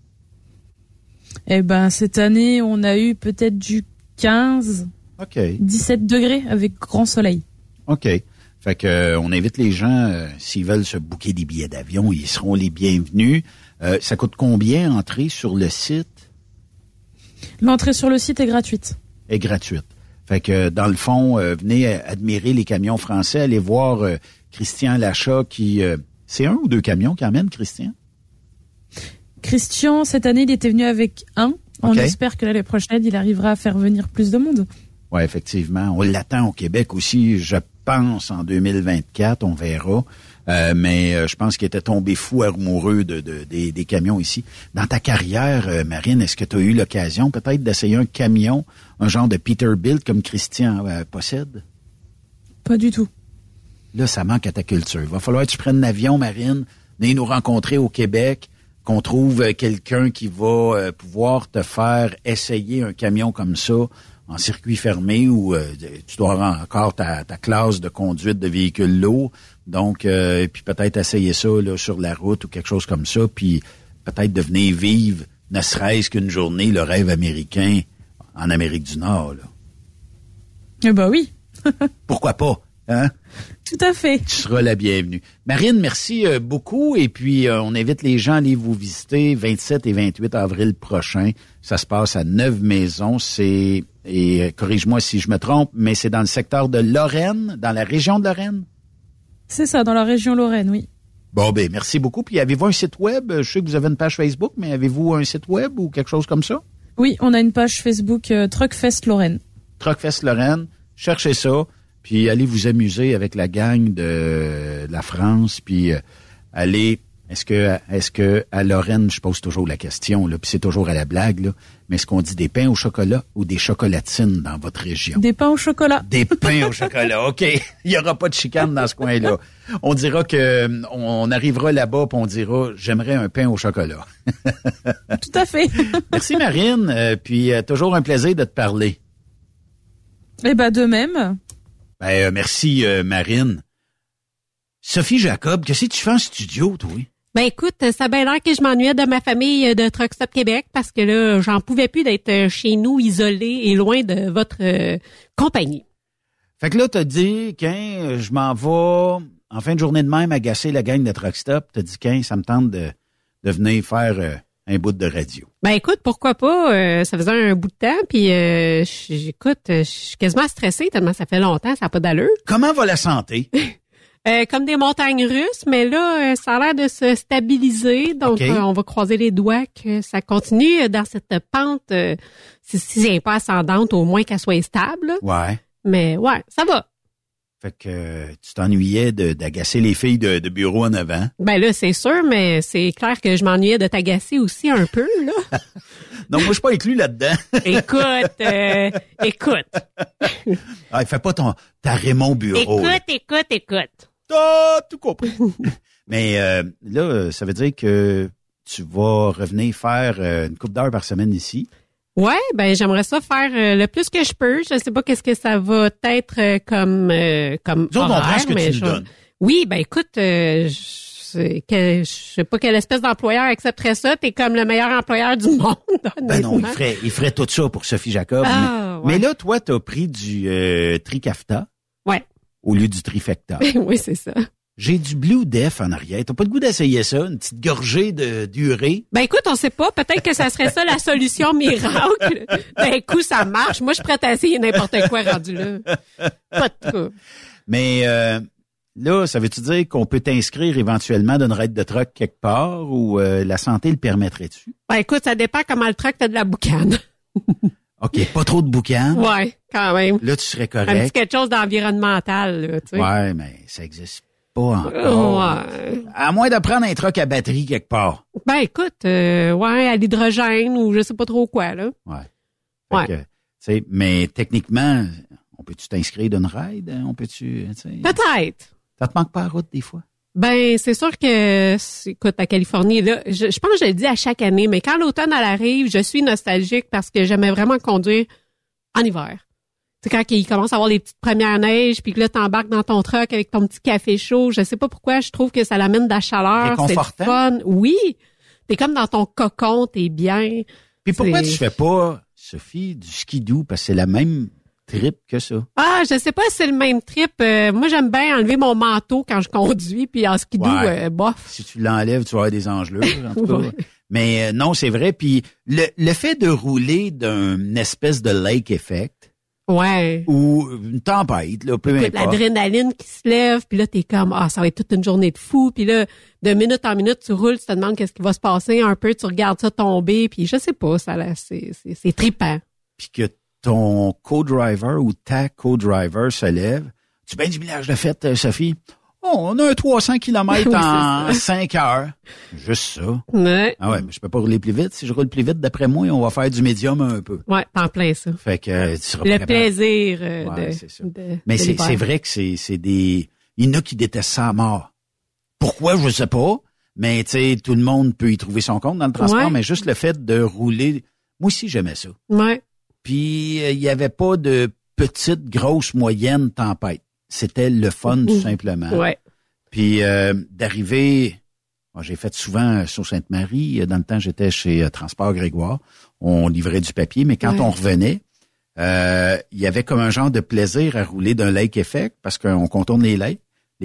Eh ben, cette année, on a eu peut-être du 15, 17 degrés avec grand soleil. OK. Fait que on invite les gens, s'ils veulent se booker des billets d'avion, ils seront les bienvenus. Ça coûte combien entrer sur le site? L'entrée sur le site est gratuite. Est gratuite. Fait que dans le fond, venez admirer les camions français, allez voir Christian Lachat qui... c'est 1 ou 2 camions qui emmène, Christian? Christian, cette année, il était venu avec 1. On espère que l'année prochaine, il arrivera à faire venir plus de monde. Oui, effectivement. On l'attend au Québec aussi, je pense, en 2024, on verra. Mais je pense qu'il était tombé fou amoureux des camions ici. Dans ta carrière, Marine, est-ce que tu as eu l'occasion peut-être d'essayer un camion, un genre de Peterbilt comme Christian possède? Pas du tout. Là, ça manque à ta culture. Il va falloir que tu prennes l'avion, Marine, venez nous rencontrer au Québec, qu'on trouve quelqu'un qui va pouvoir te faire essayer un camion comme ça en circuit fermé où tu dois avoir encore ta classe de conduite de véhicules lourds. Donc, puis peut-être essayer ça là, sur la route ou quelque chose comme ça, puis peut-être de venir vivre, ne serait-ce qu'une journée, le rêve américain en Amérique du Nord. Là. Eh ben oui. Pourquoi pas? Hein? Tout à fait. Tu seras la bienvenue. Marine, merci beaucoup. Et puis, on invite les gens à aller vous visiter 27 et 28 avril prochain. Ça se passe à Neuve-Maisons. Et corrige-moi si je me trompe, mais c'est dans le secteur de Lorraine, dans la région de Lorraine? C'est ça, dans la région Lorraine, oui. Bon, ben merci beaucoup. Puis, avez-vous un site web? Je sais que vous avez une page Facebook, mais avez-vous un site web ou quelque chose comme ça? Oui, on a une page Facebook Truckfest Lorraine. Truckfest Lorraine. Cherchez ça. Puis allez vous amuser avec la gang de la France, puis allez, est-ce que à Lorraine, je pose toujours la question, là, puis c'est toujours à la blague, là, mais est-ce qu'on dit des pains au chocolat ou des chocolatines dans votre région? Des pains au chocolat. Des pains au chocolat, OK. Il y aura pas de chicane dans ce coin-là. On dira que on arrivera là-bas, puis on dira, j'aimerais un pain au chocolat. Tout à fait. Merci Marine, puis toujours un plaisir de te parler. Eh ben de même. Ben, merci, Marine. Sophie Jacob, qu'est-ce que tu fais en studio, toi? Ben, écoute, ça a bien l'air que je m'ennuyais de ma famille de Truck Stop Québec parce que là, j'en pouvais plus d'être chez nous, isolé et loin de votre compagnie. Fait que là, t'as dit, je m'en vais en fin de journée de même agacer la gang de Truck Stop. T'as dit, ça me tente de venir faire un bout de radio. Ben écoute, pourquoi pas? Ça faisait un bout de temps, puis j'écoute, je suis quasiment stressée tellement ça fait longtemps, ça n'a pas d'allure. Comment va la santé? Comme des montagnes russes, mais là, ça a l'air de se stabiliser, donc on va croiser les doigts que ça continue dans cette pente, si elle n'est pas ascendante, au moins qu'elle soit stable. Ouais. Mais ouais, ça va. Fait que tu t'ennuyais d'agacer les filles de bureau en avant. Ben là, c'est sûr, mais c'est clair que je m'ennuyais de t'agacer aussi un peu, là. Non, moi, je suis pas inclus là-dedans. Écoute. Ah, fais pas ta Raymond Bureau. Écoute. T'as tout compris. Mais là, ça veut dire que tu vas revenir faire une couple d'heures par semaine ici. Ouais, ben j'aimerais ça faire le plus que je peux. Je sais pas qu'est-ce que ça va être comme nous autres, on prend ce que tu nous donnes. Oui, ben écoute, je sais pas quelle espèce d'employeur accepterait ça. T'es comme le meilleur employeur du monde. Ben non, il ferait tout ça pour Sophie Jacob. Mais là, toi, t'as pris du Trikafta. Ouais. Au lieu du Trifecta. Oui, c'est ça. J'ai du Blue Def en arrière. T'as pas le goût d'essayer ça? Une petite gorgée d'urée? Ben écoute, on sait pas. Peut-être que ça serait ça la solution miracle. D'un coup, ça marche. Moi, je suis prête à essayer n'importe quoi rendu là. Pas de coup. Mais là, ça veut-tu dire qu'on peut t'inscrire éventuellement d'une raide de truck quelque part ou la santé le permettrait-tu? Ben écoute, ça dépend comment le truck t'as de la boucane. OK, pas trop de boucan. Ouais, quand même. Là, tu serais correct. Un petit quelque chose d'environnemental, là, tu sais. Ouais, mais ça existe pas encore. Ouais. À moins de prendre un truck à batterie quelque part. Ben écoute, ouais, à l'hydrogène ou je sais pas trop quoi, là. Ouais. Fait que, tu sais, mais techniquement, on peut-tu t'inscrire d'une ride? On peut-tu, tu sais. Peut-être. Ça te manque pas la route des fois? Ben, c'est sûr que, écoute, à Californie, là, je pense que je le dis à chaque année, mais quand l'automne elle arrive, je suis nostalgique parce que j'aimais vraiment conduire en hiver. C'est quand il commence à avoir les petites premières neiges, puis que là, t'embarques dans ton truck avec ton petit café chaud. Je sais pas pourquoi, je trouve que ça l'amène de la chaleur. C'est le fun. Oui. T'es comme dans ton cocon, t'es bien. Puis pourquoi tu fais pas, Sophie, du skidoo? Parce que c'est la même trip que ça. Ah, je sais pas si c'est le même trip. Moi, j'aime bien enlever mon manteau quand je conduis, puis en skidoo, bof. Si tu l'enlèves, tu vas avoir des engelures, en tout cas. Mais non, c'est vrai. Puis le fait de rouler d'une espèce de lake effect, ouais, ou une tempête, là, peu importe. L'adrénaline qui se lève, puis là, t'es comme, ça va être toute une journée de fou. Puis là, de minute en minute, tu roules, tu te demandes qu'est-ce qui va se passer un peu, tu regardes ça tomber, puis je sais pas, ça là, c'est trippant. Puis que ton co-driver ou ta co-driver se lève. Tu bien du village de fête, Sophie? Oh, on a un 300 km en 5 heures. Juste ça. Ouais. Ah ouais, mais je peux pas rouler plus vite. Si je roule plus vite, d'après moi, on va faire du médium un peu. Ouais, t'en plein ça. Fait que tu seras le pas capable. plaisir c'est ça. Mais c'est vrai que c'est des... Il y en a qui détestent ça à mort. Pourquoi, je sais pas. Mais tu sais, tout le monde peut y trouver son compte dans le transport, mais juste le fait de rouler... Moi aussi, j'aimais ça. Ouais. Puis, il y avait pas de petite, grosse, moyenne tempête. C'était le fun, tout simplement. Ouais. Puis, d'arriver... Moi, j'ai fait souvent sur Sainte-Marie. Dans le temps, j'étais chez Transport Grégoire. On livrait du papier, mais quand on revenait, il y avait comme un genre de plaisir à rouler d'un lake effect parce qu'on contourne les lacs,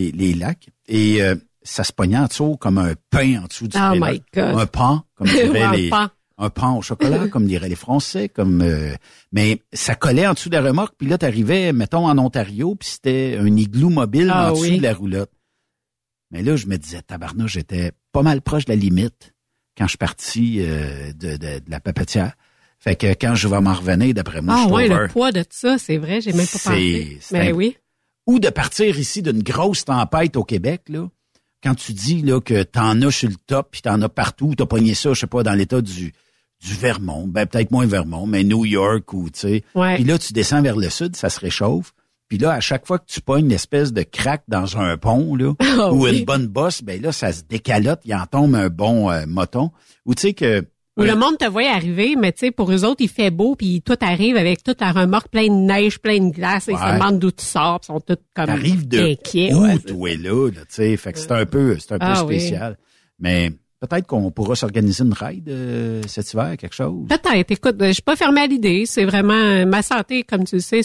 et ça se pognait en dessous comme un pain en dessous du trailer. My God. Un pan, comme diraient un pan au chocolat, comme diraient les Français, mais ça collait en dessous de la remorque, puis là, t'arrivais, mettons, en Ontario, puis c'était un igloo mobile en dessous de la roulotte. Mais là, je me disais, tabarnouche, j'étais pas mal proche de la limite quand je suis parti de la papetière. Fait que quand je vais m'en revenir, d'après moi, je suis over. Le poids de ça, c'est vrai, j'ai même pas pensé. Mais oui. Ou de partir ici d'une grosse tempête au Québec, là. Quand tu dis là que t'en as sur le top, puis t'en as partout, t'as pogné ça, je sais pas, dans l'état du Vermont, ben peut-être moins Vermont, mais New York ou tu sais. Ouais. Puis là, tu descends vers le sud, ça se réchauffe. Puis là, à chaque fois que tu pognes une espèce de craque dans un pont, là, ou une bonne bosse, ben là, ça se décalote, il en tombe un bon moton. Ou tu sais que... Où le monde te voit arriver, mais tu sais, pour eux autres, il fait beau, puis toi, t'arrives avec toute la remorque pleine de neige, pleine de glace, et ils se demandent d'où tu sors, puis ils sont tous comme inquiets. Où tu es là, tu sais. Fait que c'est un peu spécial. Oui. Mais peut-être qu'on pourra s'organiser une ride cet hiver, quelque chose. Peut-être. Écoute, je suis pas fermée à l'idée. C'est vraiment ma santé, comme tu le sais,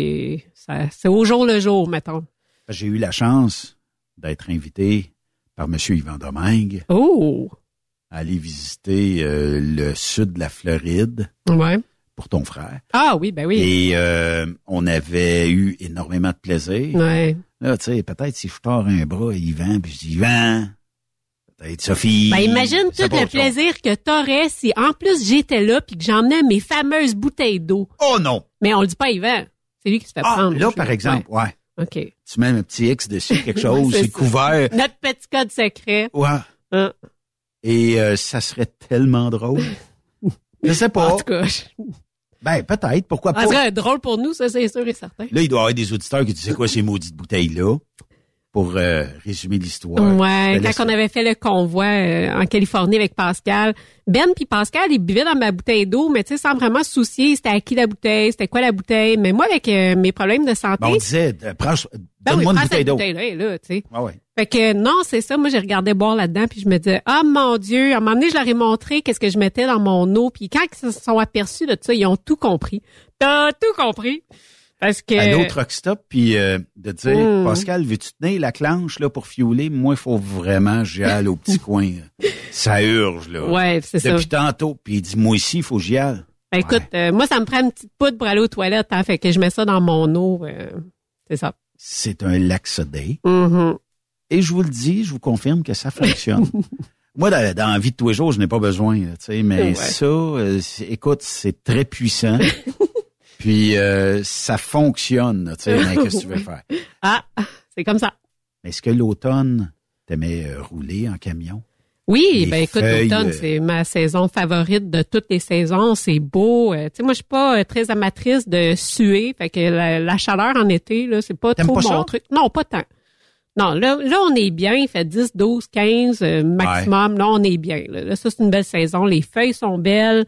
c'est au jour le jour, mettons. J'ai eu la chance d'être invité par M. Yvan Domingue. Oh! À aller visiter le sud de la Floride. Ouais. Pour ton frère. Ah oui, ben oui. Et on avait eu énormément de plaisir. Ouais. Là, tu sais, peut-être si je pars un bras à Yvan, puis je dis Yvan, peut-être Sophie. Ben imagine tout le plaisir que t'aurais si en plus j'étais là puis que j'emmenais mes fameuses bouteilles d'eau. Oh non! Mais on le dit pas à Yvan. C'est lui qui se fait prendre. Là, par exemple, ouais. OK. Tu mets un petit X dessus, quelque chose, c'est couvert. Notre petit code secret. Ouais. Et ça serait tellement drôle. Je sais pas. En tout cas. Ben, peut-être. Pourquoi pas? Ça serait drôle pour nous, ça, c'est sûr et certain. Là, il doit y avoir des auditeurs qui disent, c'est quoi ces maudites bouteilles-là? Pour résumer l'histoire. Ouais, quand on avait fait le convoi en Californie avec Pascal, Ben puis Pascal, ils buvaient dans ma bouteille d'eau, mais tu sais, sans vraiment se soucier, c'était à qui la bouteille, c'était quoi la bouteille. Mais moi, avec mes problèmes de santé... Ben, on disait, donne-moi une bouteille d'eau. Là, tu sais. Ah ouais. Fait que non, c'est ça. Moi, j'ai regardé boire là-dedans, puis je me disais, ah mon Dieu, à un moment donné, je leur ai montré qu'est-ce que je mettais dans mon eau, puis quand ils se sont aperçus de ça, ils ont tout compris. T'as tout compris. Parce que... Aller au truck stop, puis de dire, Pascal, veux-tu tenir la clenche là pour fiouler? Moi, il faut vraiment que j'y aille au petit coin. Ça urge, là. Ouais, c'est ça. Depuis tantôt. Puis il dit, moi aussi, il faut que j'y aille. Ben, écoute, moi, ça me prend une petite poudre pour aller aux toilettes, hein, fait que je mets ça dans mon eau. C'est ça. C'est un laxodé. Mm-hmm. Et je vous le dis, je vous confirme que ça fonctionne. Moi, dans la vie de tous les jours, je n'ai pas besoin, tu sais, mais ça, écoute, c'est très puissant. Puis ça fonctionne, tu sais, mais qu'est-ce que tu veux faire? Ah, c'est comme ça. Est-ce que l'automne, t'aimais rouler en camion? Oui, ben écoute, l'automne, c'est ma saison favorite de toutes les saisons. C'est beau. Tu sais, moi, je suis pas très amatrice de suer, fait que la chaleur en été, là, c'est pas trop mon truc. Non, pas tant. Non, là, on est bien. Il fait 10, 12, 15 maximum. Là, on est bien. Là, ça, c'est une belle saison. Les feuilles sont belles.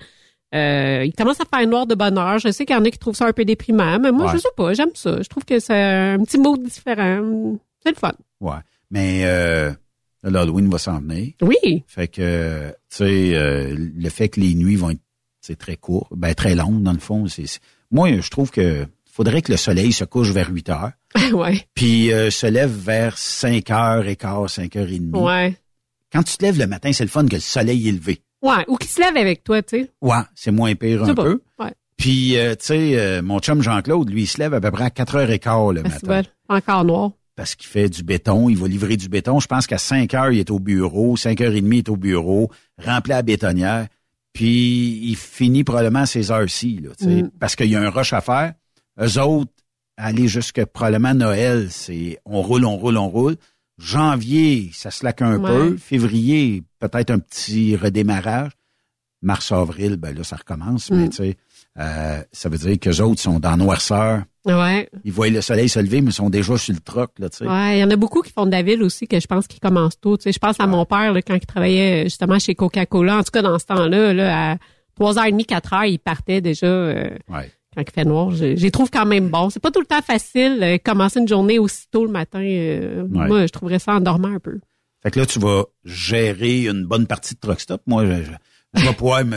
Il commence à faire noir de bonne heure. Je sais qu'il y en a qui trouvent ça un peu déprimant, mais moi, je sais pas. J'aime ça. Je trouve que c'est un petit mot différent. C'est le fun. Ouais. Mais l'Halloween va s'en venir. Oui. Fait que, tu sais, le fait que les nuits vont être très courtes, ben très longues, dans le fond, moi, je trouve que faudrait que le soleil se couche vers 8 heures. Ouais. Puis se lève vers 5h15, 5h30. Ouais. Quand tu te lèves le matin, c'est le fun que le soleil est levé. Ouais, ou qu'il se lève avec toi, tu sais. Ouais, c'est moins pire un peu. Ouais. Puis, tu sais, mon chum Jean-Claude, lui, il se lève à peu près à 4h15 le matin. Bon. Encore noir. Parce qu'il fait du béton, il va livrer du béton. Je pense qu'à 5h, il est au bureau, 5h30, il est au bureau, rempli à la bétonnière. Puis, il finit probablement à ces heures-ci, là, tu sais, parce qu'il y a un rush à faire. Eux autres, aller jusque probablement Noël, c'est on roule. Janvier, ça se laque un peu. Février, peut-être un petit redémarrage. Mars, avril, ben là, ça recommence. Mais tu sais, ça veut dire qu'eux autres sont dans noirceur. Ouais. Ils voient le soleil se lever, mais ils sont déjà sur le troc, là, tu sais. Ouais, il y en a beaucoup qui font de la ville aussi, que je pense qu'ils commencent tôt. Tu sais, je pense à mon père, là, quand il travaillait justement chez Coca-Cola. En tout cas, dans ce temps-là, là, à 3h30, 4h, il partait déjà. Quand il fait noir, je les trouve quand même bons. C'est pas tout le temps facile commencer une journée aussitôt le matin. Moi, je trouverais ça en dormant un peu. Fait que là, tu vas gérer une bonne partie de Truck Stop. Moi, je vais pouvoir me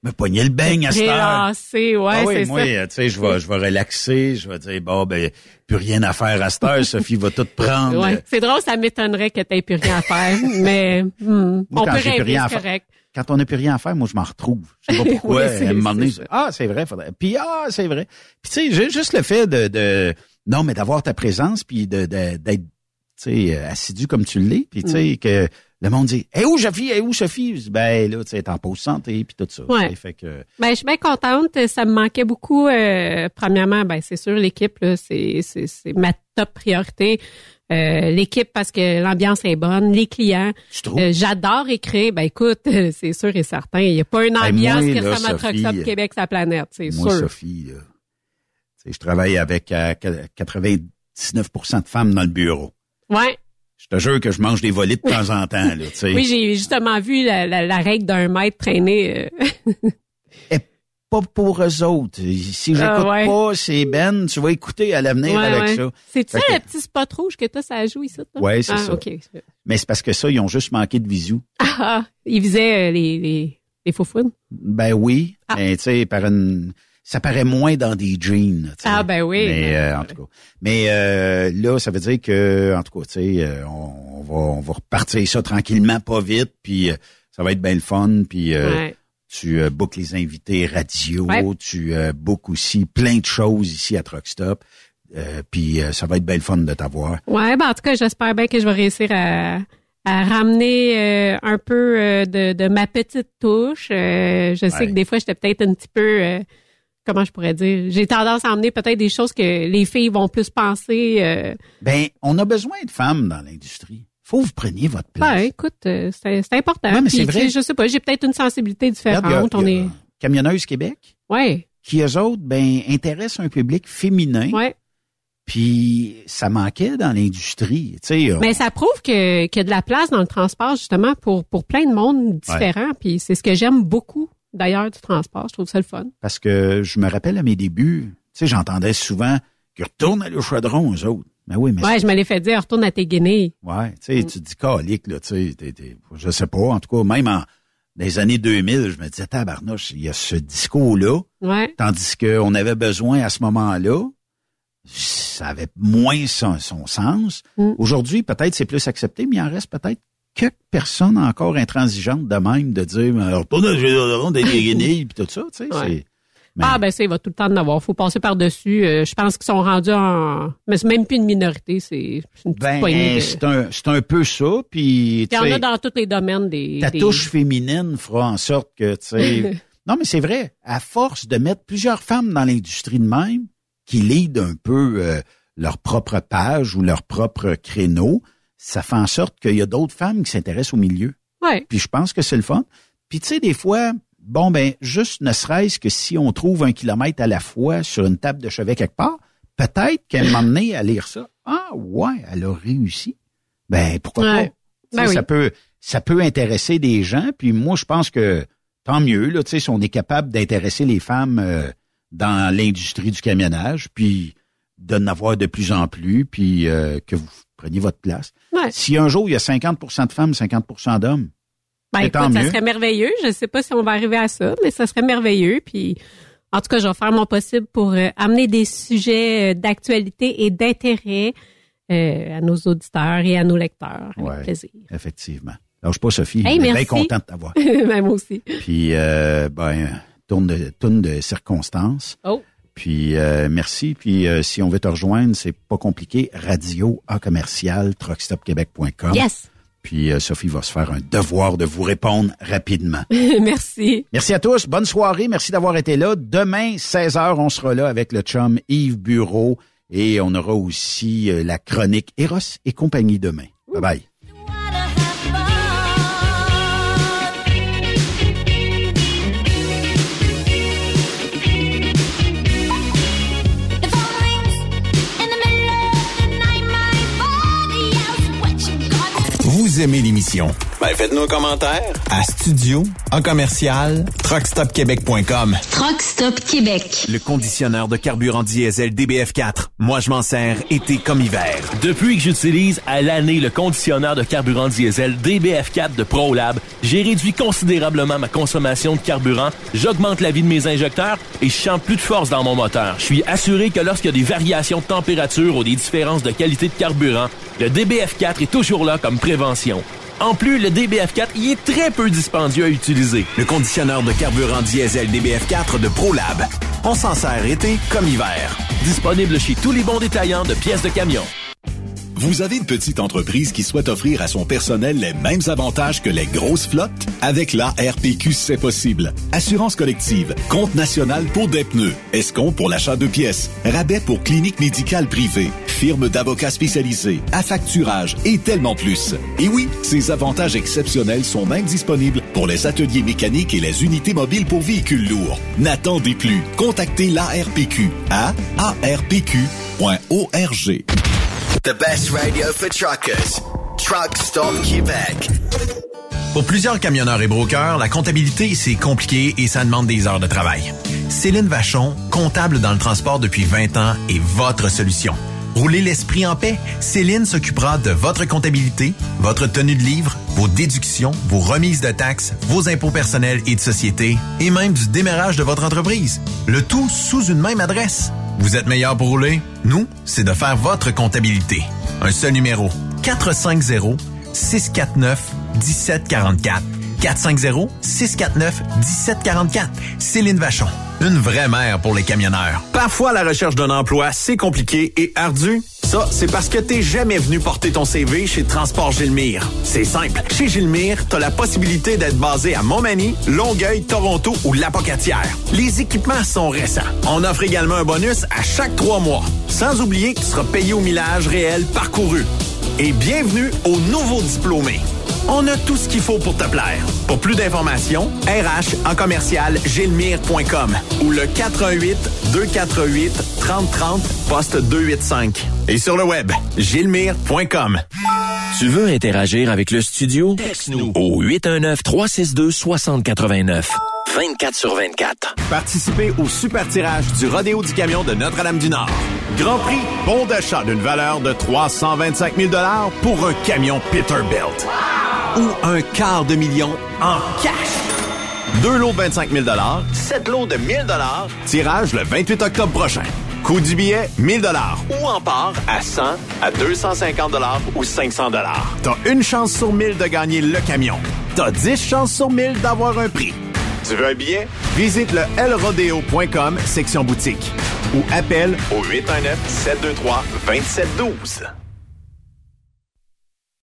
me pogner le beigne à cette heure. Relancé, ouais, oui, c'est moi, ça. Tu sais, je vais relaxer, je vais dire, bon, ben, plus rien à faire à cette heure, Sophie va tout prendre. Ouais. C'est drôle, ça m'étonnerait que t'aies plus rien à faire, mais Moi, on quand peut j'ai plus rêver, rien à c'est faire, correct. quand on n'a plus rien à faire, moi, je m'en retrouve. Je sais pas pourquoi. Oui, c'est- à un moment donné, c'est je dis, c'est vrai, faudrait. Puis, c'est vrai. Puis, tu sais, juste le fait non, mais d'avoir ta présence, puis d'être, tu sais, assidu comme tu l'es, puis tu sais, que le monde dit, où Sophie? Je dis, ben, là, tu sais, t'es en pause santé, puis tout ça. Ouais. Tu sais, fait que, Ben, je suis bien contente. Ça me manquait beaucoup. Premièrement, ben, c'est sûr, l'équipe, là, c'est ma top priorité. L'équipe parce que l'ambiance est bonne, les clients. J'adore écrire. Ben, écoute, c'est sûr et certain. Il n'y a pas une ambiance moi, qui là, ressemble à Truck Stop Sophie, Québec, sa planète, c'est moi, sûr. Sophie, là, tu sais, je travaille avec 99% de femmes dans le bureau. Ouais. Je te jure que je mange des volets de temps en temps, là, tu sais. Oui, j'ai justement vu la règle d'un mètre traîner. Pas pour eux autres. Si j'écoute ouais. pas, c'est Ben, tu vas écouter à l'avenir Ouais, avec ouais. ça. C'est-tu Fait ça, que- le petit spot rouge que ça joue ici? Là? Ouais, c'est ça. OK. Mais c'est parce que ça, ils ont juste manqué de visu. Ah, il visait les faufounes. Ben oui, mais tu sais, ça paraît moins dans des jeans. tu sais. Ah, ben oui. Mais en tout cas. Mais là, ça veut dire que, en tout cas, tu sais, on va repartir ça tranquillement, pas vite, puis ça va être bien le fun, puis Ouais. tu bookes les invités radio, Ouais. tu bookes aussi plein de choses ici à Truck Stop, puis ça va être bien le fun de t'avoir. Ouais, ben en tout cas, j'espère bien que je vais réussir à ramener un peu de ma petite touche. Je sais que des fois, j'étais peut-être un petit peu, comment je pourrais dire, j'ai tendance à emmener peut-être des choses que les filles vont plus penser. Ben, on a besoin de femmes dans l'industrie. Faut que vous preniez votre place. Ben, écoute, c'est important. Ouais, mais Puis, c'est vrai. tu sais, je sais pas, j'ai peut-être une sensibilité différente. Regarde, il y a Camionneuse Québec. Ouais. Qui, eux autres, ben, intéressent un public féminin. Ouais. Puis, ça manquait dans l'industrie. Tu sais, Mais ça prouve qu'il y a de la place dans le transport, justement, pour plein de monde différent. Puis c'est ce que j'aime beaucoup, d'ailleurs, du transport. Je trouve ça le fun. Parce que je me rappelle à mes débuts, tu sais, j'entendais souvent qu'ils retournent à le chaudron, eux autres. Ben oui, mais Ouais, je me l'ai fait dire, retourne à tes guinées. ouais, tu sais, tu te dis calique, là, tu sais, je sais pas, en tout cas, même dans les années 2000, je me disais, tabarnouche, il y a ce discours-là. Ouais. Tandis qu'on avait besoin à ce moment-là, ça avait moins son sens. Aujourd'hui, peut-être c'est plus accepté, mais il en reste peut-être quelques personnes encore intransigeantes de même de dire, retourne à des guenilles puis tout ça, tu sais, Ouais. c'est... Ah, ben ça, il va tout le temps en avoir. Faut passer par-dessus. Je pense qu'ils sont rendus en... Mais c'est même plus une minorité, c'est une petite poignée. C'est un peu ça, puis... Il y en a dans tous les domaines des... Ta touche féminine fera en sorte que, tu sais... Non, mais c'est vrai, à force de mettre plusieurs femmes dans l'industrie de même, qui lead un peu leur propre page ou leur propre créneau, ça fait en sorte qu'il y a d'autres femmes qui s'intéressent au milieu. Ouais. Puis je pense que c'est le fun. Puis tu sais, des fois, bon, ben, juste ne serait-ce que si on trouve 1 kilomètre à la fois sur une table de chevet quelque part, peut-être qu'elle m'a amené à lire ça. Ah, ouais, elle a réussi. Ben, pourquoi pas? Ben Tu sais, oui. ça peut intéresser des gens. Puis moi, je pense que tant mieux, là, tu sais, si on est capable d'intéresser les femmes dans l'industrie du camionnage, puis de n'avoir de plus en plus, puis que vous preniez votre place. Ouais. Si un jour, il y a 50% de femmes, 50% d'hommes, Ben, c'est écoute, tant ça mieux. serait merveilleux. Je sais pas si on va arriver à ça, mais ça serait merveilleux. Puis, en tout cas, je vais faire mon possible pour amener des sujets d'actualité et d'intérêt à nos auditeurs et à nos lecteurs. Avec Ouais, plaisir. effectivement. Lâche pas, Sophie. Hey, Je suis bien merci. content de t'avoir. Ben, moi aussi. Puis, tourne de circonstances. Oh. Puis, merci. Puis, si on veut te rejoindre, c'est pas compliqué. Radio A commercial, truckstopquebec.com. Yes. Puis, Sophie va se faire un devoir de vous répondre rapidement. Merci. Merci à tous. Bonne soirée. Merci d'avoir été là. Demain, 16h, on sera là avec le chum Yves Bureau. Et on aura aussi la chronique Eros et compagnie demain. Bye-bye. Vous aimez l'émission. Ben, faites-nous un commentaire. À studio, en commercial, truckstopquebec.com. Truck Stop Québec. Le conditionneur de carburant diesel DBF4. Moi, je m'en sers été comme hiver. Depuis que j'utilise à l'année le conditionneur de carburant diesel DBF4 de ProLab, j'ai réduit considérablement ma consommation de carburant, j'augmente la vie de mes injecteurs et je sens plus de force dans mon moteur. Je suis assuré que lorsqu'il y a des variations de température ou des différences de qualité de carburant, le DBF4 est toujours là comme prévention. En plus, le DBF4 y est très peu dispendieux à utiliser. Le conditionneur de carburant diesel DBF4 de ProLab. On s'en sert été comme hiver. Disponible chez tous les bons détaillants de pièces de camion. Vous avez une petite entreprise qui souhaite offrir à son personnel les mêmes avantages que les grosses flottes? Avec la RPQ, c'est possible. Assurance collective, compte national pour des pneus, escompte pour l'achat de pièces, rabais pour clinique médicale privée, firme d'avocats spécialisés, affacturage et tellement plus. Et oui, ces avantages exceptionnels sont même disponibles pour les ateliers mécaniques et les unités mobiles pour véhicules lourds. N'attendez plus. Contactez l'ARPQ à arpq.org. The best radio for truckers. Truck Stop Québec. Pour plusieurs camionneurs et brokers, la comptabilité, c'est compliqué et ça demande des heures de travail. Céline Vachon, comptable dans le transport depuis 20 ans, est votre solution. Roulez l'esprit en paix. Céline s'occupera de votre comptabilité, votre tenue de livre, vos déductions, vos remises de taxes, vos impôts personnels et de société, et même du démarrage de votre entreprise. Le tout sous une même adresse. Vous êtes meilleur pour rouler? Nous, c'est de faire votre comptabilité. Un seul numéro. 450-649-1744. 450-649-1744. Céline Vachon. Une vraie mère pour les camionneurs. Parfois, la recherche d'un emploi, c'est compliqué et ardu. Ça, c'est parce que t'es jamais venu porter ton CV chez Transport Gilmire. C'est simple. Chez Gilmire, t'as la possibilité d'être basé à Montmagny, Longueuil, Toronto ou Lapocatière. Les équipements sont récents. On offre également un bonus à chaque 3 mois. Sans oublier que tu seras payé au millage réel parcouru. Et bienvenue aux nouveaux diplômés. On a tout ce qu'il faut pour te plaire. Pour plus d'informations, RH en commercial gilmire.com ou le 418-248-3030 poste 285. Et sur le web, gilmire.com. Tu veux interagir avec le studio? Texte-nous au 819-362-6089. 24/24. Participez au super tirage du Rodéo du Camion de Notre-Dame-du-Nord. Grand prix, bon d'achat d'une valeur de 325 000 $ pour un camion Peterbilt. Ou un $250,000 en cash. 2 lots de 25 000 $, 7 lots de 1 000 $, tirage le 28 octobre prochain. Coût du billet, 1 000 $ ou en part à 100, à 250 $ ou 500 $. T'as une chance sur 1000 de gagner le camion. T'as 10 chances sur 1000 d'avoir un prix. Tu veux un billet? Visite le lrodeo.com, section boutique. Ou appelle au 819-723-2712.